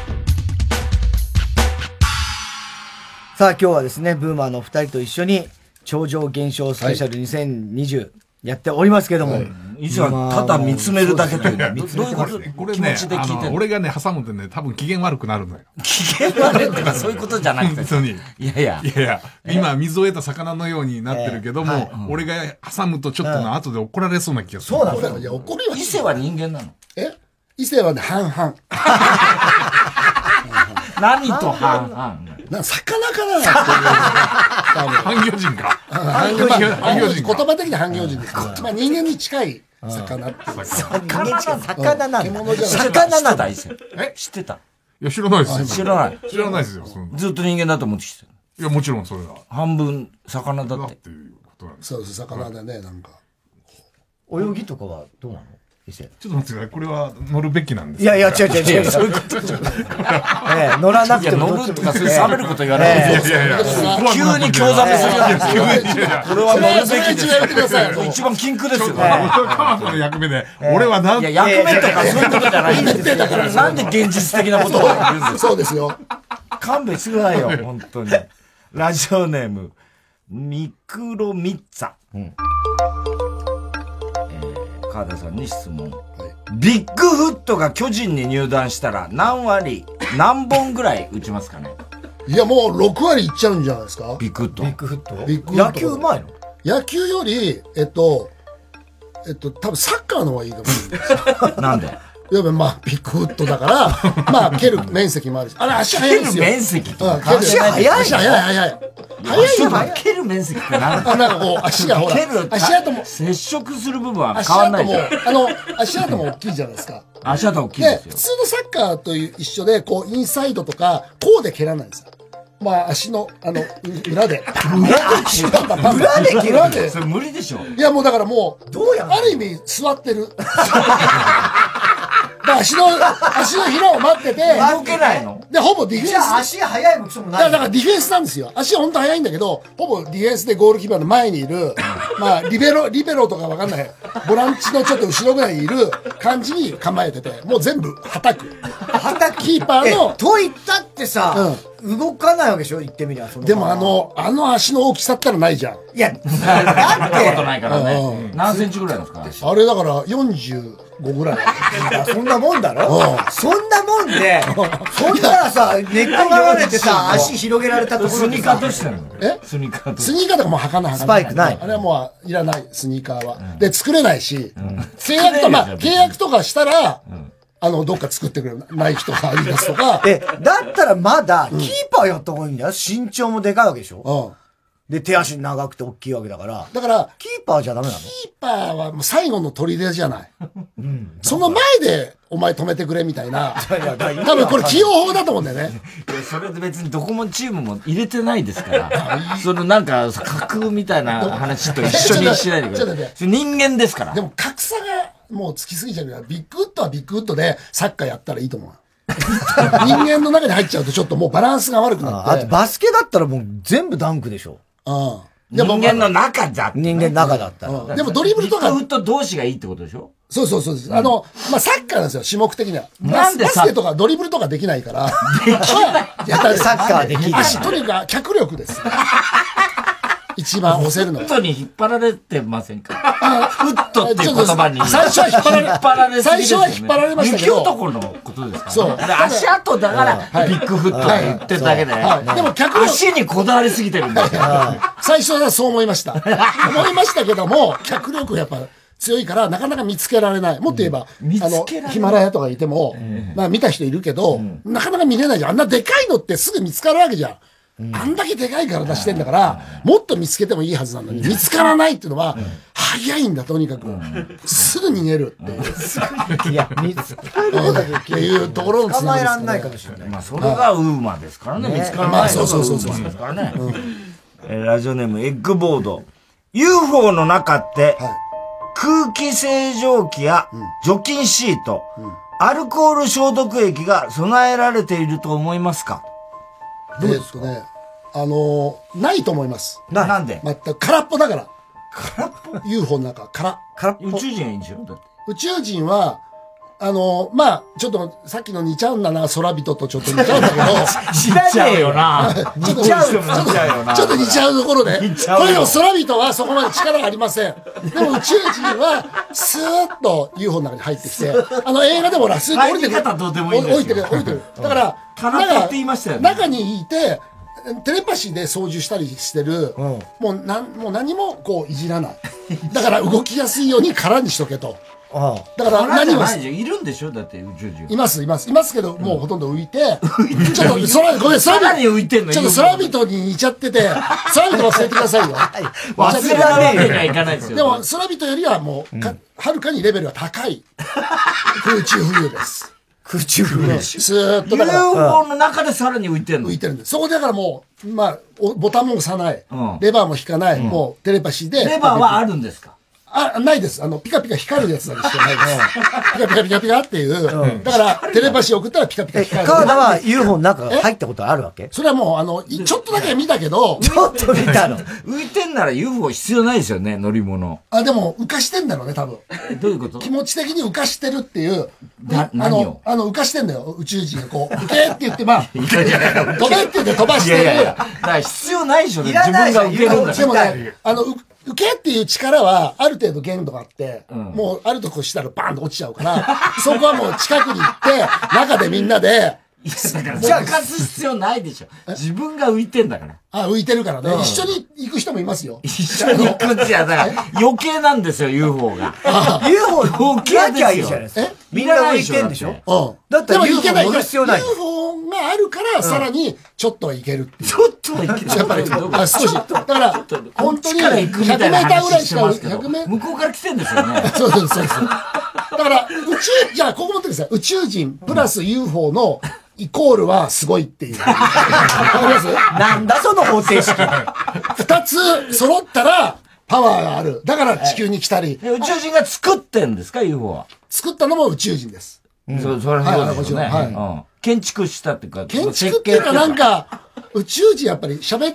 さあ今日はですね、ブーマーの二人と一緒に超常現象スペシャル2020やっておりますけども。 いつはただ見つめるだけという。どういうことこれね、俺がね、挟むとね、多分機嫌悪くなるのよ。 機嫌悪いとかそういうことじゃなくて。 本当に。 いや、 今水を得た魚のようになってるけども、俺が挟むとちょっと後で怒られそうな気がする。 そうなんだよ。いや、怒るよ。 伊勢は人間なの？ 伊勢はね、半々。 何と半々？ 魚かな半魚人か。 半魚人。言葉的に半魚人です。まあ人間に近い魚っていう。 魚なんだ。 獣じゃない。 魚なんだ。 知ってた？ いや、知らないですよ。 知らない。 知らないですよ。 ずっと人間だと思ってきてる。 いや、もちろんそれは。 半分、魚だって。 そうです、魚だね、なんか。 泳ぎとかはどうなの？ ちょっと待ってください。これは乗るべきなんですいやいや、違う。そういうことじゃない。乗らなくても。 乗るとか、そういう喋ること言わない。いや。急に興ざめするやつ。これは乗るべきです。一番禁句ですよ。 カマの役目で、俺はなんいや、役目とかそういうことじゃないんですよ。なんで現実的なことを言うんですか？ そうですよ。 勘弁してくださいよ、本当に。ラジオネーム、ミクロミッツァ。川田さんに質問。ビッグフットが巨人に入団したら何本ぐらい打ちますかね？ いや、もう6割いっちゃうんじゃないですか？ ビッグフット。 ビッグフット野球うまいの？ 野球より、多分サッカーの方がいいと思うんです。 なんで？ いや、まあ、ビッグフットだから、まあ、蹴る面積もあるし。あれ、足速いですよ。 蹴る面積とか。 足速い。速いよ。蹴る面積って何？ なんかこう、足がほら。足跡も。 接触する部分は変わんないじゃん。 足跡も大きいじゃないですか。 足跡大きいですよ。 普通のサッカーと一緒で、こう、インサイドとか、こうで蹴らないんですよ。まあ、足の、裏で。 裏でそれ無理でしょ。 いや、もうだからもう、ある意味、座ってる。足の平を待ってて。 動けないの？ で、ほぼディフェンス。 じゃあ足速いもクソもない。 だからディフェンスなんですよ。足は本当速いんだけど、ほぼディフェンスでゴールキーパーの前にいる、まあ、リベロとかわかんない。ボランチのちょっと後ろぐらいにいる感じに構えてて、もう全部叩く。キーパーの。 と言ったってさ、動かないわけでしょ？言ってみりゃ。 でもあの足の大きさったらないじゃん。 いや、 だってことないからね。何センチぐらいですか？ あれだから45ぐらい。 そんなもんだろ？そんなもんで、そんならさ、寝っ転がられてさ、足広げられたところでスニーカーとしてるの？ スニーカーとかも履かない。 スパイクない。 あれはもういらない、スニーカーは。で、作れないし、契約とかしたら、どっか作ってくれる。ナイキとかアディダスとか。 だったらまだ、キーパーやった方がいいんだよ。身長もでかいわけでしょ？で、手足長くて大きいわけだから。 だから、 キーパーじゃダメなの？ キーパーはもう最後の砦じゃない。その前で、お前止めてくれみたいな。多分これ起用法だと思うんだよね。 いや、それで別にどこもチームも入れてないですから。そのなんか、架空みたいな話と一緒にしないでくれ。人間ですから。 でも格差がもうつきすぎちゃうから、ビッグウッドはビッグウッドでサッカーやったらいいと思う。人間の中に入っちゃうとちょっともうバランスが悪くなって。 あとバスケだったらもう全部ダンクでしょ。 人間の中だった。 人間の中だったら。 でもドリブルとか。 ビッグフット同士がいいってことでしょ？ そうです。まあ、サッカーなんですよ、種目的には。 なんでバスケとかドリブルとかできないから。 できない。サッカーできない。 とにかく脚力です。一番押せるのは。 フットに引っ張られてませんか？フットっていう言葉に。 最初は引っ張られ最初は引っ張られましたけど。 雪男のことですか？ そう。 足跡だからビッグフットって言ってるだけで。 でも脚力。 足にこだわりすぎてるんですよ。 最初はそう思いました。思いましたけども、脚力やっぱ強いからなかなか見つけられない。もっと言えば、ヒマラヤとかいても、まあ見た人いるけど、なかなか見れないじゃん。あんなでかいのってすぐ見つかるわけじゃん。あんだけでかい体してんだから、もっと見つけてもいいはずなのに、見つからないっていうのは、早いんだ、とにかく。すぐ逃げるっていう。 いや、見つかるっていうところの捕まえらんないかもしれない。 まあ、それがウーマですからね。見つからない。 そう。 ですからね。ラジオネーム、エッグボード。UFO の中って、空気清浄機や除菌シート、アルコール消毒液が備えられていると思いますか？ どうですかね。ないと思います。 なんで？ 全く空っぽだから。空っぽ ?UFO の中、空っぽ。 宇宙人はいいんでしょ？だって。 宇宙人は、まあ、ちょっと、さっきの似ちゃうんだな、空人とちょっと似ちゃうんだけど。 似ちゃうよな。 ちょっと似ちゃうところで。これでも空人はそこまで力がありません。でも宇宙人は、スーッと UFO の中に入ってきて、映画でもほら、スーッと降りてくる。降りてる。だから、中にいて、テレパシーで操縦したりしてる、もう何もこういじらない。だから動きやすいように空にしとけと。だから何もいるんでしょ？だって宇宙人いますけど、もうほとんど浮いて、ちょっと空に浮いてんの？ちょっと空人に似ちゃってて、空人忘れてくださいよ。 忘れられるわけにはいかないですよ。 でも空人よりはもうはるかにレベルが高い空中浮遊です。 空中浮遊。 スーッとだから。 UFO の中でさらに浮いてるの？ 浮いてるんです。そこだからもう、まあ、ボタンも押さない。レバーも引かない。もうテレパシーで。 レバーはあるんですか？ ないです。ピカピカ光るやつだけしかないです。ピカピカピカピカっていう。だから、テレパシー送ったらピカピカ光る。 川田は UFO の中入ったことあるわけ？ それはもう、ちょっとだけ見たけど。 ちょっと見たの。 浮いてんなら UFO 必要ないですよね、乗り物。 でも、浮かしてんだろうね、多分。 どういうこと？ 気持ち的に浮かしてるっていう。 何を？ 浮かしてんだよ、宇宙人がこう、浮けって言って、まあ、飛べって言って飛ばしてる。 いや、だから必要ないでしょ、自分が浮けるんだ。 でもね、浮けっていう力はある程度限度があって、もうあるとこしたらバーンと落ちちゃうから、そこはもう近くに行って、中でみんなで、 だから浮かす必要ないでしょ。自分が浮いてんだから。 浮いてるからね。一緒に行く人もいますよ。 一緒に行くんじゃ、だから余計なんですよ、UFO が。 UFO 余計なきゃいいじゃないですか。みんな浮いてんでしょ？だったら UFO 乗る必要ない。 UFO があるから、さらにちょっとはいけるっていう。 ちょっとはいける。 やっぱり、少し。だから、本当に100メーターぐらいしか、 向こうから来てんですよね。 そうです。だから、じゃあ、ここ持ってください。宇宙人プラス UFO のイコールはすごいっていう。わかります？ なんだその方程式。 二つ揃ったらパワーがある。だから地球に来たり。 宇宙人が作ってんですか UFO は？ 作ったのも宇宙人です。 それはそうですよね。建築したっていうか。 建築っていうかなんか、宇宙人やっぱり喋って、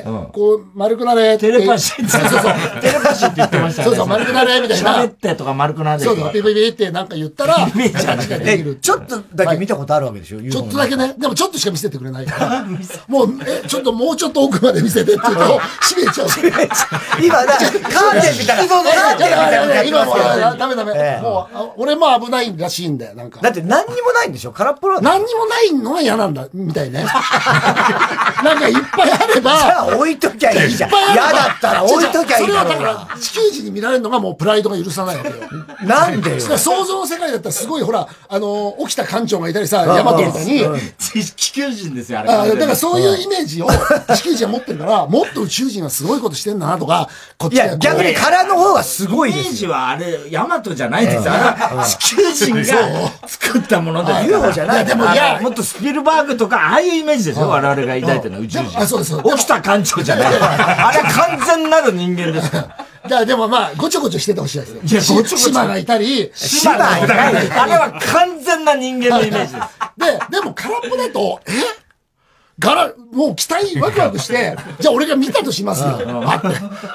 こう、丸くなれって。 テレパシーって。そう。テレパシーって言ってましたね。 そう、丸くなれみたいな。 喋ってとか丸くなれ。 そう、ピピピってなんか言ったら、 ちょっとだけ見たことあるわけでしょ？ ちょっとだけね。でもちょっとしか見せてくれないから。もう、もうちょっと奥まで見せてって言うと、閉めちゃう。 今、カーテンみたいな。 今もう、ダメ。もう、俺も危ないらしいんだよ、なんか。 だって何にもないんでしょ？空っぽなんだ。 何にもないのが嫌なんだ、みたいね。なんかいっぱいあれば。 じゃあ置いときゃいいじゃん。嫌だったら置いときゃいいだろう。 それはだから、地球人に見られるのがもうプライドが許さないわけよ。 なんでよ。 想像の世界だったらすごいほら、起きた艦長がいたりさ、ヤマトみたいに。 地球人ですよ、あれ。 だからそういうイメージを地球人は持ってるから、もっと宇宙人はすごいことしてんだなとか、こっちが。逆に殻の方がすごいですよ。 イメージはあれ、ヤマトじゃないですよ。地球人が作ったもので。 UFO じゃない。 でももっとスピルバーグとか、ああいうイメージですよ、我々が抱いてるのは宇宙人。 そうです。 起きた艦長じゃない。あれ完全なる人間ですから。 でもまあ、ごちょごちょしててほしいですね。いや、ごちょごちょ。島がいたり、 島がいたり。あれは完全な人間のイメージです。 でも空っぽだと、もう期待ワクワクして、じゃあ俺が見たとしますよ。待って。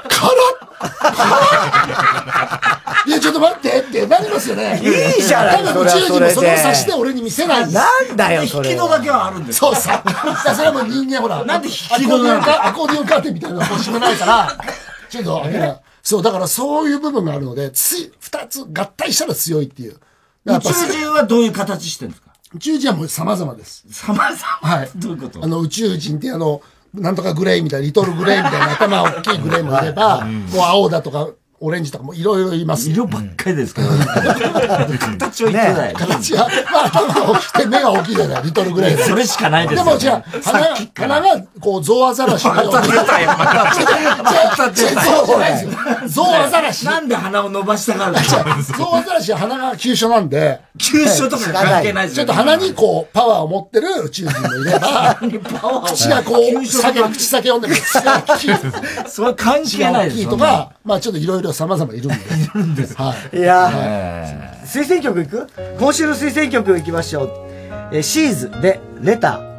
いや、ちょっと待ってってなりますよね。 いいじゃない。 多分宇宙人もそれを察して俺に見せないんです。 なんだよ、それ。 引き戸だけはあるんですそうさ。それはもう人間ほら。なんで引き戸なのかアコーディオンカーテンみたいなの欲しくないから、ちょっと開けない。そう、だからそういう部分があるので、二つ合体したら強いっていう。 宇宙人はどういう形してるんですか？ 宇宙人はもう様々です。 様々？ はい。 どういうこと？ 宇宙人ってなんとかグレイみたいな、リトルグレイみたいな頭大きいグレイもいれば、もう青だとか、オレンジとかもいろいろいます。 色ばっかりですけど。形は言ってない。 形は、まあ頭が大きくて目が大きいじゃない、リトルグレイ。 それしかないですよ。 でもじゃあ、鼻が、こう、ゾウアザラシのように。ゾウアザラシ。 なんで鼻を伸ばしたがるの？ ゾウアザラシは鼻が急所なんで。 急所とか関係ないですよ。ちょっと鼻にこう、パワーを持ってる宇宙人もいれば、口がこう、口先読んでる。 それ関係ないですとか、まあちょっといろいろ様々いるんで。 いるんです。 はい。 いや推薦曲いく？今週の推薦曲いきましょう。シーズでレター。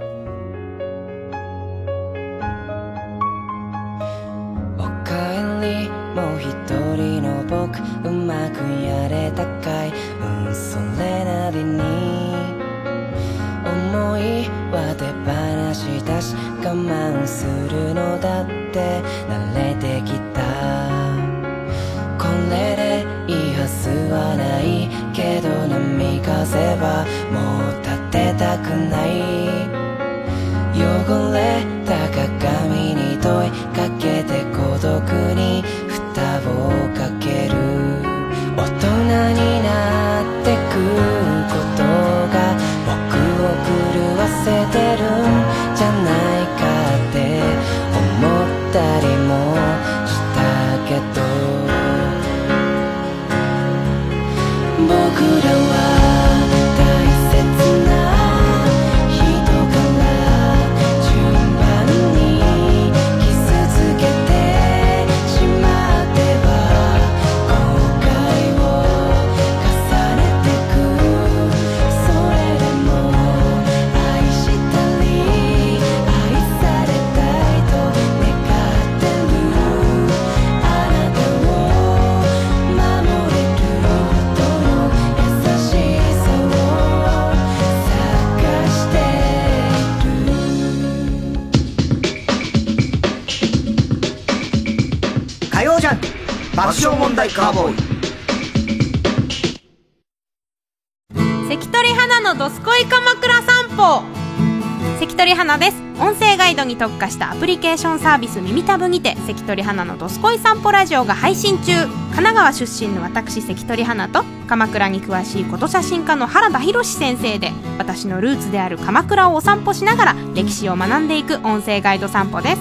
おかえり、もう一人の僕、うまくやれたかい？それなりに思いは手放しだし、我慢するのだって慣れてきた。これでいいはずはないけど、波風はもう立てたくない。汚れた鏡に問いかけて孤独に蓋をかける。大人になってくことが僕を狂わせてるんじゃないかって思ったりもしたけど、僕らは大切爆笑問題カーボーイ。 関取花のどすこい鎌倉散歩。関取花です。音声ガイドに特化したアプリケーションサービス耳たぶにて関取花のどすこい散歩ラジオが配信中。神奈川出身の私関取花と鎌倉に詳しいこと写真家の原田博先生で、私のルーツである鎌倉をお散歩しながら歴史を学んでいく音声ガイド散歩です。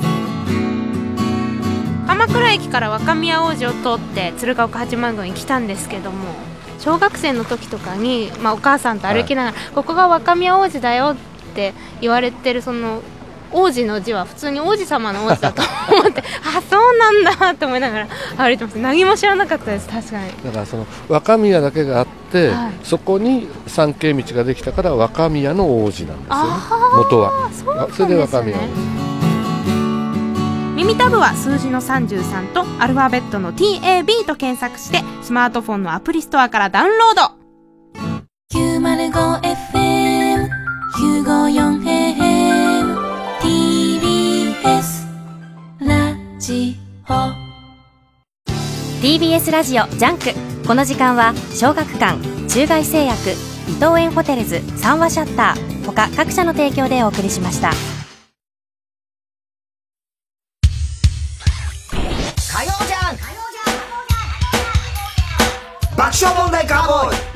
鎌倉駅から若宮大路を通って鶴岡八幡宮に来たんですけども、小学生の時とかに、お母さんと歩きながら、ここが若宮大路だよって言われてる、その王子の字は普通に王子様の王子だと思ってあ、そうなんだって思いながら歩いてます。何も知らなかったです。確かに。 だからその若宮だけがあって、そこに参詣道ができたから若宮の王子なんですよね、元は。それで若宮王子。 耳たぶは数字の33とアルファベットの TAB と検索してスマートフォンのアプリストアからダウンロード。 905FM954AM TBS ラジオ TBS ラジオジャンク。この時間は小学館、中外製薬、伊東園ホテルズ、三和シャッター他各社の提供でお送りしました。 火曜じゃん爆笑問題カーボーイ。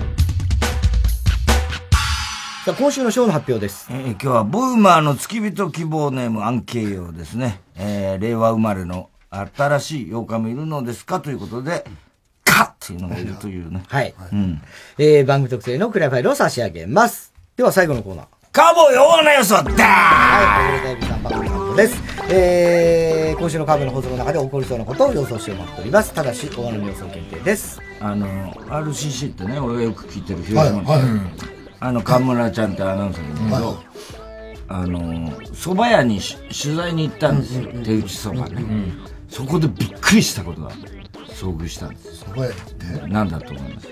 さあ、今週のショーの発表です。 今日はブーマーの付き人希望ネームアンケイヨですね。令和生まれの新しい妖怪もいるのですかということで、カッっていうのがいるというね。 はい。番組特製のクリアファイルを差し上げます。では最後のコーナー。 カーボーイ大穴予想だー。 はい、小暮大さん、バカリカントです。今週のカーボーイの放送の中で起こりそうなことを予想してもらっております。ただし、大穴の予想限定です。 RCC ってね、俺がよく聞いてる広島の、河村ちゃんってアナウンサーなんだけど、蕎麦屋に取材に行ったんですよ。手打ち蕎麦ね。そこでびっくりしたことが遭遇したんです。 蕎麦屋って何だと思います？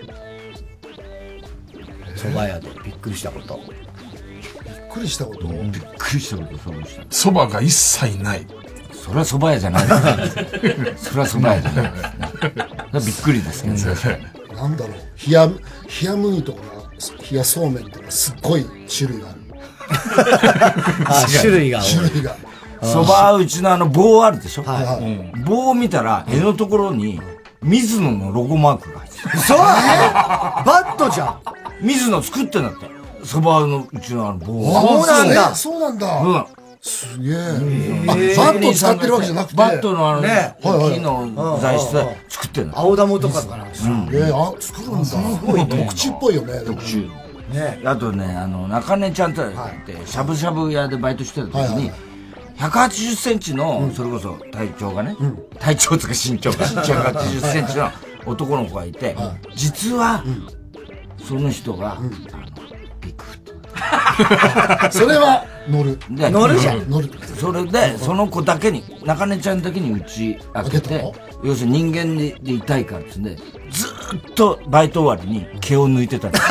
蕎麦屋でびっくりしたこと。 びっくりしたこと？ びっくりしたこと遭遇した。 蕎麦が一切ない。 それは蕎麦屋じゃないです。それは蕎麦屋じゃないですね。びっくりですけどね。 なんだろう。冷や麦とか冷やそうめんとかすっごい種類がある。 種類が。 蕎麦打ちの棒あるでしょ。棒を見たら柄のところに水野のロゴマークが入ってる。 そうバットじゃん。 水野作ってんだって。蕎麦のうちの棒。 そうなんだ。そうなんだ。 うん。 すげえ。バットを使ってるわけじゃなくて。 バットの木の材質で作ってるの。 青玉とかから。 作るんだ。すごい特注っぽいよね。 特注。あとね、中根ちゃんとしゃぶしゃぶ屋でバイトしてた時に、180センチの、それこそ体長がね、体長とか身長が180センチの男の子がいて、実は、その人が、ビッグフット。 それは乗る。 乗るじゃん。 乗る。 それで、その子だけに、中根ちゃんだけに打ち明けて、要するに人間でいたいからですね、ずーっとバイト終わりに毛を抜いてたんです。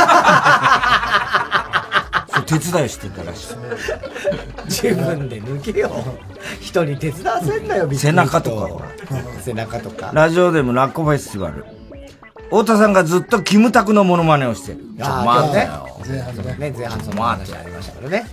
手伝いしてたらしい。 自分で抜けよ。人に手伝わせんなよ、 背中とか。 背中とか。 ラジオでもラッコフェスティバル。太田さんがずっとキムタクのモノマネをしてる。 待ってよ。前半その話ありましたからね。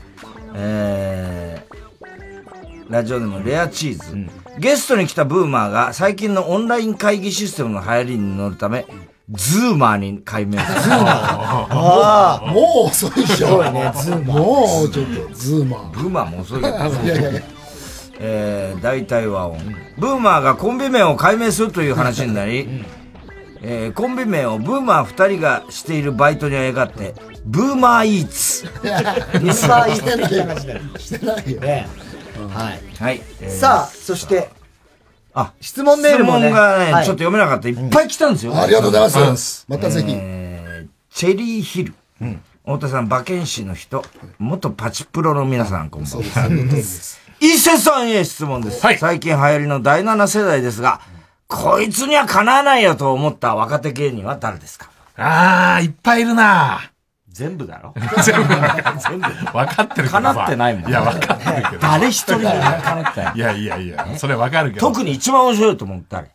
ラジオでもレアチーズ。ゲストに来たブーマーが最近のオンライン会議システムの流行りに乗るため、ズーマーに改名する。 もう遅いじゃん。 そうね、ズーマー。 もうちょっと、ズーマー。 ブーマーも遅いけど。 いやいやいや。 大体和音。ブーマーがコンビ名を改名するという話になり、コンビ名をブーマー2人がしているバイトに描って、ブーマーイーツ。 ブーマーイーツって話だよ。 してないよ。 はい。 はい。 さあ、そして、質問メールもね。 質問がね、ちょっと読めなかった。いっぱい来たんですよ。 ありがとうございます。またぜひ。 チェリーヒル。太田さん、馬券師の人、元パチプロの皆さん、こんばんは。伊勢さんへ質問です。最近流行りの第7世代ですが、こいつにはかなわないよと思った若手芸人は誰ですか？ いっぱいいるな。 全部だろ？ 全部。分かってるけど。 かなってないもん。 いや、分かってるけど。 誰一人もかなってない。 いや、それ分かるけど。 特に一番面白いと思う誰？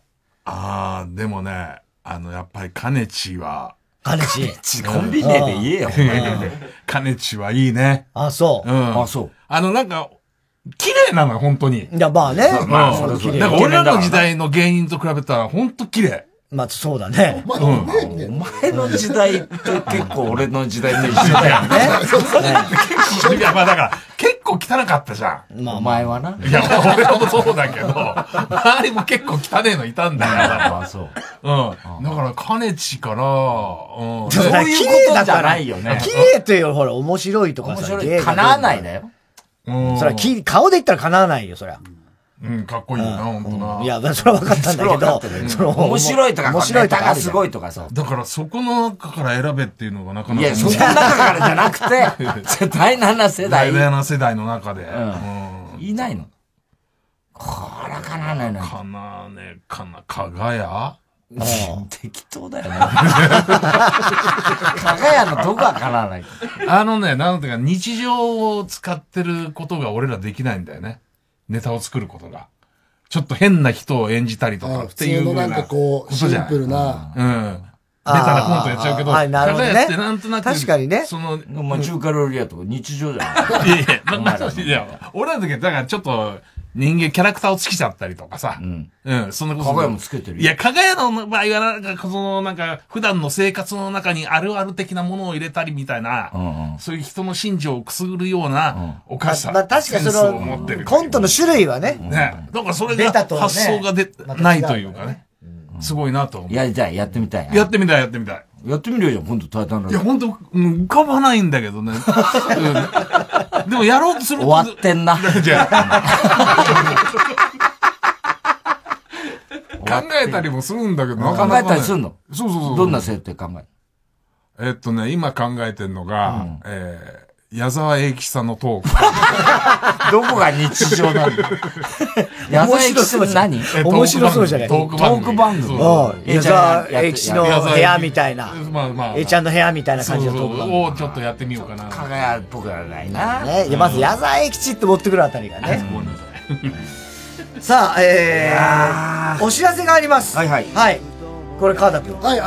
でもね、やっぱりカネチは、 カネチコンビ名で言えよ。 カネチはいいね。 あ、そう。 あ、そう。なんか、綺麗なのよ、本当に。 いや、まあね。 まあ、綺麗。なんか俺らの時代の芸人と比べたら、本当綺麗。 まあ、そうだね。 お前の時代って結構俺の時代と一緒だよね。 いや、まあだから、結構汚かったじゃん。まあ、お前はな。 いや、俺もそうだけど、周りも結構汚ねえのいたんだよ。 あ、そう。 だから、カネチから、 そういうことじゃないよね。 綺麗というより、ほら、面白いとかさ、 叶わないだよ。 それは顔で言ったら叶わないよ、そりゃ。 かっこいいよな、ほんとな。 いや、それは分かったんだけど、 面白いとか、面白いとか、すごいとかさ。 だから、そこの中から選べっていうのがなかなか。 いや、そこの中からじゃなくて、第7世代。 第7世代の中で。 いないの。これは叶わないの。 かなね、かがや適当だよね。かがやのどこが叶わないなんていうか、日常を使ってることが俺らできないんだよね。ネタを作ることが。ちょっと変な人を演じたりとかっていう。 なんかこう、シンプルな。 ベタなコントやっちゃうけど、 かがやってなんとなく。 確かにね。 まあ、中華料理屋とか日常じゃん。いや、俺らの時は、だからちょっと、人間キャラクターをつけちゃったりとかさ。そんなこと。 かがやもつけてるよ。 いや、かがやの場合はなんか、普段の生活の中にあるある的なものを入れたりみたいな、そういう人の心情をくすぐるような、おかしさ。 まあ確かにその、コントの種類はね。 ね。だからそれが発想がないというかね。すごいなと思う。 いや、じゃあやってみたい。 やってみたい。やってみるよ、今度タイタンラジオ。 いや、本当浮かばないんだけどね。でもやろうとすると。 終わってんな。じゃ考えたりもするんだけど、 考えたりするの？ そう。 どんな設定考える？ 今考えてんのが、矢沢永吉さんのトーク。 どこが日常なの？矢沢永吉さん何？ 面白そうじゃない？ トーク番組。 矢沢永吉の部屋みたいな。A ちゃんの部屋みたいな感じのトーク番組。 をちょっとやってみようかな。 かがやっぽくはないな。 いや、まず矢沢永吉って持ってくるあたりがね。さあ、お知らせがあります。はい。これ、川田君。 はい、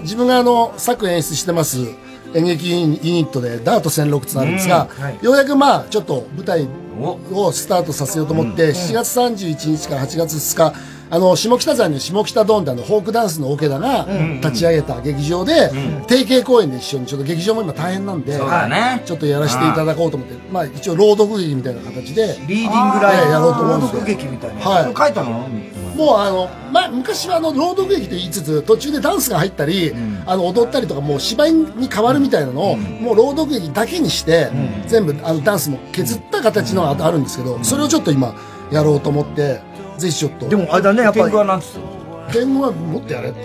自分が作演出してます、演劇ユニットで、ダート16つなんですが、ようやくちょっと舞台をスタートさせようと思って、7月31日から8月2日、下北沢に下北ドーンでフォークダンスのオケダが立ち上げた劇場で、定型公演で一緒に、ちょっと劇場も今大変なんで、ちょっとやらせていただこうと思って、一応朗読劇みたいな形で、 リーディングライブやろうと思うんですよ。 朗読劇みたいな。 はい。 書いたの？ もう昔は朗読劇と言いつつ、途中でダンスが入ったり、踊ったりとか、もう芝居に変わるみたいなのを、もう朗読劇だけにして、全部ダンスも削った形のがあるんですけど、それをちょっと今、やろうと思って、ぜひちょっと。 でもあれだね、やっぱり。 天狗は何つって天狗はもっとやれって。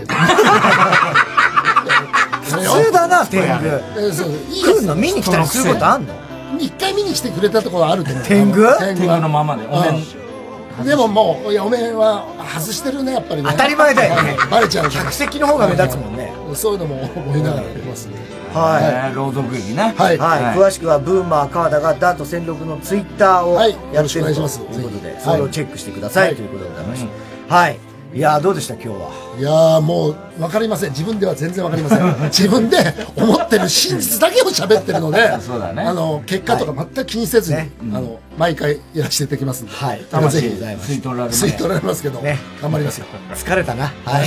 普通だな、天狗。来るの見に来たりすることあんの？ 一回見に来てくれたところあると思う。 天狗？ 天狗のままで。 でももう、お面は外してるね、やっぱりね。 当たり前だよね。 バレちゃう。 客席の方が目立つもんね。 そういうのも思いながらやりますね。 はい。 朗読劇ね。 はい。詳しくは、ブーマー川田がダート16のツイッターをやってるということで、それをチェックしてくださいということでございます。はい。いやー、どうでした今日は。 いやー、もう分かりません。自分では全然分かりません。自分で思ってる真実だけを喋ってるので、 そうだね、 結果とか全く気にせずに、毎回やらせていただきますんで、 はい、 ぜひ吸い取られますけど、頑張りますよ。 疲れたな。はい。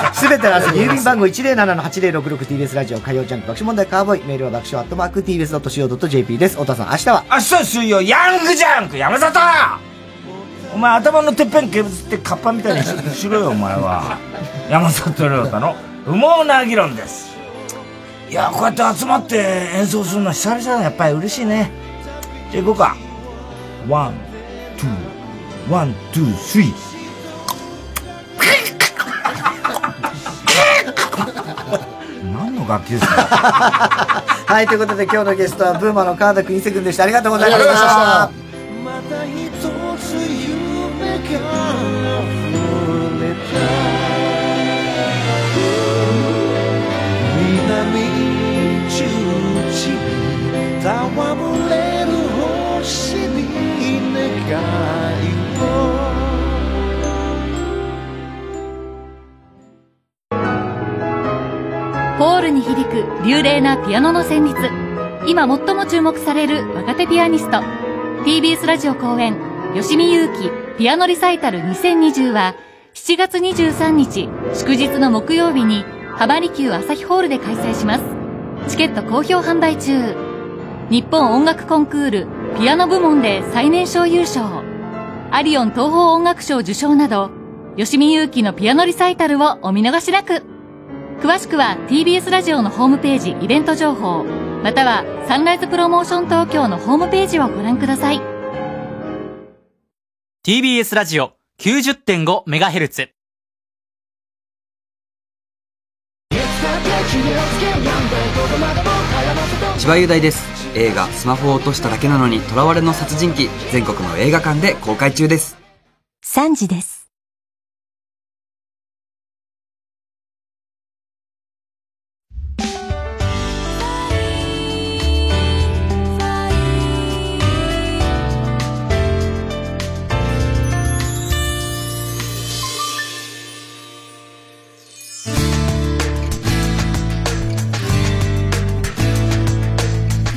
すべての郵便番号 107-8066TBS ラジオ火曜ジャンク爆笑問題カーボーイ、メールは爆笑@tbs.co.jp です。太田さん、明日は水曜ヤングジャンク山里。お前頭のてっぺん削ってカッパみたいにしろよお前は。山里亮太の不毛な議論です。いや、こうやって集まって演奏するの久々だ。やっぱり嬉しいね。じゃあ行こうか。ワン、ツー、ワン、ツー、スリー。何の楽器ですか？ はい、ということで今日のゲストはブーマの川田邦生君でした。ありがとうございました。また一つ夢が溢れた南十字に戯れる星に願いをポールに響く流麗なピアノの旋律。今最も注目される若手ピアニスト。TBS ラジオ公演、吉見優希ピアノリサイタル2020は、7月23日、祝日の木曜日に、浜離宮朝日ホールで開催します。チケット好評販売中。日本音楽コンクール、ピアノ部門で最年少優勝。アリオン東宝音楽賞受賞など、吉見優希のピアノリサイタルをお見逃しなく。詳しくは TBS ラジオのホームページイベント情報、またはサンライズプロモーション東京のホームページをご覧ください。 TBS ラジオ 90.5MHz。 千葉雄大です。映画スマホを落としただけなのに囚われの殺人鬼、全国の映画館で公開中です。 3時です。